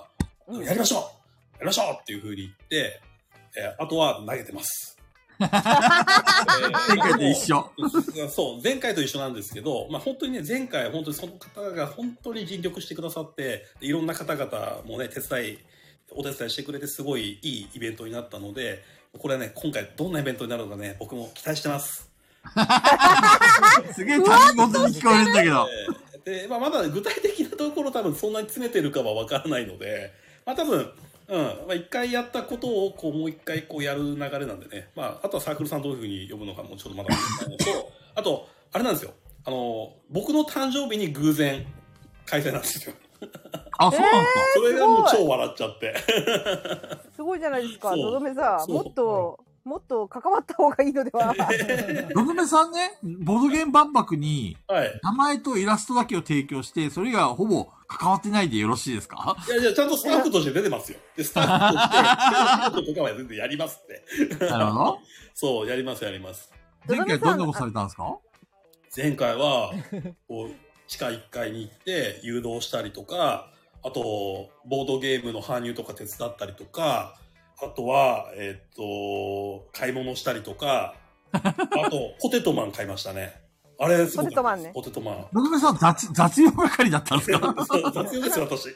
うんやりましょうやりましょうっていう風に言って、えーあとは投げてます。 前回と一緒。 そう、前回と一緒なんですけど、まあ本当にね、前回本当にその方が本当に尽力してくださって、いろんな方々もね、手伝い、お手伝いしてくれてすごいいいイベントになったので、これはね、今回どんなイベントになるのかね、僕も期待してます。 すげえ他人事に聞こえるんだけど。 で、まあ、まだ具体的なところ多分そんなに詰めてるかはわからないので、まあ多分、うん、まあ一回やったことをこうもう一回こうやる流れなんでね、まああとはサークルさんどういう風に呼ぶのかもちょっとまだわからないのと、あと、あれなんですよ、あの、僕の誕生日に偶然開催なんですよ。 あ、そうなんですか。 それがもう超笑っちゃって。 すごいじゃないですか。 そうのどめさん、 そうもっと、もっと関わった方がいいのでは。 のどめさんね、ボードゲーム万博に、 はい。 名前とイラストだけを提供して、それがほぼ関わってないでよろしいですか？ いやいや、ちゃんとスタッフとして出てますよ。で、スタッフとして、仕事とかは全然やりますって。 なるほど。 そう、やります、やります。 前回どんなことされたんですか？ 前回は、こう、地下いっかいに行って誘導したりとか、あと、ボードゲームの搬入とか手伝ったりとか、あとは、えっと、買い物したりとか、あと、ポテトマン買いましたね。あれ、すごい。 ポテトマンねポテトマン。 のどめさん雑、雑用係だったんですか？ そう雑用ですよ、私。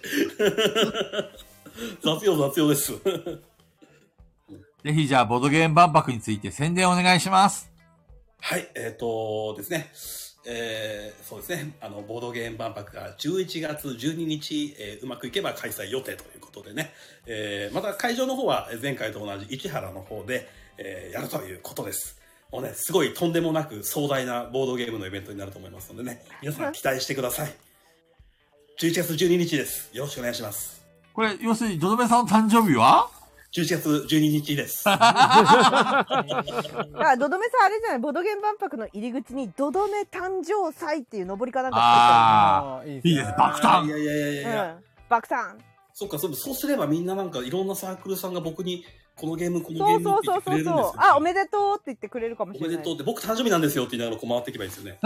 雑用、雑用です。 ぜひじゃあ、ボードゲーム万博について宣伝お願いします。 はい、えっ、とですね。えー、そうですね。あの、ボードゲーム万博がじゅういちがつじゅうににち、えーうまくいけば開催予定ということでね。えー、また会場の方は前回と同じ市原の方で、えーやるということです。もうね、すごいとんでもなく壮大なボードゲームのイベントになると思いますのでね。皆さん期待してください。じゅういちがつじゅうににちです。よろしくお願いします。 これ、要するに、のどめさんの誕生日はじゅういちがつじゅうににちです。 あ、ドドメさんあれじゃない、ボドゲン万博の入り口にドドメ誕生祭っていう上りかなんかああ、 いいいいですね。爆誕いやいやいやいやいや。 作ってる。うん。爆誕。 そっか、そうそうすればみんななんかいろんなサークルさんが僕にこのゲーム、このゲそうームってそう言ってくれるんですよ。 そうそう。あ、おめでとうって言ってくれるかもしれない。 おめでとうって、僕誕生日なんですよって言いながらこう回っていけばいいですよね。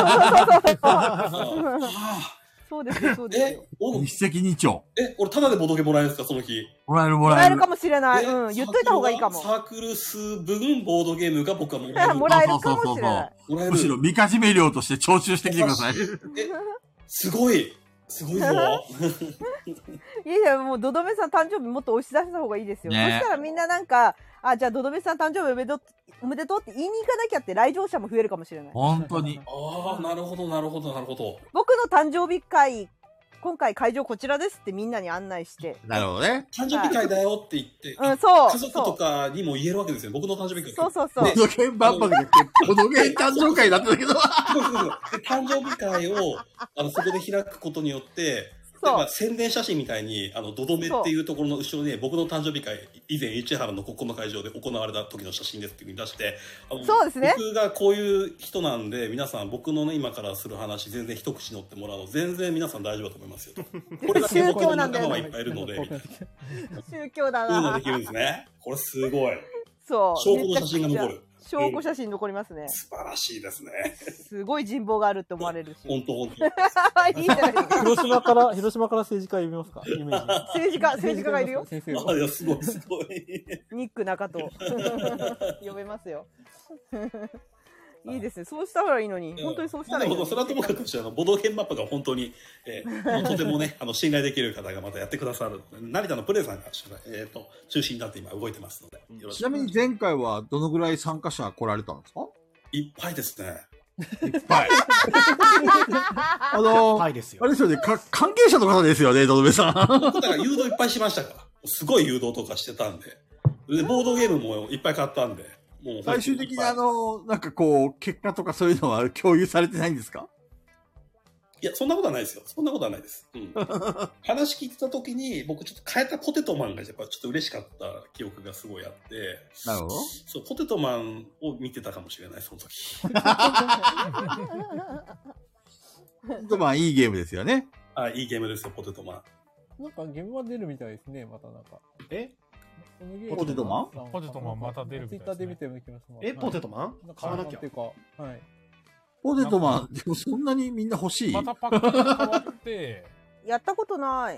そうですよ、そうですえよ。、 お一石二鳥。 え、俺タダでボドゲもらえるんですか、その日。 もらえるももらえる。 らえるかもしれない。 えうん。言っといた方がいいかも。 サークル数分ボードゲームが僕はもらえる。 もらえるかもしれない。 もらえる。 むしろ、みかじめ料として徴収してきてください。 え、すごい。すごいぞ。 いやいや、もう、ドドメさん誕生日もっと押し出した方がいいですよ。 ねそしたらみんななんか、あ、じゃあドドメさん誕生日おめでとう、おめでとうって言いに行かなきゃって来場者も増えるかもしれない。 本当に。 ああ、なるほど、なるほど、なるほど。 僕の誕生日会、今回会場こちらですってみんなに案内して。 なるほどね。 誕生日会だよって言って、 うん、そう。 家族とかにも言えるわけですよ。僕の誕生日会。 そうそうそう。 ボードゲーム万博で、ボードゲーム誕生会だったんだけど。 そうそうそうで誕生日会をあのそこで開くことによって、 そうまあ、宣伝写真みたいにあのドドメっていうところの後ろに僕の誕生日会以前市原のここの会場で行われた時の写真ですっていうふうに出してあのそうですね僕がこういう人なんで皆さん僕のね今からする話全然一口乗ってもらうの全然皆さん大丈夫だと思いますよとこれだけ僕の仲間はいっぱいいるのでみたいな宗教だなそういうのできるんですねこれすごいそう。 証拠の写真が残る証拠写真残りますね。 素晴らしいですねすごい人望があるって思われるし。 本当本当いいじゃないですか。 広島から、広島から政治家呼びますかイメージ。 政治家、政治家がいるよ。 先生があいやすごいすごいニック中と。呼べますよ。いいですね。そうしたらいいのに。本当にそうしたらいいのに。 それはともかくしてあのボドゲンマップが本当に、えー、とてもねあの信頼できる方がまたやってくださる成田のプレイさんが、えー、と中心になって今動いてますのでよろしくちなみに前回はどのぐらい参加者来られたんですか？ いっぱいですねいっぱい。あのー、 はいですよあれですよね、か関係者の方ですよね、ドドメさん。 だから誘導いっぱいしましたからすごい誘導とかしてたんででボードゲームもいっぱい買ったんでもう最終的にあの、なんかこう、結果とかそういうのは共有されてないんですか？ いやそんなことはないですよそんなことはないです、うん、話聞いてた時に僕ちょっと変えたポテトマンがやっぱちょっと嬉しかった記憶がすごいあってなるほど。 そうポテトマンを見てたかもしれないその時まあ、いいゲームですよね。 あいいゲームですよポテトマンなんか現場出るみたいですね、またなんか。 えこのゲームポテトマンポテトマンまた出るみたいですねツイッターで見てる気がします。 え、ポテトマンなんか買わなきゃっていうか、はい。 ポテトマン、でもそんなにみんな欲しい？ またパックが変わって、 やったことない。 あ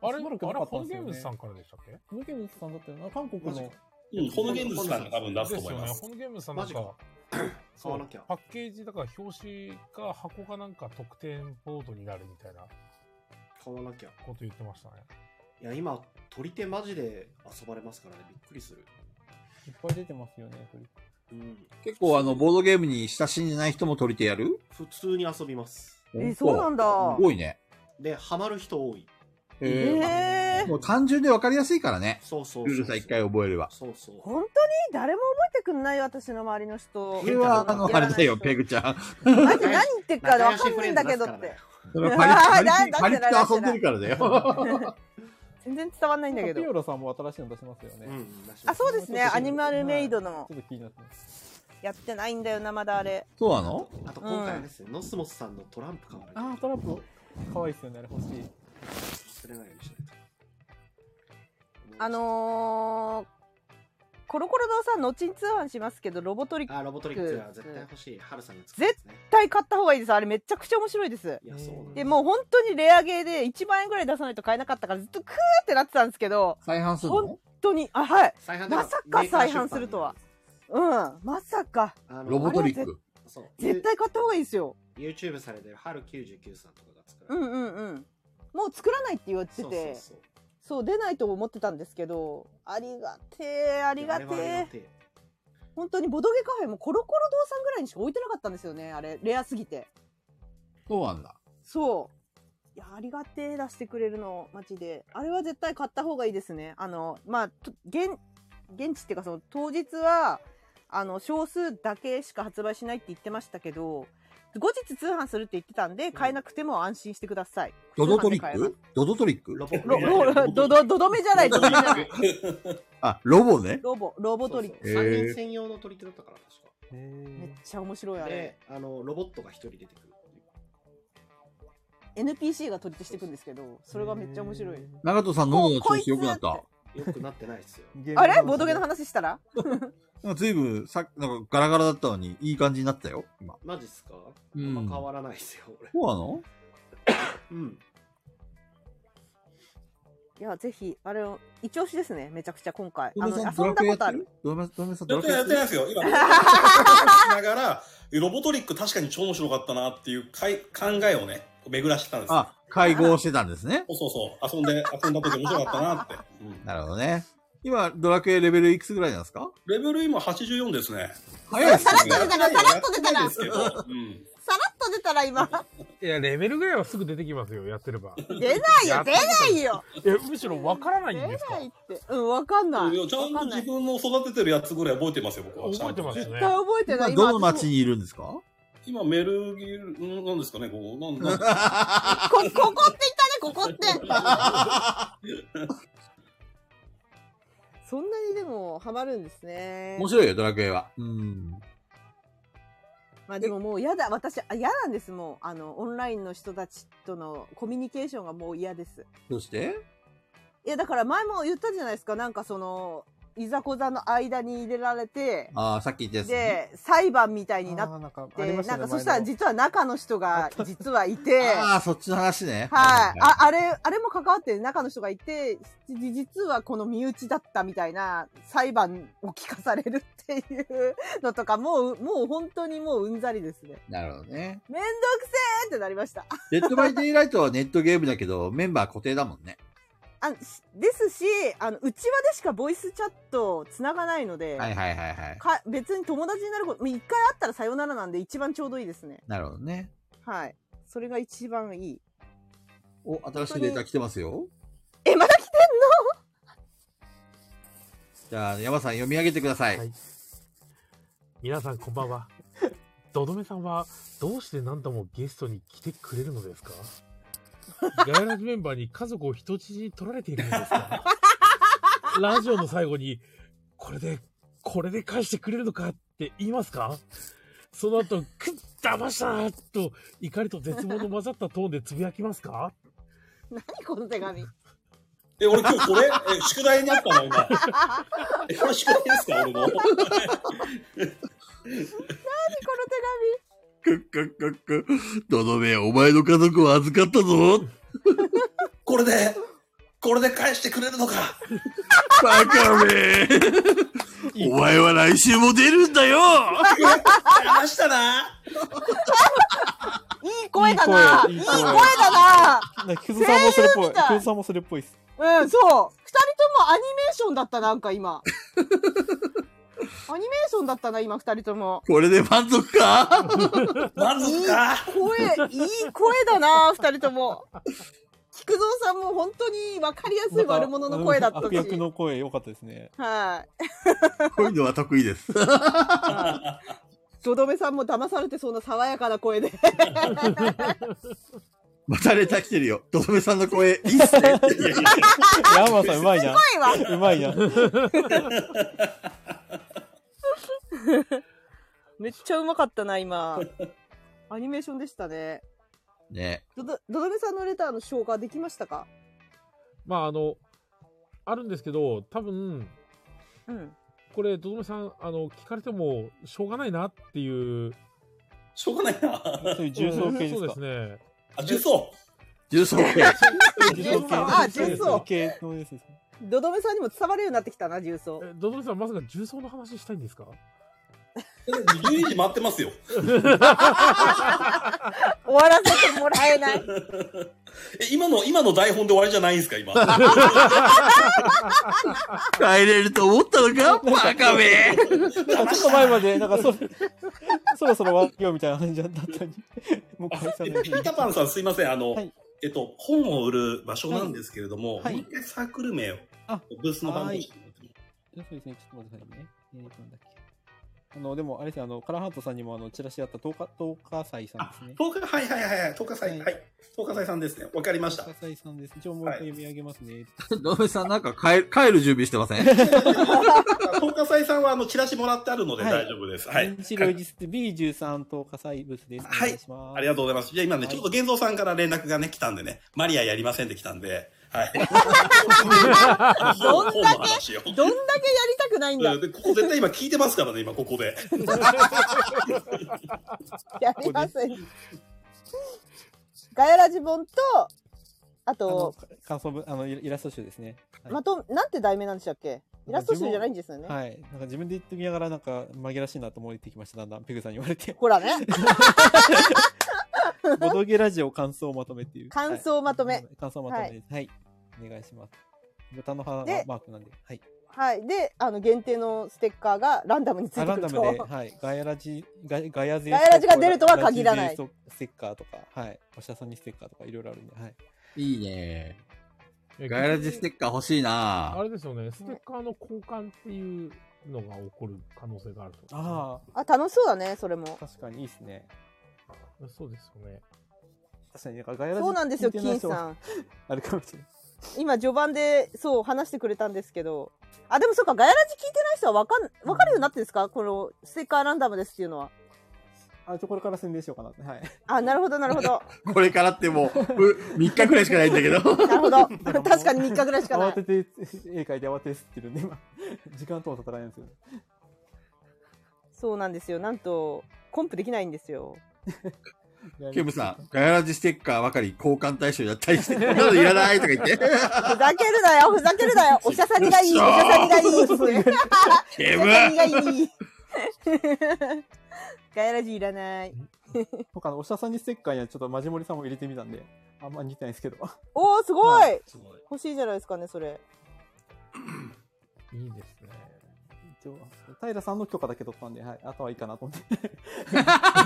あれ、 しばらくあれ、 なかったんですよねホンゲームズさんからでしたっけ？ ホムゲームズさんだったよな。韓国の。 うん、ホムゲームズさんが多分出すと思いまですよね。 す。 ホンゲームズさんなんか、そう買わなきゃ。 パッケージだから表紙か箱かなんか特典ボードになるみたいな買わなきゃ。 こと言ってましたね。 いや、今、取り手マジで遊ばれますからね。びっくりする。 いっぱい出てますよね、これ。 うん。 結構あの、ボードゲームに親しんでない人も取り手やる？ 普通に遊びます。 え、そうなんだ。 すごいね。 で、ハマる人多い。 へえー、 もう単純で分かりやすいからね。 そうそうそう。 ルールさえ一回覚えれば。 そうそう。 本当に誰も覚えてくんないよ、私の周りの人。 それは、あの、あれだよ、ペグちゃん。 マジ何言ってるか分かんないんだけどって。 それはパリパリピ、パリピと遊んでるからだよ。 全然伝わんないんだけどピ。オラさんも新しいの出しますよね。 うん。 あ、そうですね。アニマルメイドのちょっと気になってます。 やってないんだよな、まだあれ。 そうなの？ あと今回あれですね、ノスモスさんのトランプ買わないと。 あー、トランプ。かわいいですよね、あれ欲しい。 忘れないようにしないと。 あのー、コロコロ堂さん、後に通販しますけど、ロボトリックあ、ロボトリックは絶対欲しい。ハルさんが作るやつね。 絶対買った方がいいです。あれめちゃくちゃ面白いです。 いや、そうなんだで、もう本当にレアゲーでいちまん円ぐらい出さないと買えなかったからずっとクーってなってたんですけど、 再販するの？ 本当に、あ、はい。 再販まさか再販するとは。うん、まさか。 あのロボトリック。 そう絶対買った方がいいですよ。 YouTube されてる春きゅうじゅうきゅうさんとかが作うんる。 うんうん。もう作らないって言ってて、 そうそうそう。 そう出ないと思ってたんですけど、ありがてえ、ありがてあれはありがえ。 てえ本当にボドゲカフェもコロコロ堂さんぐらいにしか置いてなかったんですよね、あれ。レアすぎて。 そうなんだ。 そう。いや、ありがてえ出してくれるの、マジで。あれは絶対買った方がいいですね。あの、まあ、と現、現地っていうかその当日は、あの、少数だけしか発売しないって言ってましたけど、後日通販するって言ってたんで、買えなくても安心してください。 ドドトリッ通販で買えク？ドドトリック？ ロボロ、ロ、ドド、ドドメじゃない、ドドメじゃない。 あ、ロボね。 ロボ、ロボトリック。 へーさんにん専用の取り手だったから、確か。 めっちゃ面白い、あれで。、あの、ロボットが一人出てくるっていう。 エヌピーシー が取り手していくんですけど、それがめっちゃ面白い。 長門さん喉の調子良くなった。 よくなってないですよ。 あれボドゲの話したらなんか随分、さなんかガラガラだったのに、いい感じになったよ、今。 マジっすか？あうんんま変わらないですよ、俺。 そうなの？ うん。 いや、ぜひ、あれを、一押しですね、めちゃくちゃ今回。あの、 ドメさん、ド遊んだラクエやってることある。 ドメドメさん、 やってない、やってないやですよ。今、しながら、ロボトリック確かに超面白かったなっていうかい考えをね、巡らしてたんですよ。 あ、会合してたんですね。 そうそうそう。遊んで、遊んだ時面白かったなって。うんなるほどね。今、ドラクエレベルいくつぐらいなんですか？ レベル今はちじゅうよんですね。 早いですね。 さらっと出たら、さらっと出たら、さですけど、うん。 らっと出たら今。 いや、レベルぐらいはすぐ出てきますよ、やってれば。 出ないよ、出ないよ。 え、むしろわからないん出ですか？ ないって。うん、わかんない。 いやちゃんと自分の育ててるやつぐらい覚えてますよ、僕は。 覚えてますね絶対覚えてない。 今、どの町にいるんですか？ 今、メルギル、んなんですかね、ここ。なんなんこ、ここって言ったね、ここって。そんなにでも、ハマるんですね。 面白いよ、ドラクエは。うん。 まあでももう嫌だ。私、あ嫌なんです、もう。あの、オンラインの人たちとのコミュニケーションがもう嫌です。 どうして？ いや、だから前も言ったじゃないですか。なんかその、いざこざの間に入れられて、 ああ、さっき言ったやつね。 で、裁判みたいになっあーなんかあて、 りましたねなんかそしたら前の実は中の人が実はいて、 ああ、そっちの話ね。 はい。あ、あれ、あれも関わってる中の人がいて、じ実はこの身内だったみたいな裁判を聞かされるっていうのとか、もう、もう本当にもううんざりですね。 なるほどね。 めんどくせーってなりました。 デッドバイデイライトはネットゲームだけど、メンバー固定だもんね。 あしですし、あの、うちわでしかボイスチャット繋がないので、 はいはいはいはい。 か別に友達になること、もう一回会ったらさよならなんで一番ちょうどいいですね。 なるほどね。 はい。それが一番いい。 お、新しいデータ来てますよ。 え、まだ来てんじゃあ、山さん読み上げてください。 はい皆さんこんばんは。ドドメさんはどうして何度もゲストに来てくれるのですか？ガヤラジメンバーに家族を人質に取られているのですか？ラジオの最後に、これで、これで返してくれるのかって言いますか？その後、くっ、騙したーと怒りと絶望の混ざったトーンでつぶやきますか？ の何この手紙。 え、俺今日これ、え、宿題になったの今。え、これ宿題ですか俺の。 何この手くっくっくっく。どどめ、お前の家族を預かったぞ。 これで、 これで返してくれるのか。 バカめお前は来週も出るんだよ話したな。 いい声だな。いい声だな。 なんか菊蔵さんもそれっぽい。菊蔵さんもそれっぽいです。 うん、そう。二人ともアニメーションだった、なんか今。アニメーションだったな、今二人とも。 これで満足か満足か。 いい声、いい声だな、二人とも。菊蔵さんも本当に分かりやすい悪者の声だったし。 悪役の声良かったですね。 はい。 こういうのは得意です。 ドドメさんも騙されてそうな爽やかな声で。 またレター来てるよ。ドドメさんの声、いいっすね。 ヤーマンさんうまいな。 すごいわ。 うまいな。 めっちゃうまかったな、今。アニメーションでしたね。 ね。 ドド、ドドメさんのレターの消化できましたか？ まあ、あの、あるんですけど、多分、 うん。 これ、ドドメさん、あの、聞かれても、しょうがないなっていう。 しょうがないな。 そういう重曹系ですか？ そうですね。 あ、重曹。 重曹系。 重曹。あ、重曹。 系のです。 ドドメさんにも伝わるようになってきたな、重曹。 え、ドドメさん、まさか重曹の話したいんですか？ じゅうにじ回ってますよ。 終わらせてもらえない。 え、今の、今の台本で終わりじゃないんですか、今。 帰れると思ったのかバカめちょっと前まで、なんかそ、そろそろ終わるよみたいな感じだったのに。もう解散ピーターパンさんすいません、あの、 はい、 えっと、本を売る場所なんですけれども、 はいもう一回サークル名を、 あブースの番号にしてもらってもそうですね、ちょっと待ってくださいね。えー、なんだっけ。あの、でも、あれですね、あの、カラハートさんにも、あの、チラシあった、東華、東華祭さんですね。 東華、はいはいはいはい、東華祭、 はいはい。東華祭さんですね。わかりました。 東華祭さんです。一応もう一回読み上げますね。 ドドメさんなんか帰る、帰る準備してません東華祭さんは、あの、チラシもらってあるので大丈夫です。はい。 電子領実 ビーじゅうさん 東華祭ブースです。 はい。ありがとうございます。じゃあ今ね、ちょっと玄三さんから連絡がね、来たんでね、マリアやりませんって来たんで、はい。 どんだけ、どんだけやりたくないんだ。 ここ絶対今聞いてますからね、今ここで。 やりません。ガヤラジ本と、あと、 あ感想文、あの、イラスト集ですね。 はい、まと、なんて題名なんでしたっけ？イラスト集じゃないんですよね。 はい。なんか自分で言ってみながら、なんか紛らしいなと思ってきました。だんだん、ペグさんに言われて。 ほらね。 ボドゲラジオ感想まとめっていう。 感想まとめ。はい、 感想まとめです。はい。お願いします。豚の花がマークなんで。はい。 はい。で、あの、限定のステッカーがランダムについてくると。 ランダムで、はい。ガヤラジ、ガガヤゼガヤラジが出るとは限らない。 ステッカーとか、はい。おしゃさんにステッカーとかいろいろあるんで、はい。 いいね。ガヤラジステッカー欲しいなあれですよね、ステッカーの交換っていうのが起こる可能性があると、ね。 ああ。あ、楽しそうだね、それも。 確かにいいですね。 そうですよね。 確かに、ガヤラジそうなんですよ、金さん。 あるかもしれない。 今、序盤で、そう、話してくれたんですけど。あ、でもそっか、ガヤラジ聞いてない人はわかん、わかるようになってるんですか？この、ステッカーランダムですっていうのは。 あ、ちょ、これから宣伝しようかなって。はい。 あ、なるほど、なるほど。 これからってもう、みっかくらいしかないんだけど。 なるほど。確かにみっかぐらいしかない。 慌てて、絵描いて慌てて吸ってるんで、今、時間との戦いなんですよ。 そうなんですよ。なんと、コンプできないんですよ。 ケムさん、ガヤラジステッカーばかり交換対象やったりして、そんなのいらないとか言って。 ふざけるなよ、ふざけるなよ。おしゃさにがいい、おしゃさにがいい。 ケムおしゃさにがいい。ガヤラジいらない。 他のおしゃさんにステッカーにはちょっとマジモリさんも入れてみたんで、あんま似てないですけど。 おー、すごい、 はい、 欲しいじゃないですかね、それ。 いいですね。 一応、平さんの許可だけ取ったんで、はい、あとはいいかなと思って。 俺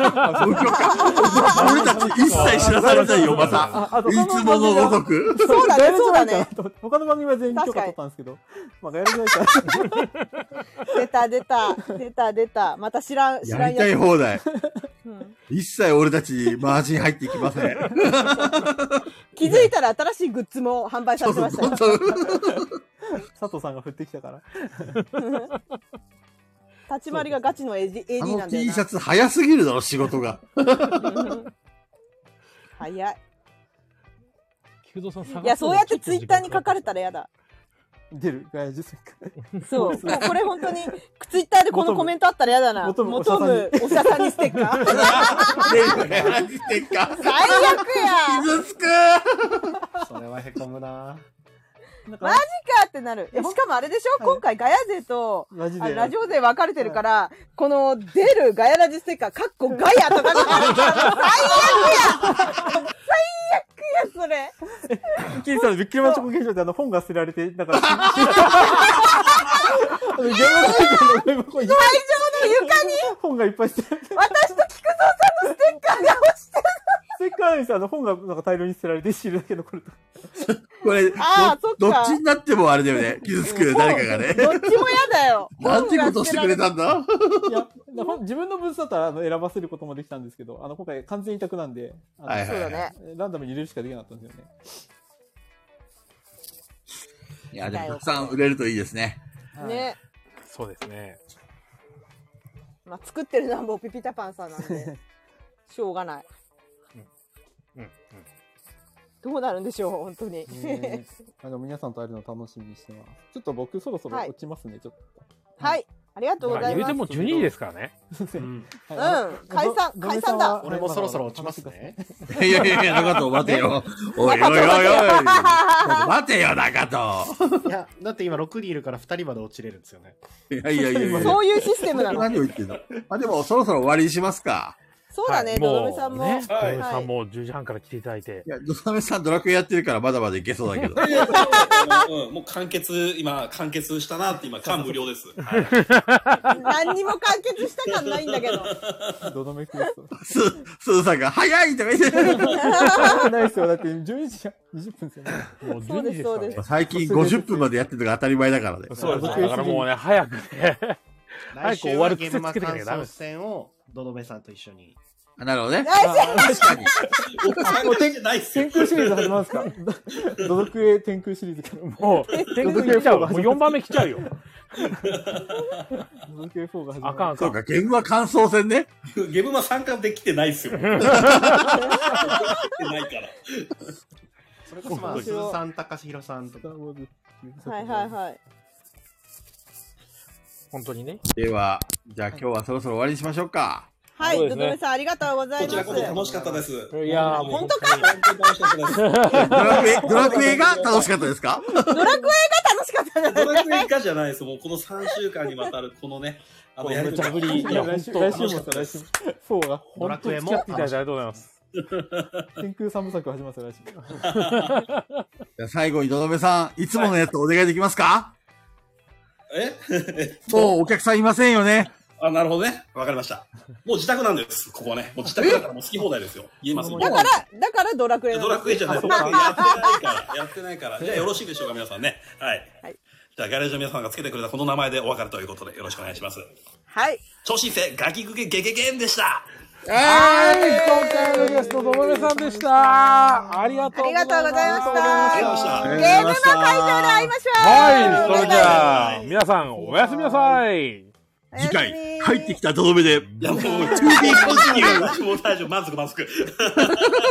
たち一切知らされないよ、また。いつものごとく。 そうだね、そうだね。 他の番組は全員許可取ったんですけど、まあ、ガヤラジないから。 出た、出た、出た、出た。また知らん、知らんやりたい放題。 うん、 一切俺たちマージン入っていきません。 気づいたら新しいグッズも販売されてましたよ。 佐藤さんが降ってきたから。 立ち回りがガチの エーディー なんだよな。 あの T シャツ早すぎるだろ、仕事が。 早い。 菊蔵さん探すのいや、そうやってツイッターに書かれたらやだ。 出るガヤジステッカー。 そう。これ本当に、ツイッターでこのコメントあったらやだな。求むおしゃさんにステッカー。 ステッカー。 最悪や。 傷つくそれはへこむな。 マジかってなる。いやしかもあれでしょ、今回ガヤ勢とラジであラジオ勢分かれてるから、この出るガヤラジステッカー、かっこガヤとかがあるから、最悪や最悪や、それ。 キリさんのビックリマンチョコ現象であの本が捨てられて、だから、あの現場会場の会場の床に本がいっぱい捨てられて、 私と菊蔵さんのステッカーが落ちてる。 ステッカーにさ、あの本がなんか大量に捨てられて、シールだけ残ると。 これ、 あーそっかどどっちになってもあれだよね。傷つく誰かがね。 どっちも嫌だよ。 なんてことしてくれたんだいや、ほん自分のブースだったらあの選ばせることもできたんですけど、あの、今回完全委託なんで、あのはいはいそうだね。 ランダムに入れるしかできなかったんですよね。 いや、でもたくさん売れるといいですね。 ね。 そうですね。 まあ、作ってるのはもうピピタパンさんなんで、しょうがない。 うん、うん。 どうなるんでしょう、本当に。 ねあの皆さんと会えるの楽しみにしてます。ちょっと僕そろそろ落ちますね、ちょっと。 はい。ありがとうございます。 言うてもじゅうにいですからね。 うん。 うん。解散、解散だ。 俺もそろそろ落ちますね。 いやいやいや、中藤待てよ。おいおいおいおい。待てよ、中藤。 いや、だって今ろくにんいるからふたりまで落ちれるんですよね。 いやいやいやいや。 そういうシステムなの。 何を言ってんの。あ、でもそろそろ終わりにしますか。 そうだね、 はいドロメさんも。 ね、ドはいロメさんもじゅうじはんから来ていただいて。 いや、ドラメさんドラクエやってるからまだまだいけそうだけど。 いやいやあのうんもう完結、今、完結したなって、今、感無量です。はい何にも完結した感ないんだけど。 どどめクエスト。 ス、スーさんが早いとか言って。 ないですよ。だってじゅうにじにじゅっぷんですよね。 もうじゅうにじですからね。 最近ごじゅっぷんまでやってるのが当たり前だからね。 そうです。だからもうね、早くね。早来週はく終わるゲームマ癖つけてかな感想きゃダメです。 戦をドドメさんと一緒に。 なるほどね。 ナイス確かに。 もう天気ないっすよ天。空シリーズ始まるんですかドドクエ天空シリーズから。 もう、天空来ちゃうわ。もうよんばんめ来ちゃうよ。 ドドクエフォーが始まる。 あかんあかん。 そうか、ゲームは感想戦ね。 ゲブマ参加できてないっすよ。できてないから。 それこそまあ、 面白い鈴さん、高弘さんとか。 はいはいはい。 本当にね。 では、じゃあ今日はそろそろ終わりにしましょうか。 はい、 そうですねドドメさんありがとうございます。 こちらこそ楽しかったです。 いやー、もう本当か本当に楽しかったです。 ドラクエ、ドラクエが楽しかったですか？ ドラクエが楽しかったドラクエね。 かじゃないです。もうこのさんしゅうかんにわたるこのね、あのやり無茶ぶり。いや、本来週、 当来週もさ、来週も。フォーが。 ドラクエも付き合っていただいてありがとうございます。 天空三部作始まるんですよ、来週。 じゃあ最後にドドメさん、いつものやつお願いできますか？ えもうお客さんいませんよね。 あ、なるほどね。わかりました。もう自宅なんです、ここはね。もう自宅だからもう好き放題ですよ。言えますもん。 だから、だからドラクエなんですドラクエじゃない。ドラクエやってないから。やってないから。じゃあよろしいでしょうか、皆さんね。はい。 はいじゃあ、ガレージの皆さんがつけてくれたこの名前でお別れということでよろしくお願いします。 はい。 超新星ガキグゲゲゲゲンでした。 はい、今回のゲスト、ドロメさんでした。ありがとうございました。 ありがとうございましたありがとうございました。 ゲームマ会場で会いましょう。 はい、それじゃあ、皆さん、おやすみなさい。 次回、帰ってきたドドメで。 いや、もう、トゥービーコンティニュー。もう大丈夫、満足満足。